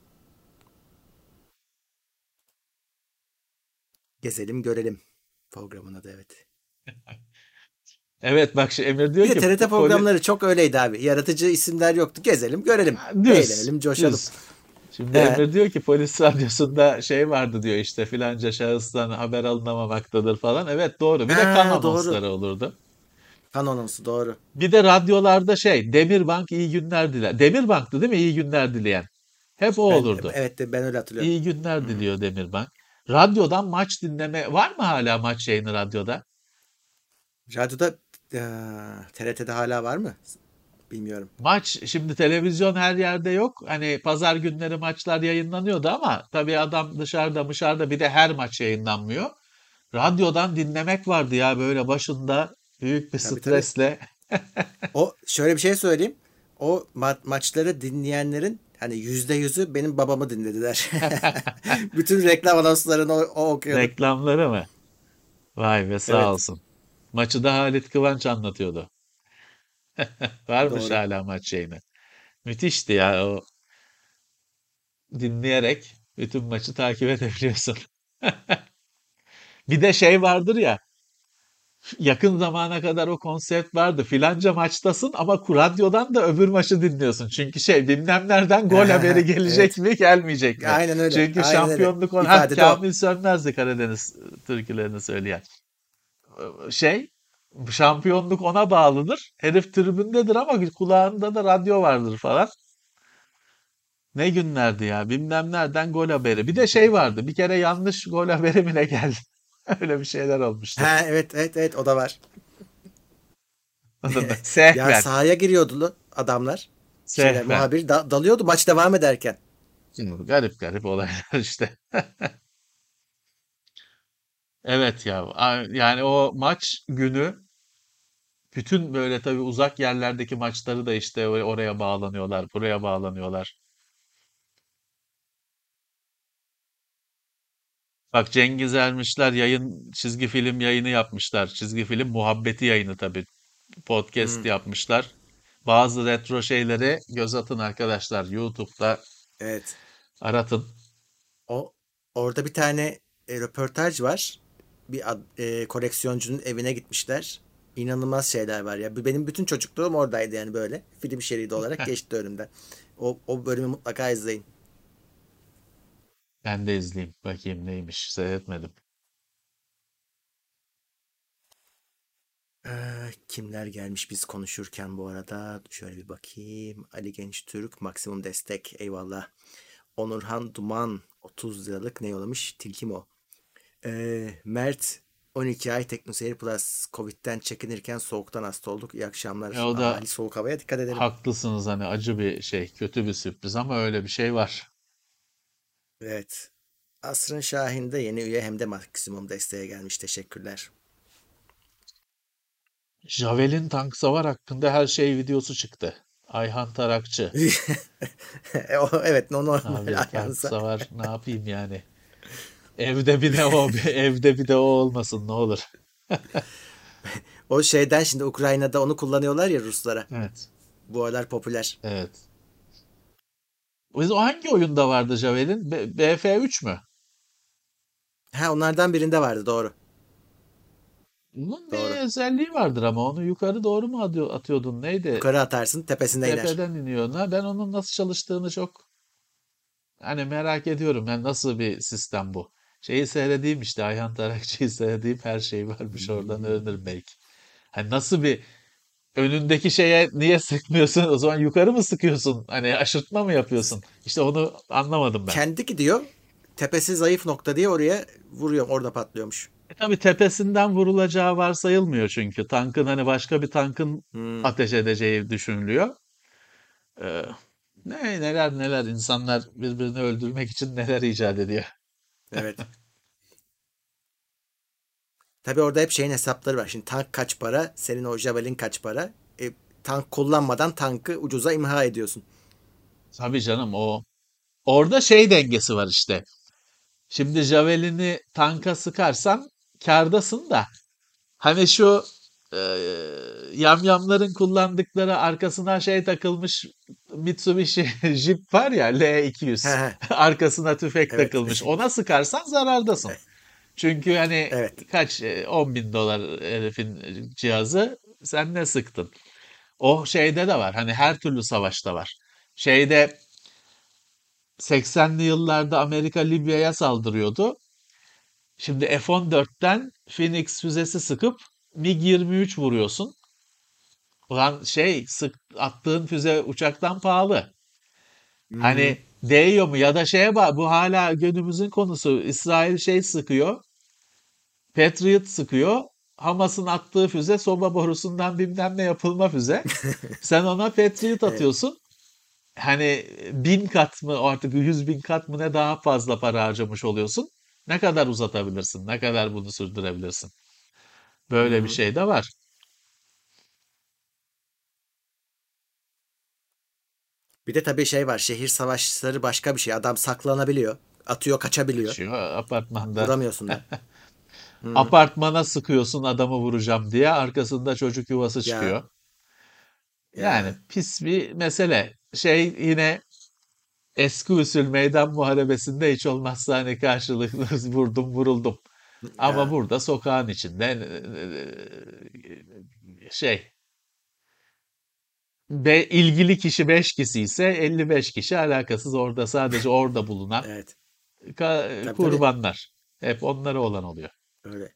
Speaker 2: Gezelim görelim programına da evet.
Speaker 3: Evet bak şu Emir diyor
Speaker 2: Bir de
Speaker 3: ki
Speaker 2: T R T
Speaker 3: po- poli
Speaker 2: programları çok öyleydi abi. Yaratıcı isimler yoktu. Gezelim görelim.
Speaker 3: düz
Speaker 2: Eğlenelim coşalım.
Speaker 3: düz. Şimdi
Speaker 2: He.
Speaker 3: Emir diyor ki polis radyosunda şey vardı diyor işte filanca şahıstan haber alınamamaktadır falan. Evet doğru. Bir de kan
Speaker 2: Ha doğru.
Speaker 3: anonsları olurdu.
Speaker 2: Kanonumsu doğru.
Speaker 3: Bir de radyolarda şey Demirbank iyi günler diler. Demirbank'tı değil mi? İyi günler dileyen. Hep o
Speaker 2: Ben
Speaker 3: olurdu.
Speaker 2: evet de ben öyle hatırlıyorum.
Speaker 3: İyi günler
Speaker 2: Hı hı.
Speaker 3: diliyor Demirbank. Radyodan maç dinleme var mı hala maç yayını radyoda?
Speaker 2: Radyoda eee, T R T'de hala var mı? Bilmiyorum.
Speaker 3: Maç şimdi televizyon her yerde yok. Hani pazar günleri maçlar yayınlanıyordu ama tabii adam dışarıda dışarıda bir de her maç yayınlanmıyor. Radyodan dinlemek vardı ya böyle başında büyük bir
Speaker 2: Tabii tabii.
Speaker 3: stresle.
Speaker 2: O şöyle bir şey söyleyeyim. O ma- maçları dinleyenlerin hani yüzde yüzü benim babamı dinlediler. Bütün reklam anonslarını o, o okuyordu.
Speaker 3: Reklamları mı? Vay be sağ
Speaker 2: Evet.
Speaker 3: olsun. Maçı da Halit Kıvanç anlatıyordu. Varmış
Speaker 2: Doğru.
Speaker 3: hala maç yayını. Müthişti ya o dinleyerek bütün maçı takip edebiliyorsun. Bir de şey vardır ya Yakın zamana kadar o konsept vardı. Filanca maçtasın ama radyodan da öbür maçı dinliyorsun. Çünkü şey bilmem nereden gol haberi gelecek
Speaker 2: Evet.
Speaker 3: mi gelmeyecek mi?
Speaker 2: Aynen öyle.
Speaker 3: Çünkü
Speaker 2: Aynen öyle.
Speaker 3: şampiyonluk on. Ha
Speaker 2: İfade de o.
Speaker 3: Kamil Sönmez'di Karadeniz türkülerini söyleyen. Şey şampiyonluk ona bağlıdır. Herif tribündedir ama kulağında da radyo vardır falan. Ne günlerdi ya bilmem nereden gol haberi. Bir de şey vardı bir kere yanlış gol haberi mi ne geldi. Öyle bir şeyler olmuştu.
Speaker 2: Ha, evet evet evet, o da var. Ya
Speaker 3: Sehven.
Speaker 2: sahaya giriyordu lu- adamlar. Şeyler,
Speaker 3: Sehven.
Speaker 2: muhabir da- dalıyordu maç devam ederken.
Speaker 3: Garip garip olaylar işte. Evet ya a- yani o maç günü bütün böyle tabii uzak yerlerdeki maçları da işte or- oraya bağlanıyorlar, buraya bağlanıyorlar. Bak Cengiz Ermişler yayın çizgi film yayını yapmışlar. Çizgi film muhabbeti yayını tabii. Podcast
Speaker 2: Hmm,
Speaker 3: yapmışlar. Bazı retro şeyleri göz atın arkadaşlar. YouTube'da
Speaker 2: evet.
Speaker 3: aratın.
Speaker 2: O orada bir tane e, röportaj var. Bir ad- e, koleksiyoncunun evine gitmişler. İnanılmaz şeyler var ya. Bu benim bütün çocukluğum oradaydı yani böyle. Film şeridi olarak geçti önümden. O, o bölümü mutlaka izleyin.
Speaker 3: Ben de izleyeyim. Bakayım neymiş. Seyretmedim.
Speaker 2: Ee, kimler gelmiş biz konuşurken bu arada? Şöyle bir bakayım. Ali Genç Türk, maksimum destek. Eyvallah. Onurhan Duman, otuz liralık ne yollamış? Tilkim o. Ee, Mert, on iki ay TeknoSeyir Plus. Covid'den çekinirken soğuktan hasta olduk. İyi
Speaker 3: E
Speaker 2: akşamlar.
Speaker 3: o da
Speaker 2: Ahali soğuk havaya dikkat edelim.
Speaker 3: haklısınız hani acı bir şey, kötü bir sürpriz ama öyle bir şey var.
Speaker 2: Evet. Asrın Şahin de yeni üye hem de maksimum desteğe gelmiş. Teşekkürler.
Speaker 3: Javelin tank savar hakkında her şey videosu çıktı. Ayhan Tarakçı.
Speaker 2: E, o, evet, o normal
Speaker 3: Abi tank
Speaker 2: Ayhan'sa.
Speaker 3: savar ne yapayım yani? Evde bir de o, evde bir de o olmasın ne olur.
Speaker 2: O şeyden şimdi Ukrayna'da onu kullanıyorlar ya Ruslara.
Speaker 3: Evet.
Speaker 2: Bu aralar popüler.
Speaker 3: Evet. Biz o hangi oyunda vardı Javelin? B- BF üç mü?
Speaker 2: Ha, onlardan birinde vardı, doğru.
Speaker 3: Bunun
Speaker 2: Doğru.
Speaker 3: bir özelliği vardır ama onu yukarı doğru mu atıyor- atıyordun? Neydi?
Speaker 2: Yukarı atarsın, tepesinde iner.
Speaker 3: Tepeden iniyor. Ha, ben onun nasıl çalıştığını çok hani merak ediyorum. Yani nasıl bir sistem bu? Şeyi seyredeyim işte Ayhan Tarakçı'yı seyredeyim her şey varmış oradan öğrenirim belki. Hani nasıl bir önündeki şeye niye sıkmıyorsun? O zaman yukarı mı sıkıyorsun? Hani aşırtma mı yapıyorsun? İşte onu anlamadım ben.
Speaker 2: Kendi gidiyor. Tepesi zayıf nokta diye oraya vuruyor. Orada patlıyormuş.
Speaker 3: E tabii tepesinden vurulacağı varsayılmıyor çünkü. Tankın hani başka bir tankın
Speaker 2: Hmm,
Speaker 3: ateş edeceği düşünülüyor. Ee, ne neler neler insanlar birbirini öldürmek için neler icat ediyor.
Speaker 2: evet. Tabii orada hep şeyin hesapları var. Şimdi tank kaç para? Senin o Javelin kaç para? E, tank kullanmadan tankı ucuza imha ediyorsun.
Speaker 3: Tabii canım o orada şey dengesi var işte. Şimdi Javelin'i tanka sıkarsan kârdasın da hani şu e, yamyamların kullandıkları arkasına şey takılmış Mitsubishi Jeep var ya L iki yüz
Speaker 2: He he.
Speaker 3: arkasına tüfek
Speaker 2: Evet.
Speaker 3: takılmış ona sıkarsan zarardasın. Çünkü hani
Speaker 2: Evet.
Speaker 3: kaç e, on bin dolar herifin cihazı sen ne sıktın? O şeyde de var hani her türlü savaşta var. Şeyde seksenli yıllarda Amerika Libya'ya saldırıyordu. Şimdi F on dörtten Phoenix füzesi sıkıp MiG yirmi üç vuruyorsun. Ulan şey sık attığın füze uçaktan pahalı.
Speaker 2: Hmm.
Speaker 3: Hani değiyor mu ya da şeye bak bu hala günümüzün konusu. İsrail şey sıkıyor. Patriot sıkıyor. Hamas'ın attığı füze soba borusundan bilmem ne yapılma füze. Sen ona Patriot
Speaker 2: Evet.
Speaker 3: atıyorsun. Hani bin kat mı artık yüz bin kat mı ne daha fazla para harcamış oluyorsun. Ne kadar uzatabilirsin? Ne kadar bunu sürdürebilirsin? Böyle bir
Speaker 2: Hmm.
Speaker 3: şey de var.
Speaker 2: Bir de tabii şey var. Şehir savaşları başka bir şey. Adam saklanabiliyor. Atıyor, kaçabiliyor.
Speaker 3: Kaçıyor apartmanda.
Speaker 2: Vuramıyorsun da. Hmm.
Speaker 3: Apartmana sıkıyorsun adamı vuracağım diye. Arkasında çocuk yuvası
Speaker 2: Ya
Speaker 3: çıkıyor. Yani
Speaker 2: ya.
Speaker 3: pis bir mesele. Şey yine eski usul meydan muharebesinde hiç olmazsa hani karşılıklı vurdum vuruldum. Ama
Speaker 2: Ya,
Speaker 3: burada sokağın içinde e, şey Be, ilgili kişi beş kişi ise elli beş kişi alakasız orada sadece orada bulunan
Speaker 2: evet.
Speaker 3: ka-
Speaker 2: Tabii tabii.
Speaker 3: kurbanlar. Hep onlara olan oluyor.
Speaker 2: Öyle.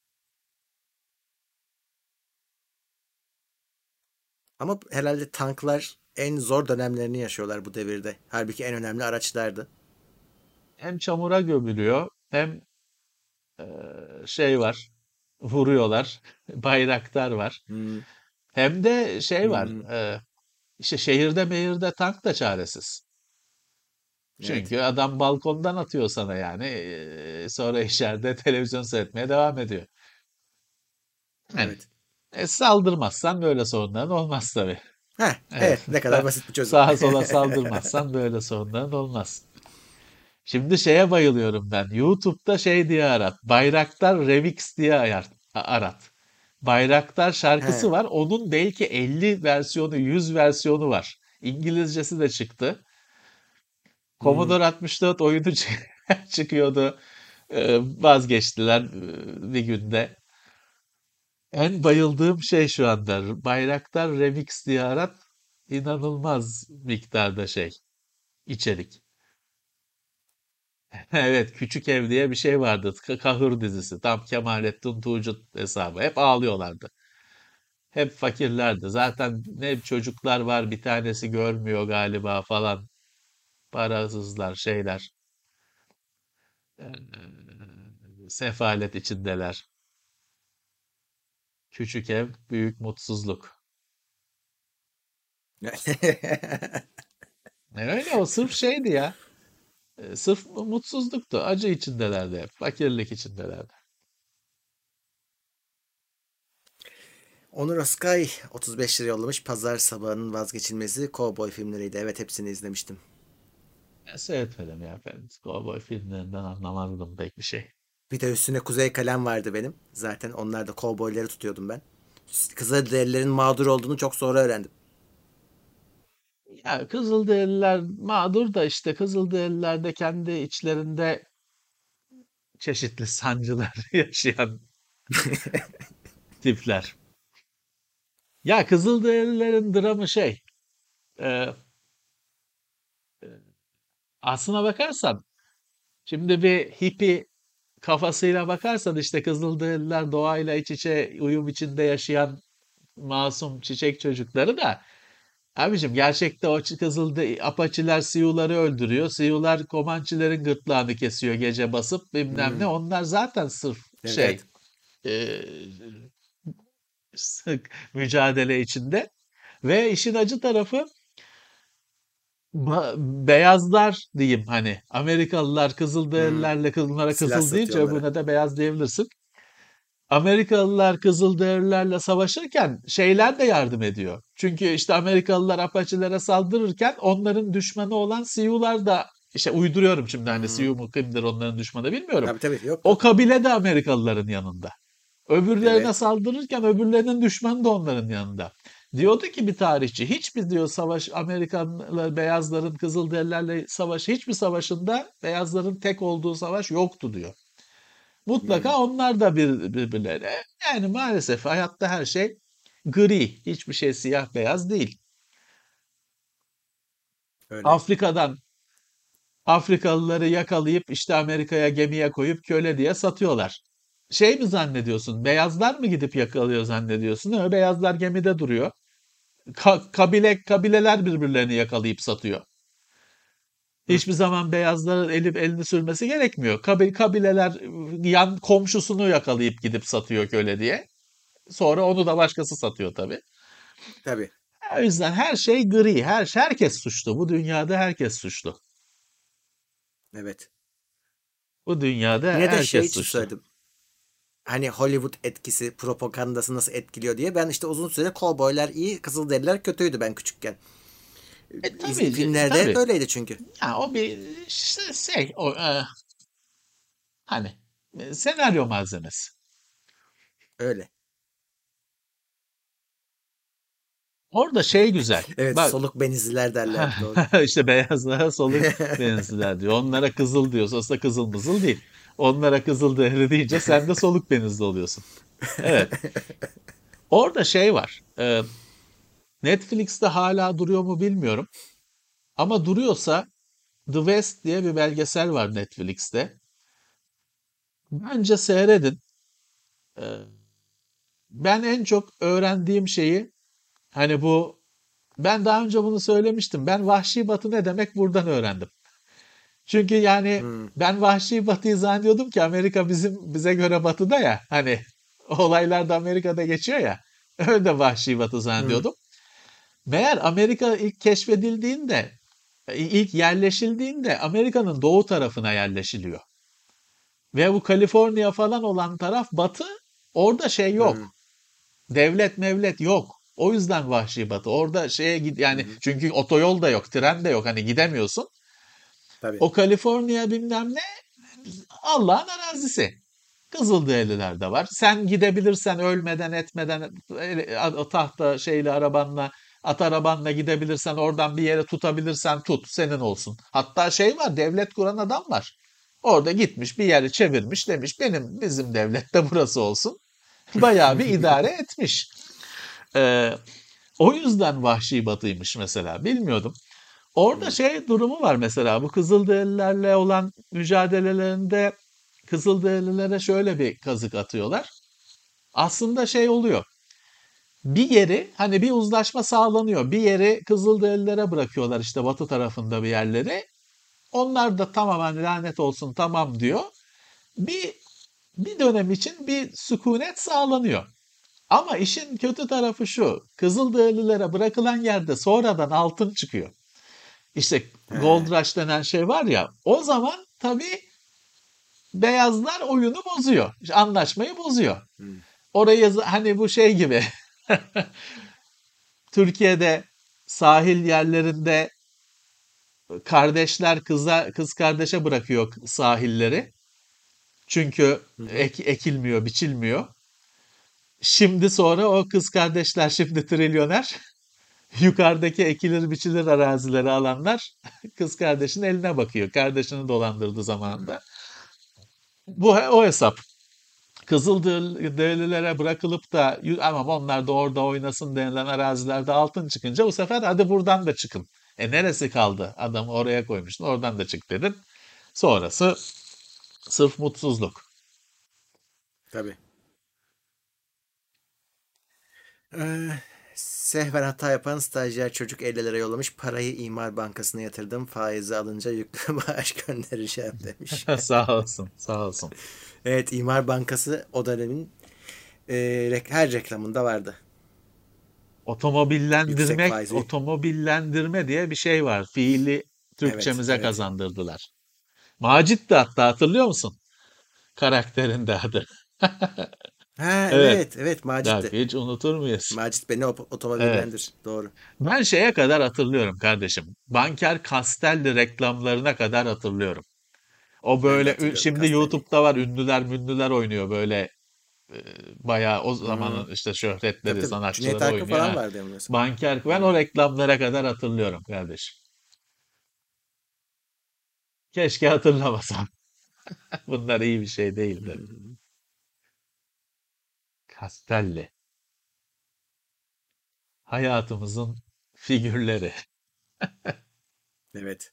Speaker 2: Ama herhalde tanklar en zor dönemlerini yaşıyorlar bu devirde. Halbuki en önemli araçlardı.
Speaker 3: Hem çamura gömülüyor hem e, şey var vuruyorlar. Bayraktar var.
Speaker 2: Hmm,
Speaker 3: Hem de şey var
Speaker 2: hmm,
Speaker 3: e, işte şehirde mehirde tank da çaresiz.
Speaker 2: evet.
Speaker 3: Çünkü adam balkondan atıyor sana yani. E, sonra içeride televizyon seyretmeye devam ediyor. Yani
Speaker 2: Evet.
Speaker 3: e, saldırmazsan böyle sorunların olmaz tabii.
Speaker 2: Heh,
Speaker 3: Evet.
Speaker 2: evet. Ne kadar
Speaker 3: Sa-
Speaker 2: basit bir çözüm.
Speaker 3: Sağa sola saldırmazsan böyle sorunların olmaz. Şimdi şeye bayılıyorum ben. YouTube'da şey diye arat. Bayraktar Remix diye ayar- a- arat. Bayraktar şarkısı
Speaker 2: He.
Speaker 3: var. Onun belki elli versiyonu, yüz versiyonu var. İngilizcesi de çıktı.
Speaker 2: Hmm.
Speaker 3: Commodore altmış dört oyunu çı- çıkıyordu. Ee, vazgeçtiler e, bir günde. En bayıldığım şey şu anda. Bayraktar Remix diye arat. İnanılmaz miktarda şey, içerik. Evet, Küçük Ev diye bir şey vardı. K- Kahır dizisi. Tam Kemalettin Tuğcu hesabı. Hep ağlıyorlardı. Hep fakirlerdi. Zaten ne çocuklar var, bir tanesi görmüyor galiba falan. Parasızlar, şeyler. Ee, sefalet içindeler. Küçük ev, büyük mutsuzluk. E öyle o sırf şeydi ya. E, sırf mutsuzluktu. Acı içindelerdi hep. Fakirlik içindelerdi.
Speaker 2: Onur Özkay otuz beş lira yollamış. Pazar sabahının vazgeçilmezi kovboy filmleriydi. Evet, hepsini izlemiştim.
Speaker 3: Ben seyretmedim ya. Ben kovboy filmlerinden anlamazdım pek bir şey.
Speaker 2: Bir de üstüne Kuzey Kalem vardı benim. Zaten onlar da kovboyları tutuyordum ben. Kızılderililerin mağdur olduğunu çok sonra öğrendim.
Speaker 3: Ya Kızılderililer mağdur da işte Kızılderililer de kendi içlerinde çeşitli sancılar yaşayan tipler. Ya Kızılderililerin dramı şey, e, aslına bakarsan şimdi bir hippie kafasıyla bakarsan işte Kızılderililer doğayla iç içe uyum içinde yaşayan masum çiçek çocukları da abicim gerçekte o Kızıldı Apaçiler Siyuları öldürüyor. Siyular Komançilerin gırtlağını kesiyor gece basıp bilmem ne.
Speaker 2: Hmm,
Speaker 3: Onlar zaten sırf
Speaker 2: evet
Speaker 3: şey
Speaker 2: evet.
Speaker 3: e, sık mücadele içinde. Ve işin acı tarafı ba- beyazlar diyeyim hani Amerikalılar
Speaker 2: Hmm,
Speaker 3: Kızılderililerle bunlara
Speaker 2: silah
Speaker 3: kızıl deyince
Speaker 2: satıyor onlara.
Speaker 3: öbürüne de beyaz diyebilirsin. Amerikalılar Kızılderililerle savaşırken şeyler de yardım ediyor. Çünkü işte Amerikalılar Apaçilere saldırırken onların düşmanı olan Siyular da işte uyduruyorum şimdi hani
Speaker 2: Hmm,
Speaker 3: Siyu mu kimdir onların düşmanı bilmiyorum.
Speaker 2: tabii tabii, yok
Speaker 3: O
Speaker 2: yok.
Speaker 3: kabile de Amerikalıların yanında. Öbürlerine
Speaker 2: Evet.
Speaker 3: saldırırken öbürlerinin düşmanı da onların yanında. Diyordu ki bir tarihçi hiçbir diyor savaş Amerikanlar beyazların Kızılderililerle savaşı hiçbir savaşında beyazların tek olduğu savaş yoktu diyor.
Speaker 2: Hmm,
Speaker 3: Mutlaka onlar da bir, birbirlerine. Yani maalesef hayatta her şey gri. Hiçbir şey siyah beyaz değil.
Speaker 2: öyle.
Speaker 3: Afrika'dan Afrikalıları yakalayıp işte Amerika'ya gemiye koyup köle diye satıyorlar. Şey mi zannediyorsun? Beyazlar mı gidip yakalıyor zannediyorsun? Öyle beyazlar gemide duruyor. Ka- kabile kabileler birbirlerini yakalayıp satıyor.
Speaker 2: Hı,
Speaker 3: Hiçbir zaman beyazların elip elini sürmesi gerekmiyor. Kabi- kabileler yan komşusunu yakalayıp gidip satıyor köle diye. Sonra onu da başkası satıyor tabii.
Speaker 2: tabii.
Speaker 3: O yüzden her şey gri. Her herkes suçlu. Bu dünyada herkes suçlu.
Speaker 2: Evet.
Speaker 3: Bu dünyada
Speaker 2: Yine de şey
Speaker 3: herkes
Speaker 2: için
Speaker 3: suçlu.
Speaker 2: söyledim. Hani Hollywood etkisi, propagandası nasıl etkiliyor diye. Ben işte uzun süre kovboylar iyi, Kızılderililer kötüydü ben küçükken.
Speaker 3: E
Speaker 2: İz-
Speaker 3: tabii
Speaker 2: Filmlerde hep
Speaker 3: tabii.
Speaker 2: öyleydi çünkü.
Speaker 3: Ya o bir şey, şey o e, hani e, senaryo malzemesi.
Speaker 2: Öyle.
Speaker 3: Orada şey güzel.
Speaker 2: Evet,
Speaker 3: Bak
Speaker 2: soluk benizliler derlerdi, doğru.
Speaker 3: işte beyazlara soluk benizliler diyor. Onlara kızıl diyorsa aslında kızıl mızıl değil. Onlara kızıl derili deyince sen de soluk benizli oluyorsun. Evet. Orada şey var. e, Netflix'te hala duruyor mu bilmiyorum. Ama duruyorsa The West diye bir belgesel var Netflix'te. Bence seyredin. E, Ben en çok öğrendiğim şeyi hani bu ben daha önce bunu söylemiştim. Ben Vahşi Batı ne demek buradan öğrendim. Çünkü yani
Speaker 2: Hmm,
Speaker 3: ben Vahşi Batı'yı zannediyordum ki Amerika bizim bize göre batıda ya. Hani olaylar da Amerika'da geçiyor ya. Öyle Vahşi Batı
Speaker 2: hmm,
Speaker 3: zannediyordum. Meğer Amerika ilk keşfedildiğinde, ilk yerleşildiğinde Amerika'nın doğu tarafına yerleşiliyor. Ve bu Kaliforniya falan olan taraf batı. Orada şey yok.
Speaker 2: hmm,
Speaker 3: Devlet mevlet yok. O yüzden Vahşi Batı. Orada şeye git
Speaker 2: hı
Speaker 3: yani
Speaker 2: hı.
Speaker 3: çünkü otoyol da yok, tren de yok. Hani gidemiyorsun.
Speaker 2: Tabii.
Speaker 3: O Kaliforniya bilmem ne Allah'ın arazisi. Kızılderililer de var. Sen gidebilirsen ölmeden etmeden e, o tahta şeyle arabanla at arabanla gidebilirsen oradan bir yere tutabilirsen tut senin olsun. Hatta şey var devlet kuran adam var. Orada gitmiş bir yeri çevirmiş demiş benim bizim devlet de burası olsun. Bayağı bir idare etmiş. Ee, O yüzden Vahşi Batı'ymış mesela bilmiyordum. Orada
Speaker 2: Hmm,
Speaker 3: şey durumu var mesela bu Kızılderililerle olan mücadelelerinde Kızılderililere şöyle bir kazık atıyorlar. Aslında şey oluyor. Bir yeri hani bir uzlaşma sağlanıyor. Bir yeri Kızılderililere bırakıyorlar işte batı tarafında bir yerleri. Onlar da tamamen lanet olsun tamam diyor. Bir bir dönem için bir sükunet sağlanıyor. Ama işin kötü tarafı şu. Kızılderililere bırakılan yerde sonradan altın çıkıyor. İşte Gold
Speaker 2: he,
Speaker 3: Rush denen şey var ya. O zaman tabii beyazlar oyunu bozuyor. İşte anlaşmayı bozuyor.
Speaker 2: hmm,
Speaker 3: Orayı hani bu şey gibi Türkiye'de sahil yerlerinde kardeşler kıza kız kardeşe bırakıyor sahilleri. Çünkü
Speaker 2: hı hı.
Speaker 3: ek, ekilmiyor, biçilmiyor. Şimdi sonra o kız kardeşler şimdi trilyoner. Yukarıdaki ekilir biçilir arazileri alanlar kız kardeşin eline bakıyor. Kardeşini dolandırdı
Speaker 2: Hmm.
Speaker 3: zamanında. Bu o hesap. Kızılderililere bırakılıp da ama onlar da orada oynasın denilen arazilerde altın çıkınca bu sefer hadi buradan da çıkın. E neresi kaldı? Adamı oraya koymuştun oradan da çık dedin. Sonrası sırf mutsuzluk.
Speaker 2: Tabii. Ee, Sehven hata yapan stajyer çocuk elli lira yollamış. Parayı İmar Bankası'na yatırdım. Faizi alınca yüklü maaş göndereceğim demiş.
Speaker 3: Sağ olsun, sağ olsun.
Speaker 2: Evet, İmar Bankası o dönemin e, rek- her reklamında vardı. Yüksek
Speaker 3: Otomobillendirmek,
Speaker 2: faizi.
Speaker 3: otomobillendirme diye bir şey var. Fiili
Speaker 2: Evet,
Speaker 3: Türkçemize
Speaker 2: evet.
Speaker 3: kazandırdılar. Macit de hatta hatırlıyor musun? Karakterin de adı.
Speaker 2: Ha,
Speaker 3: Evet.
Speaker 2: evet, evet,
Speaker 3: Bak
Speaker 2: Macit'ti.
Speaker 3: hiç unutur muyuz?
Speaker 2: Macit beni op-
Speaker 3: Evet.
Speaker 2: otomobillendir. Doğru.
Speaker 3: Ben şeye kadar hatırlıyorum kardeşim. Banker Castelli reklamlarına kadar hatırlıyorum. O
Speaker 2: Ben de
Speaker 3: böyle ü-
Speaker 2: hatırlıyorum
Speaker 3: şimdi
Speaker 2: Castelli'yi.
Speaker 3: YouTube'da var ünlüler münlüler oynuyor böyle e, bayağı o
Speaker 2: Hmm.
Speaker 3: zamanın işte
Speaker 2: Tabii
Speaker 3: şöhretleri
Speaker 2: tabii. Cüneyt
Speaker 3: sanatçıları
Speaker 2: Arkın
Speaker 3: oynuyor.
Speaker 2: falan
Speaker 3: Ha.
Speaker 2: vardı yanılmıyorsam.
Speaker 3: Banker ben
Speaker 2: Hmm.
Speaker 3: o reklamlara kadar hatırlıyorum kardeşim. Keşke hatırlamasam. Bunlar iyi bir şey değildi. Castelli. Hayatımızın figürleri.
Speaker 2: Evet.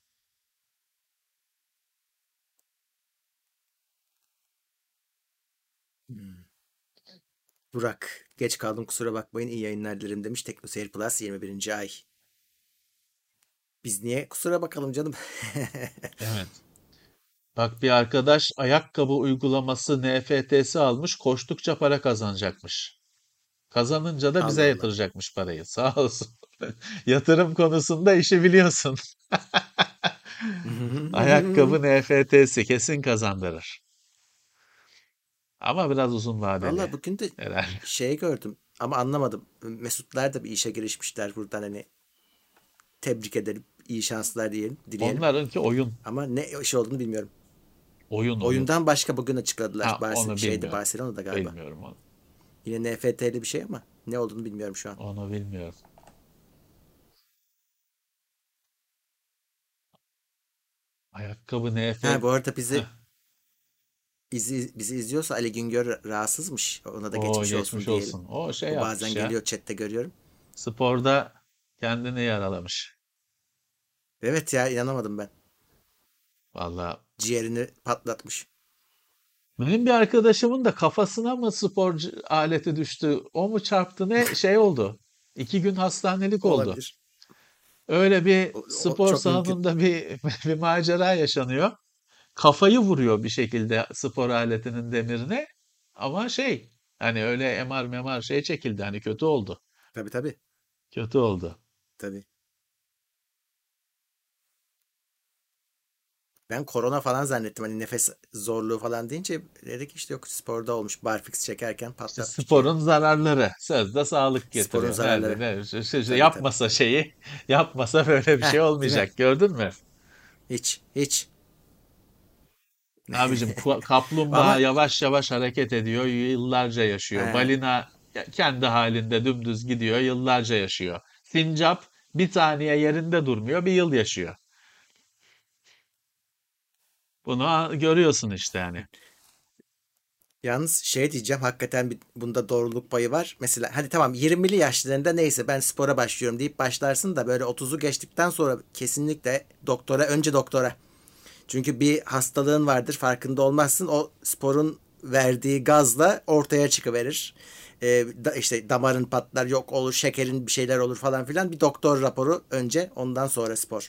Speaker 2: Hmm. Burak. Geç kaldım, kusura bakmayın. İyi yayınlar dilerim demiş. TeknoSeyir Plus yirmi birinci ay. Biz niye kusura bakalım canım?
Speaker 3: Evet. Bak bir arkadaş ayakkabı uygulaması N F T'si almış, koştukça para kazanacakmış. Kazanınca da bize
Speaker 2: Allah Allah.
Speaker 3: yatıracakmış parayı. Sağ olsun. Yatırım konusunda işi biliyorsun. Ayakkabı N F T'si kesin kazandırır. Ama biraz uzun vadeli
Speaker 2: Valla bugün de
Speaker 3: herhalde.
Speaker 2: şey gördüm ama anlamadım. Mesutlar da bir işe girişmişler buradan, hani tebrik edelim. İyi şanslar diyelim, dileyelim.
Speaker 3: Onlarınki oyun.
Speaker 2: Ama ne iş olduğunu bilmiyorum.
Speaker 3: Oyun oyun.
Speaker 2: Oyundan başka bugün açıkladılar.
Speaker 3: Ha
Speaker 2: Barse
Speaker 3: onu
Speaker 2: şeyde
Speaker 3: bilmiyorum.
Speaker 2: Barcelona'da galiba.
Speaker 3: Bilmiyorum onu.
Speaker 2: Yine N F T'li bir şey ama ne olduğunu bilmiyorum şu an.
Speaker 3: Onu bilmiyorum. Ayakkabı
Speaker 2: Ha,
Speaker 3: N F L.
Speaker 2: bu arada
Speaker 3: Heh.
Speaker 2: bizi izi, bizi izliyorsa Ali Güngör rahatsızmış. Ona da
Speaker 3: O
Speaker 2: geçmiş olsun
Speaker 3: geçmiş
Speaker 2: diyelim.
Speaker 3: olsun. O şey
Speaker 2: Bu
Speaker 3: yapmış
Speaker 2: bazen
Speaker 3: ya.
Speaker 2: geliyor, chatte görüyorum.
Speaker 3: Sporda kendini yaralamış.
Speaker 2: Evet ya, inanamadım ben.
Speaker 3: Vallahi
Speaker 2: Ciğerini patlatmış.
Speaker 3: benim bir arkadaşımın da kafasına mı spor c- aleti düştü? O mu çarptı ne şey oldu? İki gün hastanelik oldu.
Speaker 2: Olabilir.
Speaker 3: Öyle bir
Speaker 2: O, o
Speaker 3: spor
Speaker 2: çok mümkün.
Speaker 3: salonunda bir, bir macera yaşanıyor. Kafayı vuruyor bir şekilde spor aletinin demirine. Ama şey hani öyle M R memar şey çekildi hani kötü oldu.
Speaker 2: Tabii tabii.
Speaker 3: Kötü oldu.
Speaker 2: Tabii. Ben korona falan zannettim. Hani nefes zorluğu falan deyince dedik işte yok, sporda olmuş. Barfix çekerken
Speaker 3: İşte
Speaker 2: patlatmış ciğerini.
Speaker 3: sporun zararları sözde sağlık
Speaker 2: Sporun
Speaker 3: getiriyor. Nerede
Speaker 2: zararları.
Speaker 3: ne şey- şey- şey
Speaker 2: Tabii tabii.
Speaker 3: yapmasa şeyi yapmasa böyle bir
Speaker 2: Heh,
Speaker 3: şey
Speaker 2: değil mi?
Speaker 3: olmayacak gördün mü?
Speaker 2: Hiç. Hiç.
Speaker 3: Abicim ku- kaplumbağa
Speaker 2: Ama
Speaker 3: yavaş yavaş hareket ediyor, yıllarca yaşıyor.
Speaker 2: he,
Speaker 3: Balina ya- kendi halinde dümdüz gidiyor, yıllarca yaşıyor. Sincap bir saniye yerinde durmuyor, bir yıl yaşıyor. Bunu a- görüyorsun işte yani.
Speaker 2: yalnız şey diyeceğim, hakikaten bir, bunda doğruluk payı var. Mesela hadi tamam, yirmili yaşlarında neyse ben spora başlıyorum deyip başlarsın da böyle otuzu geçtikten sonra kesinlikle doktora, önce doktora. Çünkü bir hastalığın vardır, farkında olmazsın. O sporun verdiği gazla ortaya çıkıverir. Ee, da, işte damarın patlar, yok olur, şekerin bir şeyler olur falan filan. Bir doktor raporu önce, ondan sonra spor.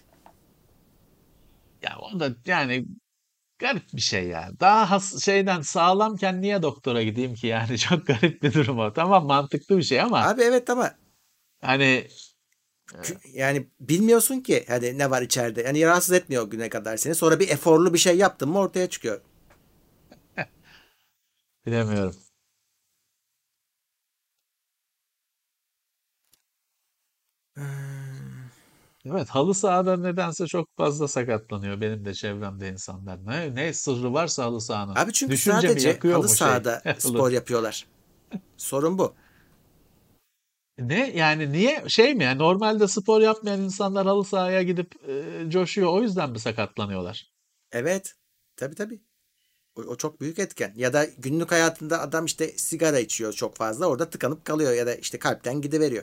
Speaker 3: Ya o da yani garip bir şey ya. Daha has, şeyden sağlamken niye doktora gideyim ki yani çok garip bir durum o. Tamam mantıklı bir şey ama
Speaker 2: Abi evet, ama
Speaker 3: hani
Speaker 2: yani bilmiyorsun ki hani ne var içeride. Yani rahatsız etmiyor o güne kadar seni. Sonra bir eforlu bir şey yaptın mı ortaya çıkıyor.
Speaker 3: bilemiyorum. Evet, halı sahada nedense çok fazla sakatlanıyor benim de çevremde insanlar. Ne, ne sırrı varsa halı sahanın.
Speaker 2: Abi çünkü
Speaker 3: Düşünce mi
Speaker 2: sadece
Speaker 3: yakıyor
Speaker 2: halı
Speaker 3: mu şey?
Speaker 2: sahada
Speaker 3: Halı.
Speaker 2: spor yapıyorlar. Sorun bu.
Speaker 3: Ne yani niye şey mi yani normalde spor yapmayan insanlar halı sahaya gidip e, coşuyor o yüzden mi sakatlanıyorlar?
Speaker 2: Evet. Tabii tabii. O, o çok büyük etken. Ya da günlük hayatında adam işte sigara içiyor çok fazla. Orada tıkanıp kalıyor ya da işte kalpten gidiveriyor.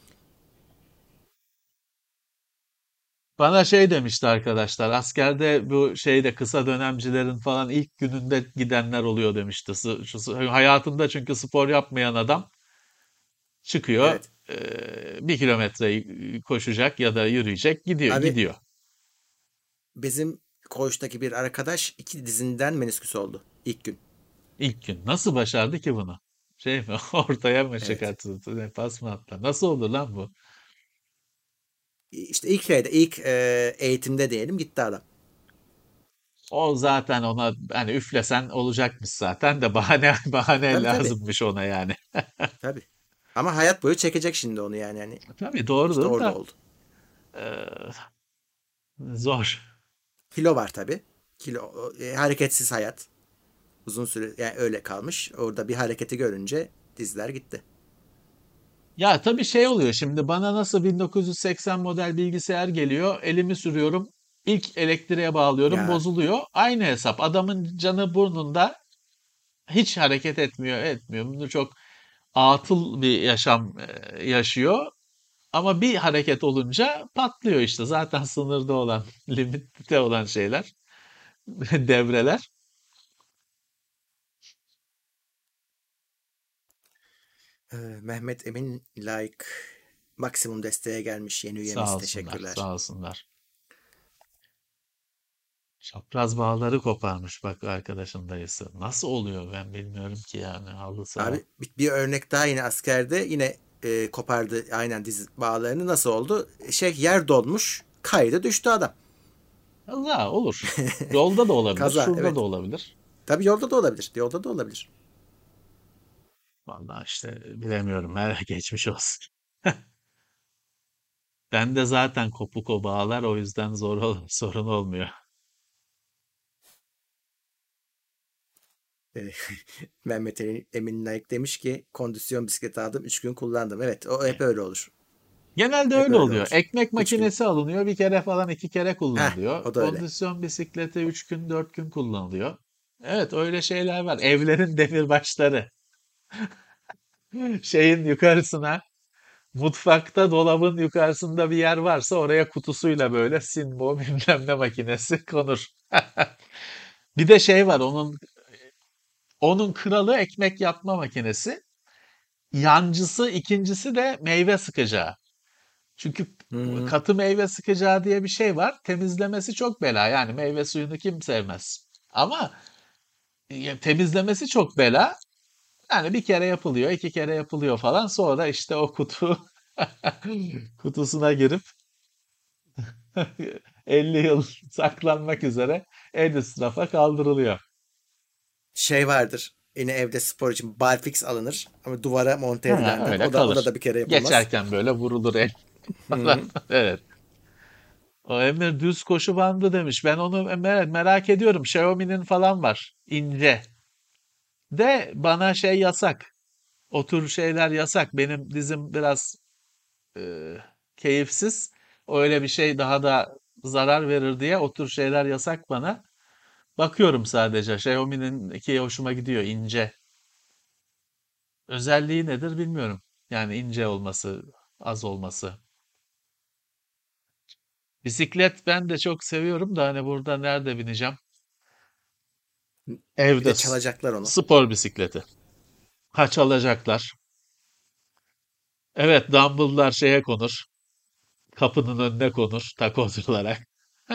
Speaker 3: Bana şey demişti arkadaşlar askerde bu şeyde kısa dönemcilerin falan ilk gününde gidenler oluyor demişti. Sı- şu- sı- hayatında çünkü spor yapmayan adam çıkıyor
Speaker 2: Evet.
Speaker 3: e, bir kilometre koşacak ya da yürüyecek gidiyor
Speaker 2: Abi
Speaker 3: gidiyor.
Speaker 2: bizim koğuştaki bir arkadaş iki dizinden menisküs oldu ilk gün.
Speaker 3: İlk gün. Nasıl başardı ki bunu? Şey mi? Ortaya mı
Speaker 2: Evet.
Speaker 3: çıkarttı? Ne, pas mı attı? Nasıl olur lan bu?
Speaker 2: İşte ilk şeyde, ilk e, eğitimde diyelim, gitti adam.
Speaker 3: O zaten ona hani üflesen olacakmış zaten de bahane bahane
Speaker 2: Tabii tabii.
Speaker 3: lazımmış ona yani.
Speaker 2: Tabii. Ama hayat boyu çekecek şimdi onu yani. Hani
Speaker 3: Tabii
Speaker 2: işte
Speaker 3: doğrudur
Speaker 2: orada
Speaker 3: da
Speaker 2: oldu.
Speaker 3: eee, zor.
Speaker 2: Kilo var tabii. Kilo, e, hareketsiz hayat. Uzun süre yani öyle kalmış. Orada bir hareketi görünce dizler gitti.
Speaker 3: Ya tabii şey oluyor şimdi bana nasıl bin dokuz yüz seksen model bilgisayar geliyor, elimi sürüyorum, ilk elektriğe bağlıyorum,
Speaker 2: Ya
Speaker 3: bozuluyor. Aynı hesap. Adamın canı burnunda hiç hareket etmiyor, etmiyor. Bunu çok atıl bir yaşam e, yaşıyor. Ama bir hareket olunca patlıyor işte. Zaten sınırda olan, limitte olan şeyler, devreler.
Speaker 2: e, Mehmet Emin like maksimum desteğe gelmiş yeni
Speaker 3: Sağ
Speaker 2: üyemiz.
Speaker 3: olsunlar,
Speaker 2: Teşekkürler.
Speaker 3: sağ olsunlar. Çapraz bağları koparmış bak arkadaşın dayısı. Nasıl oluyor ben bilmiyorum ki yani halı saha.
Speaker 2: Abi bir, bir örnek daha, yine askerde yine e, kopardı aynen diz bağlarını. Nasıl oldu? Şey, yer dolmuş, kaydı düştü adam.
Speaker 3: Kaza olur. Yolda da olabilir,
Speaker 2: Kaza,
Speaker 3: şurada da
Speaker 2: evet.
Speaker 3: olabilir.
Speaker 2: Tabii yolda da olabilir. Yolda da olabilir.
Speaker 3: Vallahi işte bilemiyorum. Her geçmiş olsun. Ben de zaten kopuk o bağlar o yüzden zor ol- sorun olmuyor.
Speaker 2: E, Mehmet Emin Naik demiş ki kondisyon bisikleti aldım, üç gün kullandım. Evet, o hep öyle olur.
Speaker 3: Genelde
Speaker 2: Hep
Speaker 3: öyle
Speaker 2: öyle
Speaker 3: oluyor.
Speaker 2: olur.
Speaker 3: Ekmek
Speaker 2: Üç gün.
Speaker 3: makinesi alınıyor. Bir kere falan iki kere
Speaker 2: Heh,
Speaker 3: kullanılıyor.
Speaker 2: o da öyle.
Speaker 3: Kondisyon bisikleti üç gün dört gün kullanılıyor. Evet öyle şeyler var. Evlerin demirbaşları. Şeyin yukarısına mutfakta dolabın yukarısında bir yer varsa oraya kutusuyla böyle Sinbo bilmem ne makinesi konur. Bir de şey var onun onun kralı ekmek yapma makinesi. Yancısı ikincisi de meyve sıkacağı. Çünkü
Speaker 2: Hı.
Speaker 3: katı meyve sıkacağı diye bir şey var. Temizlemesi çok bela. Yani meyve suyunu kim sevmez. Ama ya, temizlemesi çok bela. Yani bir kere yapılıyor, iki kere yapılıyor falan. Sonra işte o kutu kutusuna girip elli yıl saklanmak üzere en üst rafa kaldırılıyor.
Speaker 2: Şey vardır. Yine evde spor için barfix alınır ama duvara monte
Speaker 3: Ha,
Speaker 2: edilenden.
Speaker 3: öyle
Speaker 2: O da o da
Speaker 3: kalır.
Speaker 2: da bir kere yapılmaz.
Speaker 3: Geçerken böyle vurulur el falan.
Speaker 2: Hı.
Speaker 3: Evet. O Emir düz koşu bandı demiş. Ben onu mer- merak ediyorum. Xiaomi'nin falan var. İnce. De bana şey yasak. O tür şeyler yasak. Benim dizim biraz e, keyifsiz. Öyle bir şey daha da zarar verir diye o tür şeyler yasak bana. Bakıyorum sadece. Xiaomi'nin iki hoşuma gidiyor. İnce. Özelliği nedir bilmiyorum. Yani ince olması, az olması. Bisiklet ben de çok seviyorum da hani burada nerede bineceğim?
Speaker 2: Bir
Speaker 3: Evde
Speaker 2: de
Speaker 3: s-
Speaker 2: çalacaklar onu.
Speaker 3: spor bisikleti. Kaç alacaklar? Evet, dumbbell'lar şeye konur. Kapının önüne konur takoz olarak.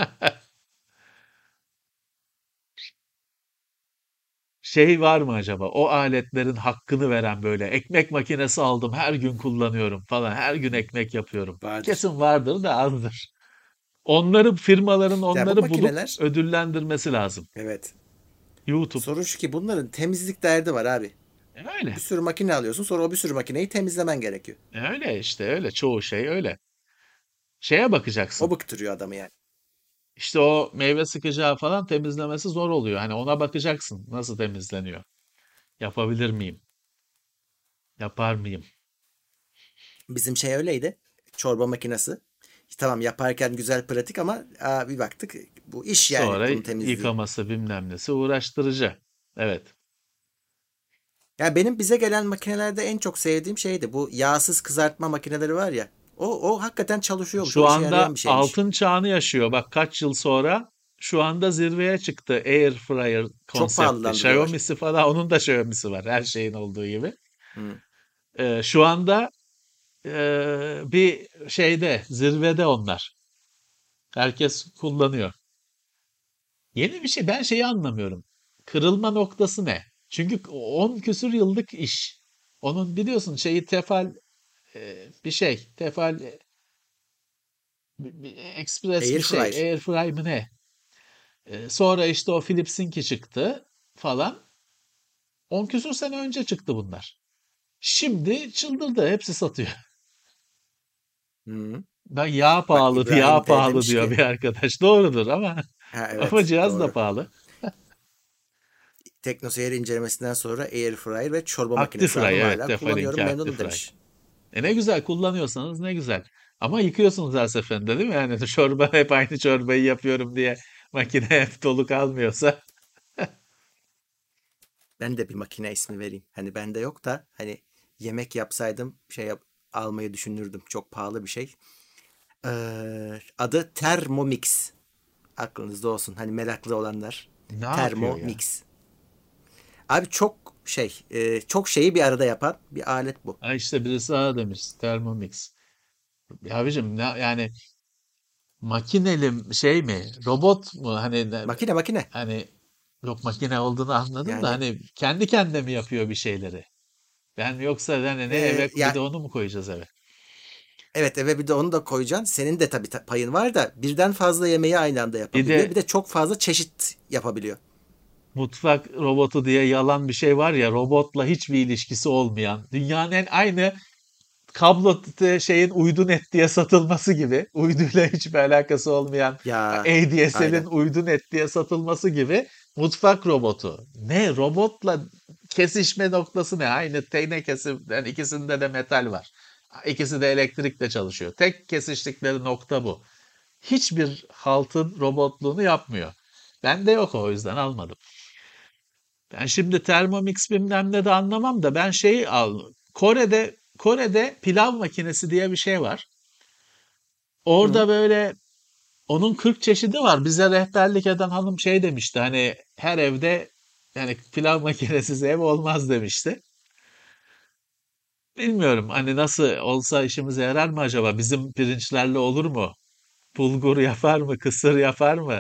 Speaker 3: Şey var mı acaba? O aletlerin hakkını veren böyle ekmek makinesi aldım, her gün kullanıyorum falan. Her gün ekmek yapıyorum.
Speaker 2: Vardır.
Speaker 3: Kesin vardır da azdır. Onları firmaların
Speaker 2: Ya bu
Speaker 3: onları bulup
Speaker 2: makineler,
Speaker 3: ödüllendirmesi lazım.
Speaker 2: evet.
Speaker 3: YouTube.
Speaker 2: Sorun şu ki bunların temizlik derdi var abi.
Speaker 3: E öyle.
Speaker 2: Bir sürü makine alıyorsun, sonra o bir sürü makineyi temizlemen gerekiyor.
Speaker 3: E öyle işte öyle. Çoğu şey öyle. Şeye
Speaker 2: O
Speaker 3: bakacaksın.
Speaker 2: bıktırıyor adamı yani.
Speaker 3: İşte o meyve sıkacağı falan temizlemesi zor oluyor. Hani ona bakacaksın. Nasıl temizleniyor? Yapabilir miyim? Yapar mıyım?
Speaker 2: Bizim şey öyleydi. Çorba makinesi. Tamam, yaparken güzel pratik ama aa, bir baktık bu iş yani
Speaker 3: Sonra
Speaker 2: bunun temizliği.
Speaker 3: yıkaması bilmem nesi uğraştırıcı. Evet.
Speaker 2: Ya benim bize gelen makinelerde en çok sevdiğim şeydi. Bu yağsız kızartma makineleri var ya. O, o hakikaten çalışıyormuş.
Speaker 3: Şu
Speaker 2: O işe
Speaker 3: anda
Speaker 2: yarayan bir şeymiş.
Speaker 3: altın çağını yaşıyor. Bak kaç yıl sonra şu anda zirveye çıktı Air Fryer
Speaker 2: Çok
Speaker 3: konsepti.
Speaker 2: pahalılandırıyorlar.
Speaker 3: Xiaomi'si falan onun da Xiaomi'si var. Her şeyin olduğu gibi.
Speaker 2: Hı.
Speaker 3: Ee, şu anda ee, bir şeyde zirvede onlar. Herkes kullanıyor. Yeni bir şey ben şeyi anlamıyorum. Kırılma noktası ne? Çünkü on küsür yıllık iş. Onun biliyorsun şeyi tefal e, bir şey. Tefal e, bir- bir Express bir
Speaker 2: Air
Speaker 3: şey.
Speaker 2: fryer.
Speaker 3: Airfry mı ne? E, sonra işte o Philips'inki çıktı falan. On küsür sene önce çıktı bunlar. Şimdi çıldırdı. Hepsi satıyor.
Speaker 2: Hı.
Speaker 3: Ben yağ
Speaker 2: Bak
Speaker 3: pahalı, yağ
Speaker 2: İbrahim de
Speaker 3: pahalı
Speaker 2: demiş
Speaker 3: diyor
Speaker 2: ki,
Speaker 3: bir arkadaş. Doğrudur ama
Speaker 2: ha
Speaker 3: ama
Speaker 2: evet
Speaker 3: cihaz da
Speaker 2: doğru.
Speaker 3: pahalı.
Speaker 2: Teknoseyir incelemesinden sonra Air fryer ve çorba makinesi
Speaker 3: Actifry
Speaker 2: aldım,
Speaker 3: evet
Speaker 2: hala kullanıyorum,
Speaker 3: Tefal'inki
Speaker 2: memnunum
Speaker 3: Actifry.
Speaker 2: demiş.
Speaker 3: E ne güzel kullanıyorsanız ne güzel. Ama yıkıyorsunuz her seferinde değil mi? Yani çorba hep aynı çorbayı yapıyorum diye makine hep dolu kalmıyorsa.
Speaker 2: Ben de bir makine ismi vereyim. Hani bende yok da hani yemek yapsaydım şey yap, almayı düşünürdüm. Çok pahalı bir şey. Ee, adı Thermomix. Aklınızda olsun. Hani meraklı olanlar.
Speaker 3: Ne yapıyor ya?
Speaker 2: Thermomix. Abi çok şey, e, çok şeyi bir arada yapan bir alet bu.
Speaker 3: Ha işte birisi daha demiş Thermomix. Ya abicim ne, yani makineli şey mi? Robot mu? Hani ne-
Speaker 2: Makine makine.
Speaker 3: hani yok makine olduğunu anladım da
Speaker 2: Yani
Speaker 3: hani kendi kendine mi yapıyor bir şeyleri? Ben yoksa hani ne
Speaker 2: e,
Speaker 3: eve bir de
Speaker 2: ya
Speaker 3: onu mu koyacağız eve?
Speaker 2: evet, eve bir de onu da koyacaksın. Senin de tabii ta- payın var da birden fazla yemeği aynı anda
Speaker 3: Bir
Speaker 2: yapabiliyor.
Speaker 3: de
Speaker 2: Bir de çok fazla çeşit yapabiliyor.
Speaker 3: mutfak robotu diye yalan bir şey var ya robotla hiçbir ilişkisi olmayan dünyanın en aynı kablo t- şeyin uydu net diye satılması gibi uyduyla hiçbir alakası olmayan
Speaker 2: Ya
Speaker 3: A D S L'in
Speaker 2: aynen.
Speaker 3: uydu net diye satılması gibi mutfak robotu. Ne robotla kesişme noktası ne? Aynı tenekesi yani ikisinde de metal var. İkisi de elektrikle çalışıyor. Tek kesiştikleri nokta bu. Hiçbir haltın robotluğunu yapmıyor. Bende yok, o yüzden almadım. Ben şimdi Thermomix bilmem ne de anlamam da ben şeyi al. Kore'de Kore'de pilav makinesi diye bir şey var.
Speaker 2: Hı.
Speaker 3: Orada böyle onun kırk çeşidi var. Bize rehberlik eden hanım şey demişti, hani her evde yani pilav makinesiz ev olmaz demişti. Bilmiyorum hani nasıl olsa işimize yarar mı acaba? Bizim pirinçlerle olur mu? Bulgur yapar mı? Kısır yapar mı?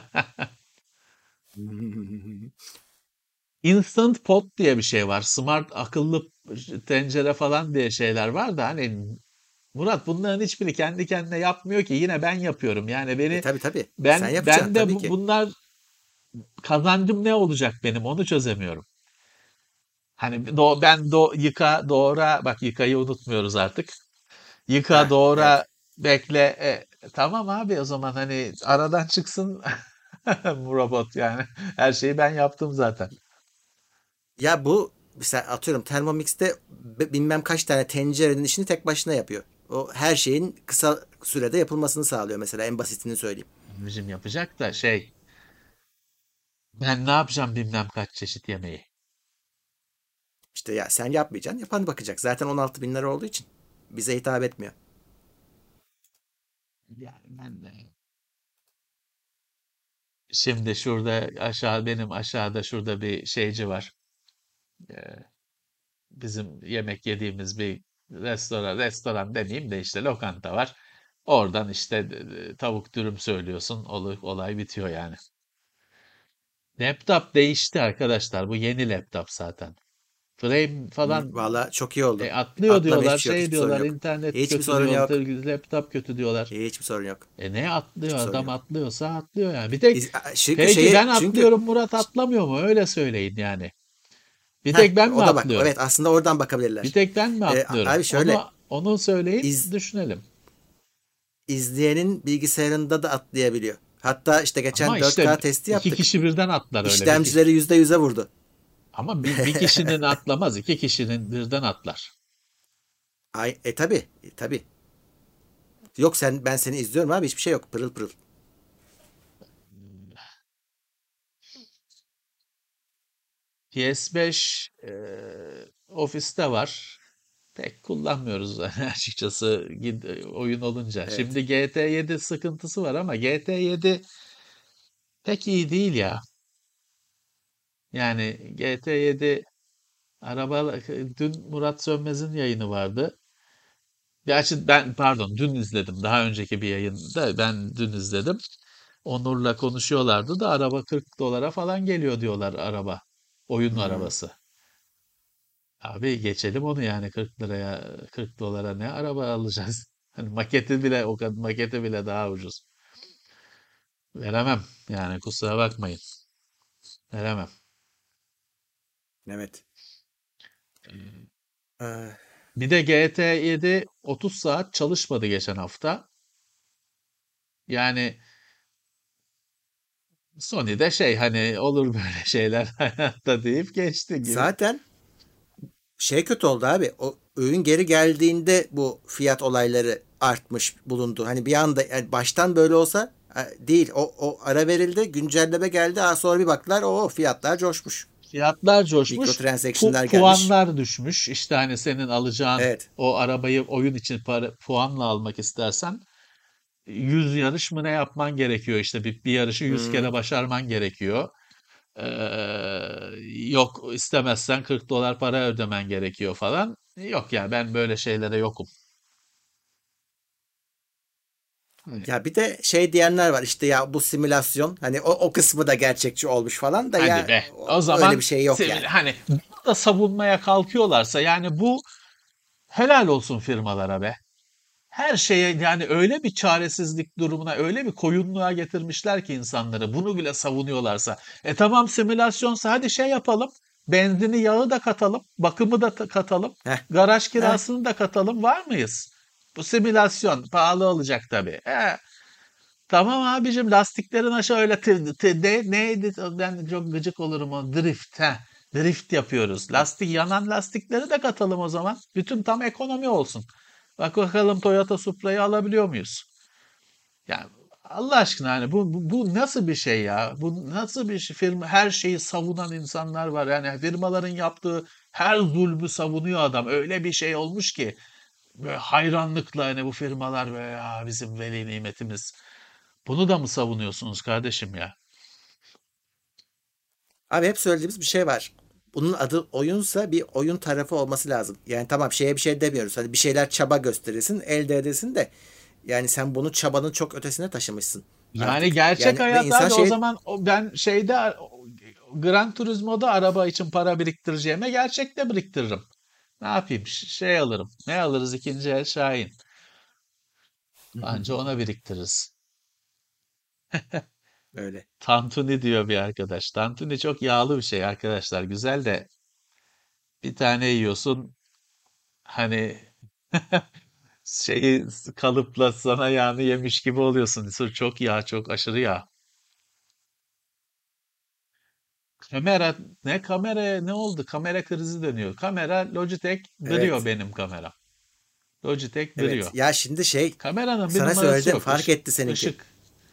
Speaker 3: Instant Pot diye bir şey var. Smart akıllı tencere falan diye şeyler var da hani Murat, bunların hiçbiri kendi kendine yapmıyor ki. Yine ben yapıyorum. Yani
Speaker 2: E
Speaker 3: beni
Speaker 2: tabii tabii. Sen
Speaker 3: ben
Speaker 2: yapacaksın
Speaker 3: ben de
Speaker 2: tabii
Speaker 3: bu,
Speaker 2: ki.
Speaker 3: bunlar kazancım ne olacak benim, onu çözemiyorum. Hani do, ben do, yıka doğra, bak yıkayı unutmuyoruz artık. Yıka
Speaker 2: Ha,
Speaker 3: doğra
Speaker 2: evet.
Speaker 3: bekle. E, tamam abi, o zaman hani aradan çıksın bu robot yani. Her şeyi ben yaptım zaten.
Speaker 2: Ya bu mesela atıyorum Thermomix'te be- bilmem kaç tane tencerenin işini tek başına yapıyor. O her şeyin kısa sürede yapılmasını sağlıyor mesela, en basitini söyleyeyim.
Speaker 3: Bizim yapacak da şey, ben ne yapacağım bilmem kaç çeşit yemeği.
Speaker 2: İşte ya sen yapmayacaksın, yapan bakacak. Zaten on altı bin lira olduğu için bize hitap etmiyor.
Speaker 3: Yani ben de şimdi şurada aşağı, benim aşağıda şurada bir şeyci var. Ee, Bizim yemek yediğimiz bir restoran, restoran demeyeyim de işte lokanta var. Oradan işte e, tavuk dürüm söylüyorsun. Olay, olay bitiyor yani. Laptop değişti arkadaşlar. Bu yeni laptop zaten. Frame
Speaker 2: Hmm,
Speaker 3: falan
Speaker 2: valla çok iyi oldu.
Speaker 3: e, atlıyor
Speaker 2: Atlamaya
Speaker 3: diyorlar,
Speaker 2: hiçbir şey yok.
Speaker 3: şey
Speaker 2: Hiçbir sorun
Speaker 3: diyorlar,
Speaker 2: yok.
Speaker 3: internet
Speaker 2: Hiçbir
Speaker 3: kötü
Speaker 2: sorun
Speaker 3: diyor,
Speaker 2: yok.
Speaker 3: te- laptop kötü diyorlar.
Speaker 2: Hiçbir sorun yok.
Speaker 3: E ne atlıyor
Speaker 2: Hiçbir sorun
Speaker 3: adam,
Speaker 2: yok.
Speaker 3: atlıyorsa atlıyor yani. Bir tek
Speaker 2: İz- Çünkü
Speaker 3: peki ben
Speaker 2: şeyi çünkü
Speaker 3: atlıyorum, Murat atlamıyor mu? Öyle söyleyin yani. Bir
Speaker 2: heh,
Speaker 3: tek ben mi
Speaker 2: o da bak.
Speaker 3: atlıyorum?
Speaker 2: Evet, aslında oradan
Speaker 3: Bir
Speaker 2: bakabilirler.
Speaker 3: tek ben mi
Speaker 2: Ee,
Speaker 3: atlıyorum?
Speaker 2: abi şöyle,
Speaker 3: Onu onu söyleyin,
Speaker 2: iz,
Speaker 3: düşünelim.
Speaker 2: izleyenin bilgisayarında da atlayabiliyor. Hatta işte
Speaker 3: Ama
Speaker 2: geçen dört
Speaker 3: işte
Speaker 2: K testi
Speaker 3: iki
Speaker 2: yaptık.
Speaker 3: kişi birden atlar öyle bir kişi.
Speaker 2: İşlemcileri yüzde yüze vurdu.
Speaker 3: Ama bir, bir kişinin atlamaz, iki kişinin birden atlar.
Speaker 2: Ay, e tabi, e, tabi. Yok, sen ben seni izliyorum abi, hiçbir şey yok, pırıl pırıl.
Speaker 3: P S beş eee, ofiste var. Pek kullanmıyoruz yani açıkçası gid- oyun olunca.
Speaker 2: Evet.
Speaker 3: Şimdi G T yedi sıkıntısı var ama G T yedi pek iyi değil ya. Yani G T yedi araba, dün Murat Sönmez'in yayını vardı. Gerçi ben pardon dün izledim. Daha önceki bir yayında ben dün izledim. Onur'la konuşuyorlardı da araba kırk dolara falan geliyor diyorlar araba. Oyun
Speaker 2: Hmm,
Speaker 3: arabası. Abi geçelim onu, yani kırk liraya, kırk dolara ne araba alacağız? Hani maketi bile, o kadar maketi bile daha ucuz. Veremem. Yani kusura bakmayın. Veremem.
Speaker 2: evet. Ee,
Speaker 3: Bir de G T yedi otuz saat çalışmadı geçen hafta. Yani Sony'de şey, hani olur böyle şeyler hayatta deyip geçti gibi.
Speaker 2: Zaten şey kötü oldu abi. O öğün geri geldiğinde bu fiyat olayları artmış bulundu. Hani bir anda, yani baştan böyle olsa e, değil. O, o ara verildi, güncelleme geldi. Aa, sonra bir baktılar, o fiyatlar coşmuş.
Speaker 3: Fiyatlar coşmuş, pu-
Speaker 2: Mikrotransaction'lar gelmiş.
Speaker 3: puanlar düşmüş. İşte hani senin alacağın
Speaker 2: Evet.
Speaker 3: o arabayı oyun için para, puanla almak istersen yüz yarış mı ne yapman gerekiyor, işte bir, bir yarışı yüz
Speaker 2: Hmm.
Speaker 3: kere başarman gerekiyor. Ee, Yok istemezsen kırk dolar para ödemen gerekiyor falan. Yok yani, ben böyle şeylere yokum. Hani,
Speaker 2: Ya bir de şey diyenler var işte, ya bu simülasyon, hani o, o kısmı da gerçekçi olmuş falan da,
Speaker 3: hadi
Speaker 2: ya
Speaker 3: be. O
Speaker 2: o- öyle
Speaker 3: zaman
Speaker 2: bir şey yok
Speaker 3: sivil-
Speaker 2: yani.
Speaker 3: hani bunu da savunmaya kalkıyorlarsa yani bu, helal olsun firmalara be. Her şeye yani öyle bir çaresizlik durumuna, öyle bir koyunluğa getirmişler ki insanları. Bunu bile savunuyorlarsa. E tamam, simülasyonsa hadi şey yapalım. Benzini, yağı da katalım. Bakımı da ta- katalım.
Speaker 2: Heh.
Speaker 3: Garaj
Speaker 2: Heh.
Speaker 3: kirasını da katalım. Var mıyız? Bu simülasyon pahalı olacak tabii. E, tamam abicim, lastiklerin aşağı öyle tı- tı- de, neydi? Ben çok gıcık olurum o drift. Heh. Drift yapıyoruz. Lastik, yanan lastikleri de katalım o zaman. Bütün tam ekonomi olsun. Bak bakalım Toyota Supra'yı alabiliyor muyuz? Yani Allah aşkına hani bu, bu, bu nasıl bir şey ya? Bu nasıl bir şey? Firma, her şeyi savunan insanlar var. Yani firmaların yaptığı her zulmü savunuyor adam. Öyle bir şey olmuş ki böyle hayranlıkla hani bu firmalar böyle ya bizim veli nimetimiz. Bunu da mı savunuyorsunuz kardeşim ya?
Speaker 2: Abi hep söylediğimiz bir şey var. Bunun adı oyunsa bir oyun tarafı olması lazım. Yani tamam şeye bir şey demiyoruz. Hani bir şeyler çaba gösterilsin, elde edesin de yani sen bunu çabanın çok ötesine taşımışsın
Speaker 3: Yani
Speaker 2: artık.
Speaker 3: gerçek
Speaker 2: Yani ve
Speaker 3: hayat
Speaker 2: insan
Speaker 3: abi o
Speaker 2: şey
Speaker 3: zaman o- ben şeyde o- Gran Turismo'da araba için para biriktireceğime gerçekte biriktiririm. Ne yapayım? Ş- Şey alırım. Ne alırız ikinci el Şahin. Anca ona biriktiririz.
Speaker 2: öyle.
Speaker 3: Tantuni diyor bir arkadaş. Tantuni çok yağlı bir şey arkadaşlar. Güzel de bir tane yiyorsun hani şeyi kalıpla sana yağını yemiş gibi oluyorsun. Sırf çok yağ, çok aşırı yağ. Kamera ne kamera ne oldu? Kamera krizi dönüyor. Kamera Logitech Brio
Speaker 2: Evet.
Speaker 3: benim kameram. Logitech
Speaker 2: Evet.
Speaker 3: Brio.
Speaker 2: Ya şimdi şey
Speaker 3: Kameranın bir
Speaker 2: sana
Speaker 3: numarası
Speaker 2: söyledim
Speaker 3: yok.
Speaker 2: fark
Speaker 3: Iş,
Speaker 2: etti seninki.
Speaker 3: ışık.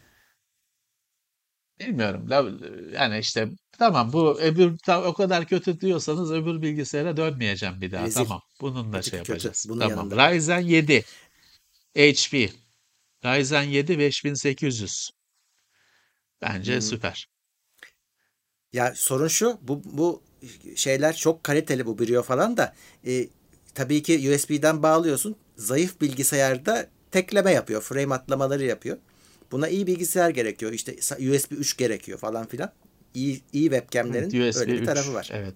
Speaker 3: Bilmiyorum. La- Yani işte tamam bu öbür ta- o kadar kötü diyorsanız öbür bilgisayara dönmeyeceğim bir daha.
Speaker 2: Rezil.
Speaker 3: Tamam. Bununla şey
Speaker 2: Öteki kötü.
Speaker 3: yapacağız.
Speaker 2: Bunun
Speaker 3: Tamam.
Speaker 2: yanında.
Speaker 3: Ryzen yedi H P. Ryzen yedi beş bin sekiz yüz. Bence
Speaker 2: Hmm.
Speaker 3: süper.
Speaker 2: Ya sorun şu, bu bu şeyler çok kaliteli bu Brio falan da e, tabii ki U S B'den bağlıyorsun. Zayıf bilgisayarda tekleme yapıyor, frame atlamaları yapıyor. Buna iyi bilgisayar gerekiyor. İşte U S B üç gerekiyor falan filan. İyi, iyi
Speaker 3: Evet,
Speaker 2: webcamlerin
Speaker 3: U S B
Speaker 2: öyle bir tarafı
Speaker 3: üç.
Speaker 2: var.
Speaker 3: Evet.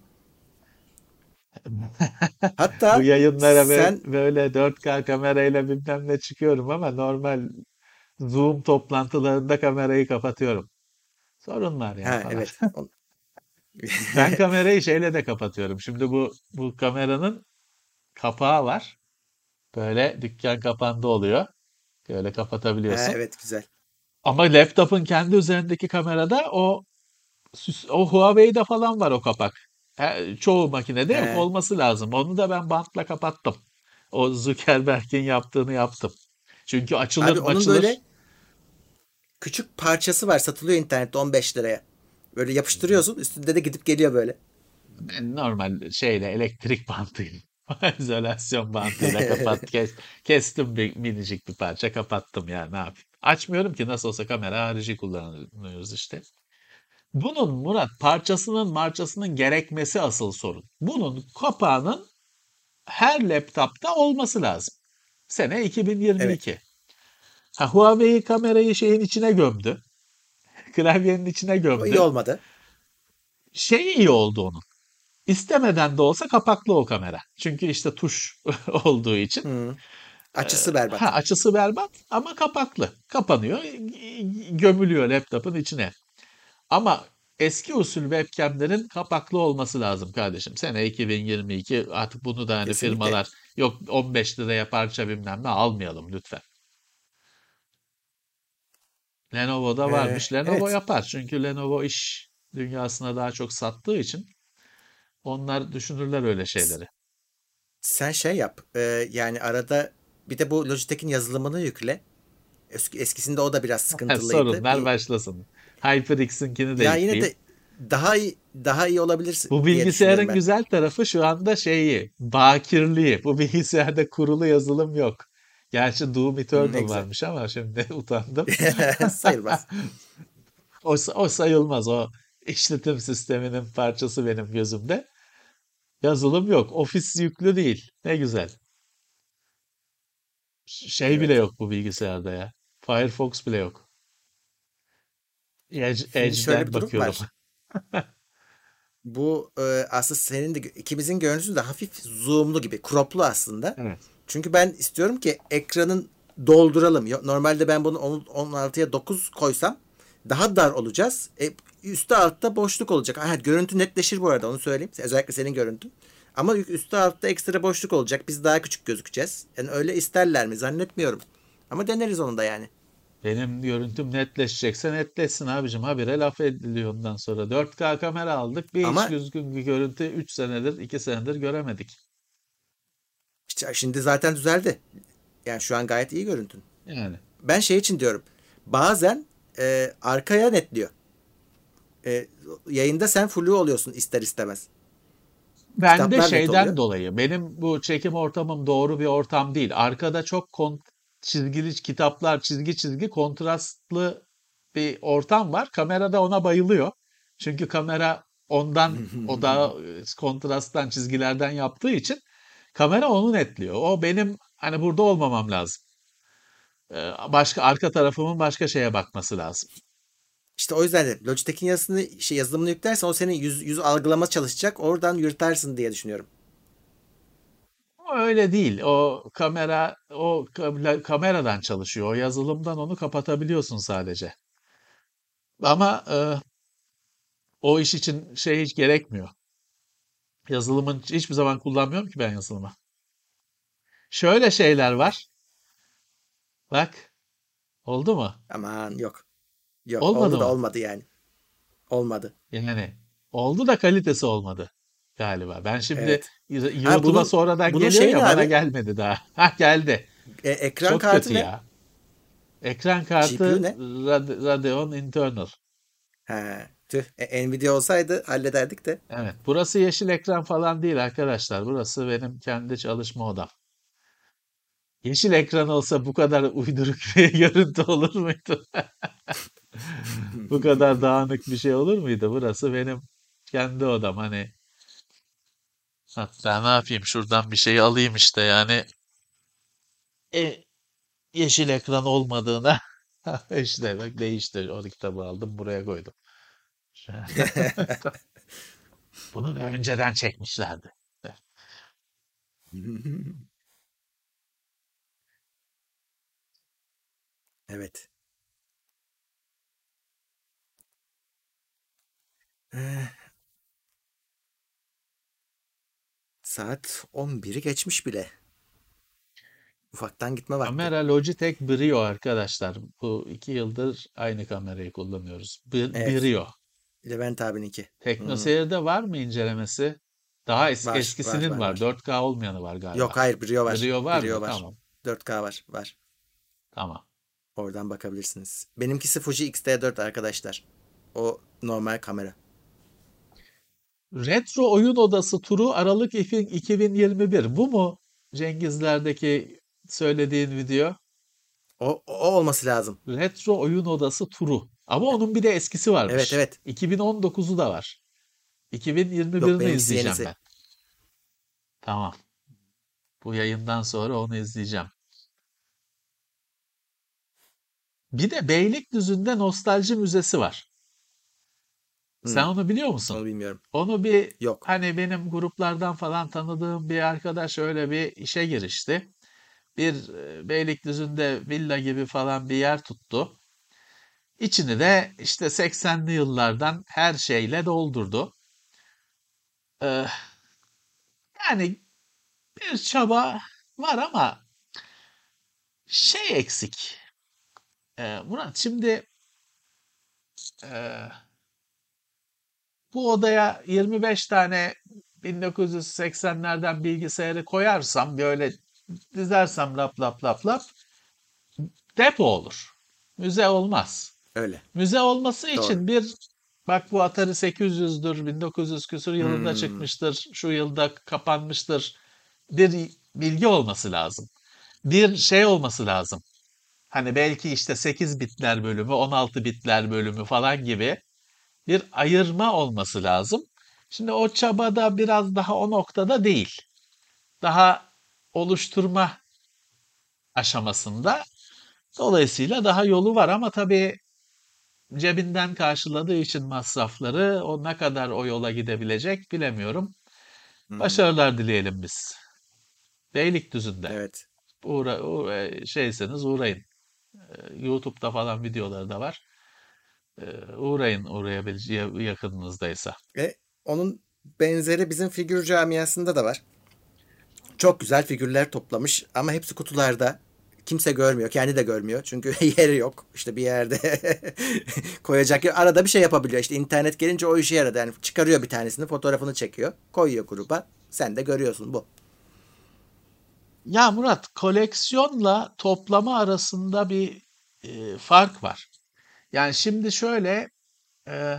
Speaker 3: Bu
Speaker 2: Hatta
Speaker 3: yayınlara be-
Speaker 2: sen
Speaker 3: böyle dört K kamerayla bilmem ne çıkıyorum ama normal Zoom toplantılarında kamerayı kapatıyorum. Sorun var ya
Speaker 2: ha
Speaker 3: falan.
Speaker 2: evet. On-
Speaker 3: Ben kamerayı şeyle de kapatıyorum. Şimdi bu bu kameranın kapağı var. Böyle dükkan kapandı oluyor. Böyle
Speaker 2: ha
Speaker 3: kapatabiliyorsun.
Speaker 2: evet güzel.
Speaker 3: Ama laptopun kendi üzerindeki kamerada o süs- o Huawei'de falan var o kapak. He- çoğu makinede yok.
Speaker 2: He.
Speaker 3: Olması lazım. Onu da ben bantla kapattım. O Zuckerberg'in yaptığını yaptım. Çünkü açılır
Speaker 2: Abi onun
Speaker 3: maçılır.
Speaker 2: böyle küçük parçası var satılıyor internette on beş liraya. Böyle yapıştırıyorsun üstünde de gidip geliyor böyle.
Speaker 3: Ben normal şeyle elektrik bantıyla, izolasyon bantıyla kapat kes, kestim bir minicik bir parça kapattım ya ne yapayım. Açmıyorum ki nasıl olsa kamera harici kullanıyoruz işte. Bunun Murat parçasının marçasının gerekmesi asıl sorun. Bunun kapağının her laptopta olması lazım. Sene
Speaker 2: Evet.
Speaker 3: iki bin yirmi iki. Ha, Huawei kamerayı şeyin içine gömdü. Klavyenin içine
Speaker 2: O iyi
Speaker 3: gömdü.
Speaker 2: olmadı.
Speaker 3: Şey iyi oldu onun. İstemeden de olsa kapaklı o kamera. Çünkü işte tuş olduğu için.
Speaker 2: Hı.
Speaker 3: Ee,
Speaker 2: Açısı
Speaker 3: ha,
Speaker 2: berbat.
Speaker 3: açısı berbat ama kapaklı. Kapanıyor, gömülüyor laptopun içine. Ama eski usul webcamlerin kapaklı olması lazım kardeşim. Sene iki bin yirmi iki artık bunu da hani
Speaker 2: Kesinlikle.
Speaker 3: firmalar yok on beş liraya parça bilmem ne almayalım lütfen. Lenovo'da
Speaker 2: Ee,
Speaker 3: varmış. Lenovo
Speaker 2: evet.
Speaker 3: yapar. Çünkü Lenovo iş dünyasına daha çok sattığı için onlar düşünürler öyle
Speaker 2: S-
Speaker 3: şeyleri.
Speaker 2: Sen şey yap. e, yani arada bir de bu Logitech'in yazılımını yükle. Eski, eskisinde o da biraz sıkıntılıydı.
Speaker 3: Sorunlar
Speaker 2: Bir
Speaker 3: başlasın. HyperX'inkini de
Speaker 2: ya yine
Speaker 3: yükleyeyim.
Speaker 2: de daha iyi daha iyi olabilir
Speaker 3: Bu
Speaker 2: diye düşünüyorum
Speaker 3: bilgisayarın
Speaker 2: ben.
Speaker 3: güzel tarafı şu anda şeyi, bakirliği. Bu bilgisayarda kurulu yazılım yok. Gerçi Doom
Speaker 2: Hı, ne
Speaker 3: Eternal
Speaker 2: güzel.
Speaker 3: varmış ama şimdi utandım.
Speaker 2: Sayılmaz.
Speaker 3: O, o sayılmaz. O işletim sisteminin parçası benim gözümde. Yazılım yok. Ofis yüklü değil. Ne güzel. Ş- Şey bile
Speaker 2: Evet.
Speaker 3: yok bu bilgisayarda ya. Firefox bile yok. Edge,
Speaker 2: Şimdi şöyle
Speaker 3: Edge'den
Speaker 2: bir durum
Speaker 3: bakıyorum.
Speaker 2: var. Bu e, aslında senin de ikimizin görüntüsü de hafif zoomlu gibi, croplu aslında.
Speaker 3: Evet.
Speaker 2: Çünkü ben istiyorum ki ekranın dolduralım. Yo- Normalde ben bunu on- on altıya dokuz koysam daha dar olacağız. E, üstte altta boşluk olacak. Ha, görüntü netleşir bu arada onu söyleyeyim. Özellikle senin görüntün. Ama üstte altta ekstra boşluk olacak. Biz daha küçük gözükeceğiz. Yani öyle isterler mi? Zannetmiyorum. Ama deneriz onu da yani.
Speaker 3: Benim görüntüm netleşecekse netleşsin abicim. Habire laf ediliyor ondan sonra. dört K kamera aldık. Bir hiç
Speaker 2: Ama
Speaker 3: düzgün bir görüntü üç senedir, iki senedir göremedik.
Speaker 2: işte şimdi zaten düzeldi. Yani şu an gayet iyi görüntün.
Speaker 3: Yani
Speaker 2: Ben şey için diyorum. Bazen e, arkaya netliyor. E, Yayında sen flu oluyorsun ister istemez.
Speaker 3: ben de
Speaker 2: Kitaplar net
Speaker 3: şeyden
Speaker 2: oluyor.
Speaker 3: dolayı benim bu çekim ortamım doğru bir ortam değil. Arkada çok kon çizgili kitaplar, çizgi çizgi kontrastlı bir ortam var. Kamera da ona bayılıyor. Çünkü kamera ondan o da e, kontrasttan çizgilerden yaptığı için kamera onu netliyor. O benim hani burada olmamam lazım. Ee, Başka arka tarafımın başka şeye bakması lazım.
Speaker 2: İşte o yüzden de Logitech'in yazısını, şey, yazılımını yüklersen o senin yüz, yüz algılama çalışacak. Oradan yürütersin diye düşünüyorum.
Speaker 3: O öyle değil. O kamera o ka- kameradan çalışıyor. O yazılımdan onu kapatabiliyorsun sadece. Ama e, o iş için şey hiç gerekmiyor. Yazılımın hiçbir zaman kullanmıyorum ki ben yazılımı. Şöyle şeyler var. Bak, oldu mu?
Speaker 2: Aman yok. Yok
Speaker 3: Olmadı
Speaker 2: oldu da
Speaker 3: mı?
Speaker 2: olmadı yani. Olmadı.
Speaker 3: Yani oldu da kalitesi olmadı galiba. Ben şimdi
Speaker 2: Evet. Ha
Speaker 3: YouTube'a
Speaker 2: bunun
Speaker 3: sonradan
Speaker 2: bunun
Speaker 3: geliyor
Speaker 2: şey ne
Speaker 3: ya bana
Speaker 2: abi?
Speaker 3: gelmedi daha. Ha geldi.
Speaker 2: E, ekran
Speaker 3: Çok
Speaker 2: kartı
Speaker 3: kötü
Speaker 2: ne?
Speaker 3: ya. Ekran
Speaker 2: G P U
Speaker 3: kartı
Speaker 2: ne?
Speaker 3: Rade- Radeon Internal.
Speaker 2: Ha, tüh. E, Nvidia olsaydı hallederdik de.
Speaker 3: Evet, burası yeşil ekran falan değil arkadaşlar. Burası benim kendi çalışma odam. Yeşil ekran olsa bu kadar uyduruk bir görüntü olur muydu? Bu kadar dağınık bir şey olur muydu? Burası benim kendi odam. Hani hatta ne yapayım şuradan bir şey alayım işte yani e, yeşil ekran olmadığına işte bak değişti. O kitabı aldım buraya koydum. Bunu da önceden çekmişlerdi.
Speaker 2: Evet. Eh, Saat on biri geçmiş bile. Ufaktan gitme vakti.
Speaker 3: Kamera Logitech Brio arkadaşlar. Bu iki yıldır aynı kamerayı kullanıyoruz. B-
Speaker 2: Evet.
Speaker 3: Brio.
Speaker 2: Levent abininki. Hmm.
Speaker 3: TeknoSeyir'de var mı incelemesi? Daha es-
Speaker 2: Var, var,
Speaker 3: eskisinin
Speaker 2: var,
Speaker 3: var.
Speaker 2: var.
Speaker 3: dört K olmayanı var galiba.
Speaker 2: Yok hayır, Brio var.
Speaker 3: Brio var mı?
Speaker 2: Brio var.
Speaker 3: Tamam.
Speaker 2: dört K var. Var.
Speaker 3: Tamam.
Speaker 2: Oradan bakabilirsiniz. Benimkisi Fuji X T dört arkadaşlar. O normal kamera.
Speaker 3: Retro Oyun Odası turu Aralık iki bin yirmi bir. Bu mu Cengizler'deki söylediğin video?
Speaker 2: O, o olması lazım.
Speaker 3: Retro Oyun Odası turu. Ama onun bir de eskisi
Speaker 2: Evet,
Speaker 3: varmış.
Speaker 2: evet.
Speaker 3: iki bin on dokuzu da var.
Speaker 2: Yok
Speaker 3: iki bin yirmi birini
Speaker 2: benimkisi
Speaker 3: izleyeceğim
Speaker 2: yenisi.
Speaker 3: ben. Tamam. Bu yayından sonra onu izleyeceğim. Bir de Beylikdüzü'nde Nostalji Müzesi var. Sen
Speaker 2: Hmm,
Speaker 3: onu biliyor musun?
Speaker 2: Onu bilmiyorum.
Speaker 3: Onu bir
Speaker 2: Yok.
Speaker 3: hani benim gruplardan falan tanıdığım bir arkadaş öyle bir işe girişti. Bir e, Beylikdüzü'nde villa gibi falan bir yer tuttu. İçini de işte seksenli yıllardan her şeyle doldurdu. Ee, Yani bir çaba var ama şey eksik. Ee, Murat şimdi e, bu odaya yirmi beş tane bin dokuz yüz seksenlerden bilgisayarı koyarsam böyle dizersem lap lap lap lap depo olur. Müze olmaz.
Speaker 2: Öyle.
Speaker 3: Müze olması
Speaker 2: Doğru.
Speaker 3: için bir bak bu Atari sekiz yüzdür, bin dokuz yüz küsur yılında
Speaker 2: Hmm,
Speaker 3: çıkmıştır, şu yılda kapanmıştır. Bir bilgi olması lazım. Bir şey olması lazım. Hani belki işte sekiz bitler bölümü, on altı bitler bölümü falan gibi bir ayırma olması lazım. Şimdi o çabada biraz daha o noktada değil. Daha oluşturma aşamasında. Dolayısıyla daha yolu var ama tabii cebinden karşıladığı için masrafları o ne kadar o yola gidebilecek bilemiyorum.
Speaker 2: hmm,
Speaker 3: Başarılar dileyelim biz. Beylikdüzü'nde.
Speaker 2: Evet.
Speaker 3: Uğra, uğra- şeyseniz uğrayın. Ee, YouTube'da falan videoları da var. Ee, uğrayın uğrayabileceği yakınınızdaysa.
Speaker 2: E, onun benzeri bizim figür camiasında da var. Çok güzel figürler toplamış ama hepsi kutularda. Kimse görmüyor. Kendi de görmüyor. Çünkü yeri yok. İşte bir yerde koyacak yer. Arada bir şey yapabiliyor. İşte internet gelince o işe yaradı. Yani çıkarıyor bir tanesini, fotoğrafını çekiyor. Koyuyor gruba. Sen de görüyorsun bu.
Speaker 3: Ya Murat, koleksiyonla toplama arasında bir e, fark var. Yani şimdi şöyle, e,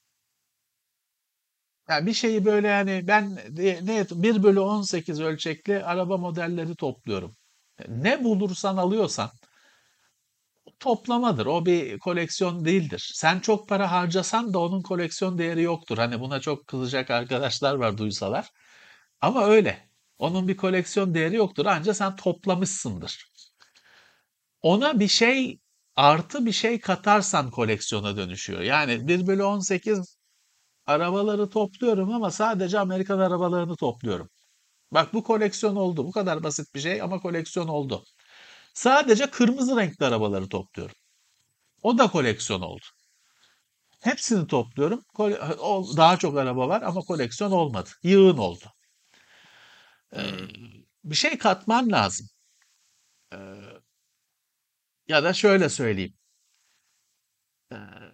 Speaker 3: yani bir şeyi böyle, yani ben de- ne bir bölü on sekiz ölçekli araba modelleri topluyorum. E, Ne bulursan alıyorsan toplamadır. O bir koleksiyon değildir. Sen çok para harcasan da onun koleksiyon değeri yoktur. Hani buna çok kızacak arkadaşlar var duysalar. Ama öyle. Onun bir koleksiyon değeri yoktur. Ancak sen toplamışsındır. Ona bir şey, artı bir şey katarsan koleksiyona dönüşüyor. Yani bir bölü on sekiz arabaları topluyorum ama sadece Amerikan arabalarını topluyorum. Bak, bu koleksiyon oldu. Bu kadar basit bir şey ama koleksiyon oldu. Sadece kırmızı renkli arabaları topluyorum. O da koleksiyon oldu. Hepsini topluyorum. Kole- o- Daha çok araba var ama koleksiyon olmadı. Yığın oldu. Ee,
Speaker 2: Hmm.
Speaker 3: Bir şey katman lazım. Ee, Ya da şöyle söyleyeyim. Ee,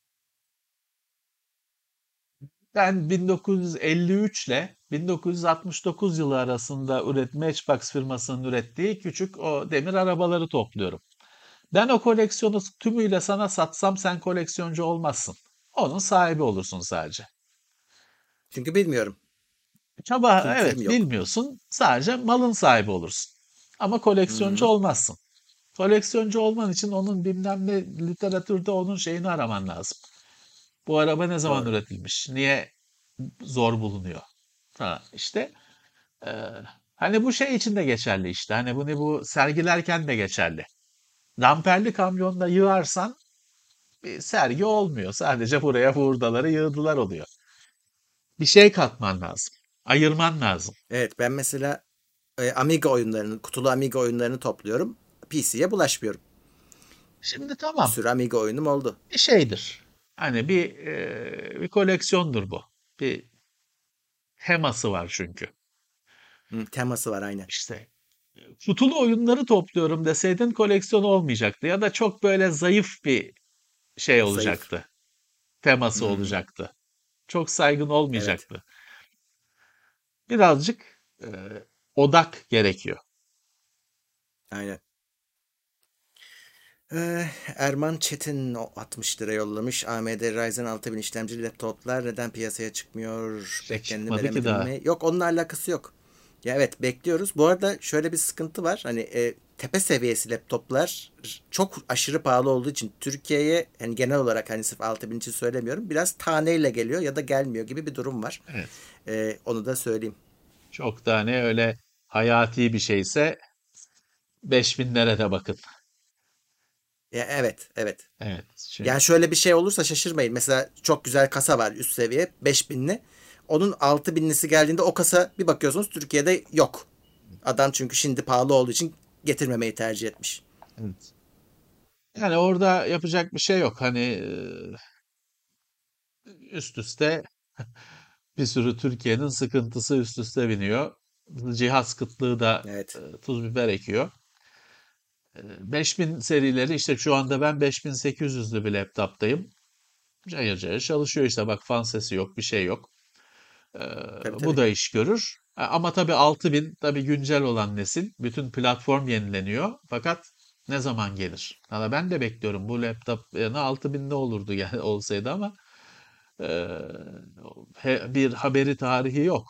Speaker 3: Ben bin dokuz yüz elli üç ile bin dokuz yüz altmış dokuz yılı arasında üret Matchbox firmasının ürettiği küçük o demir arabaları topluyorum. Ben o koleksiyonu tümüyle sana satsam sen koleksiyoncu olmazsın. Onun sahibi olursun sadece.
Speaker 2: Çünkü bilmiyorum.
Speaker 3: Çaba,
Speaker 2: Kültürüm
Speaker 3: evet,
Speaker 2: yok.
Speaker 3: bilmiyorsun. Sadece malın sahibi olursun. Ama
Speaker 2: Hı
Speaker 3: koleksiyoncu
Speaker 2: hı.
Speaker 3: olmazsın. Koleksiyoncu olman için onun bilmem ne literatürde onun şeyini araman lazım. Bu araba ne zaman
Speaker 2: Doğru.
Speaker 3: üretilmiş? Niye zor bulunuyor? Ha, işte Ee, hani bu şey için de geçerli işte. Hani bunu bu sergilerken de geçerli. Damperli kamyonda yığarsan bir sergi olmuyor. Sadece buraya hurdaları yığdılar oluyor. Bir şey katman lazım. Ayırman lazım.
Speaker 2: Evet, ben mesela e, Amiga oyunlarını, kutulu Amiga oyunlarını topluyorum. P C'ye bulaşmıyorum.
Speaker 3: Şimdi
Speaker 2: Bir
Speaker 3: tamam,
Speaker 2: sürü Amiga oyunum oldu.
Speaker 3: bir şeydir. Hani bir e, bir koleksiyondur bu. Bir teması var çünkü.
Speaker 2: Hı, teması var aynen.
Speaker 3: İşte kutulu oyunları topluyorum deseydin koleksiyon olmayacaktı. Ya da çok böyle zayıf bir şey
Speaker 2: Zayıf.
Speaker 3: olacaktı. Teması
Speaker 2: Hı,
Speaker 3: olacaktı. Çok saygın
Speaker 2: evet.
Speaker 3: olmayacaktı. Birazcık e, odak gerekiyor.
Speaker 2: Aynen. Ee, Erman Çetin o altmış lira yollamış. A M D Ryzen altı bin işlemcili laptoplar neden piyasaya çıkmıyor?
Speaker 3: İşte
Speaker 2: Beklendi mi
Speaker 3: çıkmadı ki
Speaker 2: demedim
Speaker 3: daha.
Speaker 2: mi? Yok, onunla alakası yok. Ya evet, bekliyoruz. Bu arada şöyle bir sıkıntı var. Hani e, tepe seviyesi laptoplar çok aşırı pahalı olduğu için Türkiye'ye, hani genel olarak, hani sırf altı bin için söylemiyorum, biraz taneyle geliyor ya da gelmiyor gibi bir durum var.
Speaker 3: Evet.
Speaker 2: E, onu da söyleyeyim.
Speaker 3: Çok da ne öyle hayati bir şeyse beş binlere de bakın.
Speaker 2: Ya evet, evet.
Speaker 3: Evet.
Speaker 2: Yani
Speaker 3: Çünkü
Speaker 2: şöyle bir şey olursa şaşırmayın. Mesela çok güzel kasa var üst seviye beş binli. Onun altı binlisi geldiğinde o kasa bir bakıyorsunuz Türkiye'de yok. Adam çünkü şimdi pahalı olduğu için getirmemeyi tercih etmiş.
Speaker 3: evet. Yani orada yapacak bir şey yok. Hani e, üst üste bir sürü Türkiye'nin sıkıntısı üst üste biniyor. Cihaz kıtlığı da e,
Speaker 2: Evet.
Speaker 3: tuz biber ekiyor. E, beş bin serileri işte şu anda ben beş bin sekiz yüzlü bir laptoptayım. Cayır cayır çalışıyor işte, bak, fan sesi yok, bir şey yok. Ee,
Speaker 2: Tabii
Speaker 3: Bu
Speaker 2: tabii.
Speaker 3: da iş görür. Ha, Ama tabii altı bin tabii güncel olan nesil. Bütün platform yenileniyor. Fakat ne zaman gelir? Valla ben de bekliyorum. Bu laptop yani altı bin ne olurdu yani olsaydı ama e, he- bir haberi tarihi yok.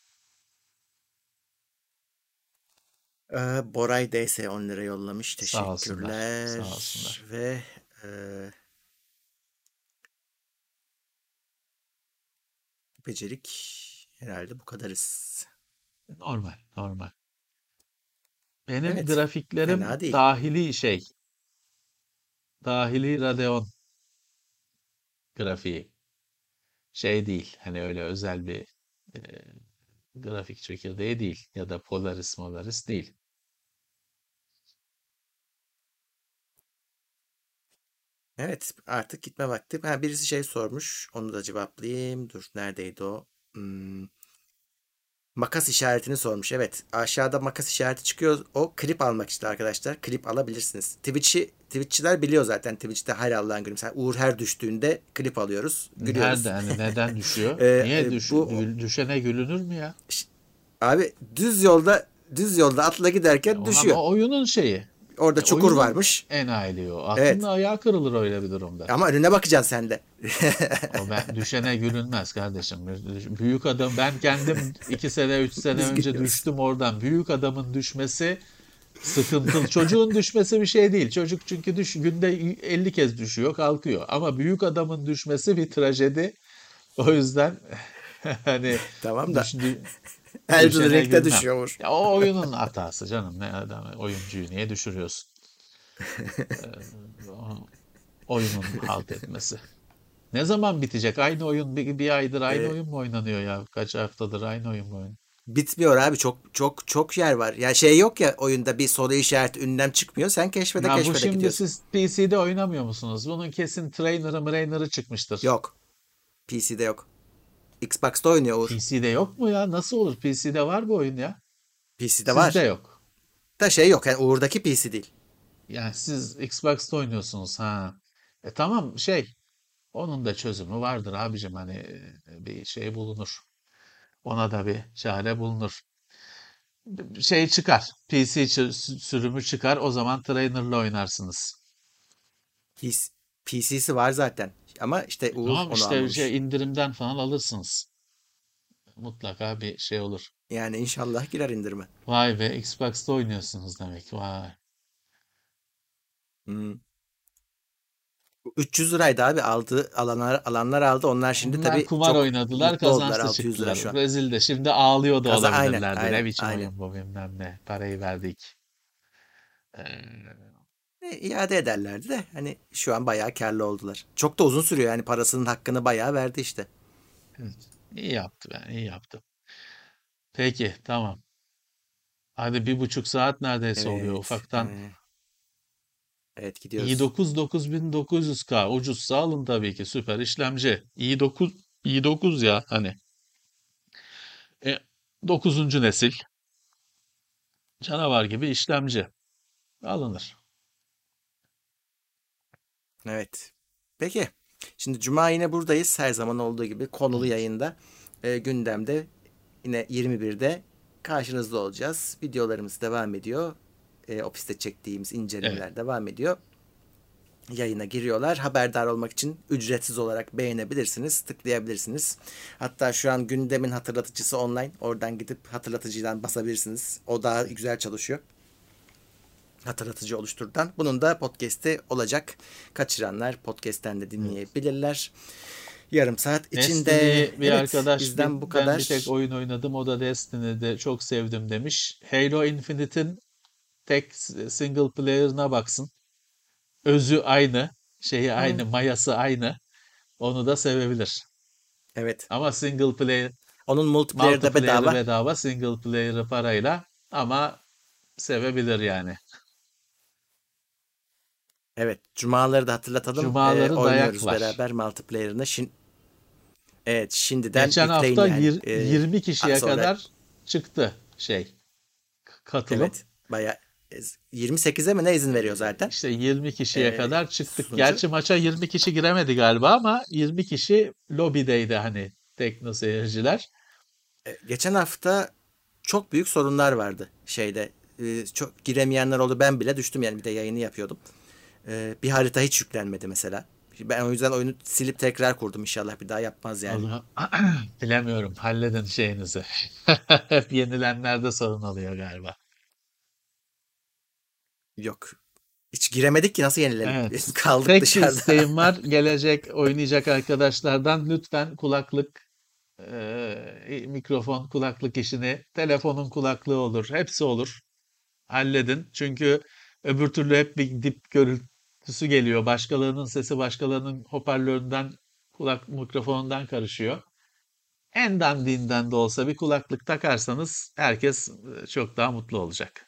Speaker 2: Ee, Boray D S on lira yollamış.
Speaker 3: Sağ olsunlar.
Speaker 2: Teşekkürler.
Speaker 3: Sağ olsunlar.
Speaker 2: Ve e, becerik herhalde bu kadarız.
Speaker 3: Normal, normal. Benim
Speaker 2: Evet.
Speaker 3: grafiklerim
Speaker 2: Fena değil.
Speaker 3: dahili şey, dahili Radeon grafiği. Şey değil. Hani öyle özel bir e, grafik çekirdeği değil. Ya da Polaris Molaris değil.
Speaker 2: Evet, artık gitme vakti. Ha, birisi şey sormuş. Onu da cevaplayayım. Dur, neredeydi o? Hmm, makas işaretini sormuş. Evet, aşağıda makas işareti çıkıyor. O klip almak işte arkadaşlar. Klip alabilirsiniz. Twitch'i Twitch'çiler biliyor zaten. Twitch'te her Allah'ın günü. Mesela Uğur her düştüğünde klip alıyoruz.
Speaker 3: Nerede,
Speaker 2: Gülüyoruz.
Speaker 3: hani neden düşüyor?
Speaker 2: Ee,
Speaker 3: Niye
Speaker 2: e,
Speaker 3: düş,
Speaker 2: bu
Speaker 3: gül- düşene gülünür mü ya?
Speaker 2: Abi düz yolda Düz yolda atla
Speaker 3: E,
Speaker 2: giderken
Speaker 3: Ona
Speaker 2: düşüyor.
Speaker 3: o oyunun şeyi.
Speaker 2: Orada
Speaker 3: E,
Speaker 2: çukur
Speaker 3: oyunun
Speaker 2: varmış.
Speaker 3: enayiliği o. Atın
Speaker 2: Evet.
Speaker 3: ayağı kırılır öyle bir durumda.
Speaker 2: Ama önüne bakacaksın sen de.
Speaker 3: O ben düşene gülünmez kardeşim. Büyük adam ben kendim iki sene üç sene
Speaker 2: Biz
Speaker 3: önce
Speaker 2: gülüyoruz.
Speaker 3: düştüm oradan. Büyük adamın düşmesi sıkıntılı. Çocuğun düşmesi bir şey değil. Çocuk çünkü düş, günde elli kez düşüyor, kalkıyor. Ama büyük adamın düşmesi bir trajedi. O yüzden hani
Speaker 2: Tamam da
Speaker 3: düş, dü-
Speaker 2: Elden
Speaker 3: düşene
Speaker 2: Ring'de
Speaker 3: gülmem.
Speaker 2: düşüyor.
Speaker 3: Ya o oyunun hatası canım. Ne adam oyuncuyu niye düşürüyorsun? Ee, o- oyunun halt etmesi. Ne zaman bitecek? Aynı oyun bir, bir aydır aynı
Speaker 2: Ee,
Speaker 3: oyun mu oynanıyor ya? Kaç haftadır aynı oyun mu oynanıyor?
Speaker 2: bitmiyor abi. Çok çok çok yer var. Ya şey yok ya, oyunda bir soru işareti, ünlem çıkmıyor. Sen keşfede
Speaker 3: Ya bu
Speaker 2: keşfede
Speaker 3: şimdi
Speaker 2: gidiyorsun.
Speaker 3: siz P C'de oynamıyor musunuz? Bunun kesin trainer'ı trainer'ı çıkmıştır.
Speaker 2: Yok. P C'de yok. Xbox'ta oynuyor Uğur.
Speaker 3: P C'de yok mu ya? Nasıl olur? P C'de var bu oyun ya.
Speaker 2: P C'de
Speaker 3: Sizde
Speaker 2: var.
Speaker 3: yok.
Speaker 2: Da şey yok. Yani Uğur'daki P C değil.
Speaker 3: Yani siz Xbox'ta oynuyorsunuz ha. E tamam şey onun da çözümü vardır abicim hani e, bir şey bulunur. Ona da bir çare bulunur. Şey çıkar. P C çı- sürümü çıkar. O zaman trainer'la oynarsınız.
Speaker 2: P C, P C'si var zaten. Ama işte Uğur
Speaker 3: Tamam
Speaker 2: onu
Speaker 3: işte
Speaker 2: almamış.
Speaker 3: şey indirimden falan alırsınız. Mutlaka bir şey olur.
Speaker 2: Yani inşallah girer indirime.
Speaker 3: Vay be Xbox'ta oynuyorsunuz demek. Vay.
Speaker 2: Hmm. üç yüz liraydı abi, aldı alanlar alanlar aldı. Onlar şimdi
Speaker 3: Onlar
Speaker 2: tabii
Speaker 3: kumar
Speaker 2: çok
Speaker 3: oynadılar,
Speaker 2: mutlu oldular,
Speaker 3: kazançlı
Speaker 2: altı yüz lira
Speaker 3: çıktılar.
Speaker 2: şu an.
Speaker 3: Rezil şimdi ağlıyor da
Speaker 2: Kaza aynen
Speaker 3: olabilirlerdi. Ne
Speaker 2: aynen
Speaker 3: biçim
Speaker 2: aynen.
Speaker 3: oyun bu bilmem ne. Parayı verdik. Ee,
Speaker 2: E, iade ederlerdi de hani şu an bayağı kârlı oldular. Çok da uzun sürüyor yani, parasının hakkını bayağı verdi işte.
Speaker 3: evet. İyi yaptı ben, iyi yaptı. Peki, tamam. Hadi bir buçuk saat neredeyse oluyor
Speaker 2: Evet.
Speaker 3: ufaktan.
Speaker 2: e, evet
Speaker 3: i
Speaker 2: gidiyoruz.
Speaker 3: dokuz dokuz bin dokuz yüz K ucuzsa alın tabii ki süper işlemci. i dokuz i dokuz ya hani. E, dokuzuncu nesil canavar gibi işlemci alınır.
Speaker 2: Evet. Peki. Şimdi Cuma yine buradayız. Her zaman olduğu gibi konulu
Speaker 3: Evet.
Speaker 2: yayında. E, gündemde yine yirmi birde karşınızda olacağız. Videolarımız devam ediyor. E, ofiste çektiğimiz
Speaker 3: Evet.
Speaker 2: incelemeler devam ediyor. Yayına giriyorlar. Haberdar olmak için ücretsiz olarak beğenebilirsiniz, tıklayabilirsiniz. Hatta şu an gündemin hatırlatıcısı online. Oradan gidip hatırlatıcıdan basabilirsiniz. O daha güzel çalışıyor. Hatırlatıcı oluşturdan. Bunun da podcast'i olacak. Kaçıranlar podcast'ten de
Speaker 3: Evet.
Speaker 2: dinleyebilirler. Yarım saat içinde.
Speaker 3: Destiny'yi bir
Speaker 2: Evet,
Speaker 3: arkadaş bir-
Speaker 2: bizden bu
Speaker 3: ben bir tek
Speaker 2: kadar.
Speaker 3: oyun oynadım o da Destiny'de çok sevdim demiş. Halo Infinite'in tek s- single player'ına baksın. Özü aynı, şeyi
Speaker 2: Hı,
Speaker 3: aynı, mayası aynı. Onu da sevebilir.
Speaker 2: evet.
Speaker 3: Ama single player,
Speaker 2: Onun multiplayer'da
Speaker 3: multiplayer'ı
Speaker 2: bedava.
Speaker 3: bedava, single player'ı parayla ama sevebilir yani.
Speaker 2: Evet. Cumaları da hatırlatalım. Ee,
Speaker 3: Cumaları dayak
Speaker 2: oynuyoruz
Speaker 3: var.
Speaker 2: beraber multiplayer'ını. Şin evet, şimdiden
Speaker 3: Geçen
Speaker 2: yükleyin
Speaker 3: hafta
Speaker 2: yani.
Speaker 3: yir-
Speaker 2: Ee,
Speaker 3: yirmi
Speaker 2: a-
Speaker 3: kişiye
Speaker 2: sonra
Speaker 3: kadar çıktı şey k- katılım.
Speaker 2: evet, bayağı yirmi sekize mi ne izin veriyor
Speaker 3: Ee,
Speaker 2: zaten
Speaker 3: işte yirmi kişiye
Speaker 2: ee,
Speaker 3: kadar çıktık.
Speaker 2: sunucu.
Speaker 3: Gerçi maça yirmi kişi giremedi galiba ama yirmi kişi lobideydi hani tekno seyirciler.
Speaker 2: Ee, geçen hafta çok büyük sorunlar vardı şeyde. Ee, çok giremeyenler oldu. Ben bile düştüm yani, bir de yayını yapıyordum. Ee, bir harita hiç yüklenmedi mesela. Ben o yüzden oyunu silip tekrar kurdum. İnşallah bir daha yapmaz yani.
Speaker 3: Allah bilemiyorum. Halledin şeyinizi. Hep yenilenlerde sorun oluyor galiba.
Speaker 2: Yok. Hiç giremedik ki, nasıl yenilelim?
Speaker 3: Evet.
Speaker 2: Kaldık
Speaker 3: Tek bir
Speaker 2: dışarıda.
Speaker 3: isteğim var. Gelecek oynayacak arkadaşlardan lütfen kulaklık, eee, mikrofon, kulaklık işini, telefonun kulaklığı olur. Hepsi olur. Halledin. Çünkü öbür türlü hep bir dip gürültüsü geliyor. Başkalarının sesi başkalarının hoparlöründen, kulak mikrofonundan karışıyor. En dandiğinden de olsa bir kulaklık takarsanız herkes e, çok daha mutlu olacak.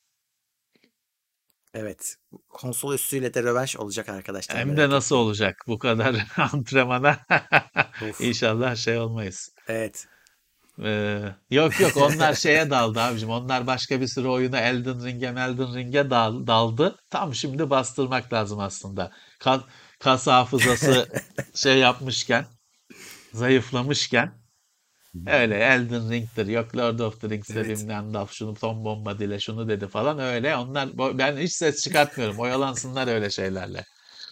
Speaker 2: Evet. Konsol üstüyle de rövanş olacak arkadaşlar,
Speaker 3: Hem de
Speaker 2: merak
Speaker 3: nasıl
Speaker 2: etmeyin.
Speaker 3: olacak bu kadar antrenmana?
Speaker 2: Of.
Speaker 3: İnşallah şey olmayız.
Speaker 2: Evet.
Speaker 3: Ee, yok yok onlar şeye daldı abicim. Onlar başka bir sürü oyuna Elden Ring'e Elden Ring'e dal- daldı. Tam şimdi bastırmak lazım aslında. Ka- kas hafızası şey yapmışken, zayıflamışken Öyle Elden Ring'tir, yok Lord of the Rings'te
Speaker 2: Evet.
Speaker 3: bilmem laf şunu Tom Bombadil'e şunu dedi falan öyle. Onlar bo- ben hiç ses çıkartmıyorum. Oyalansınlar öyle şeylerle.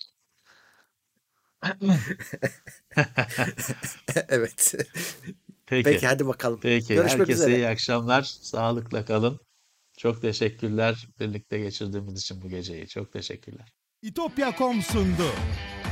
Speaker 2: Evet.
Speaker 3: Peki.
Speaker 2: Peki hadi bakalım.
Speaker 3: Peki.
Speaker 2: Görüşmek
Speaker 3: Herkese
Speaker 2: üzere.
Speaker 3: iyi akşamlar. Sağlıkla kalın. Çok teşekkürler birlikte geçirdiğimiz için bu geceyi. Çok teşekkürler.
Speaker 1: itopya nokta com sundu.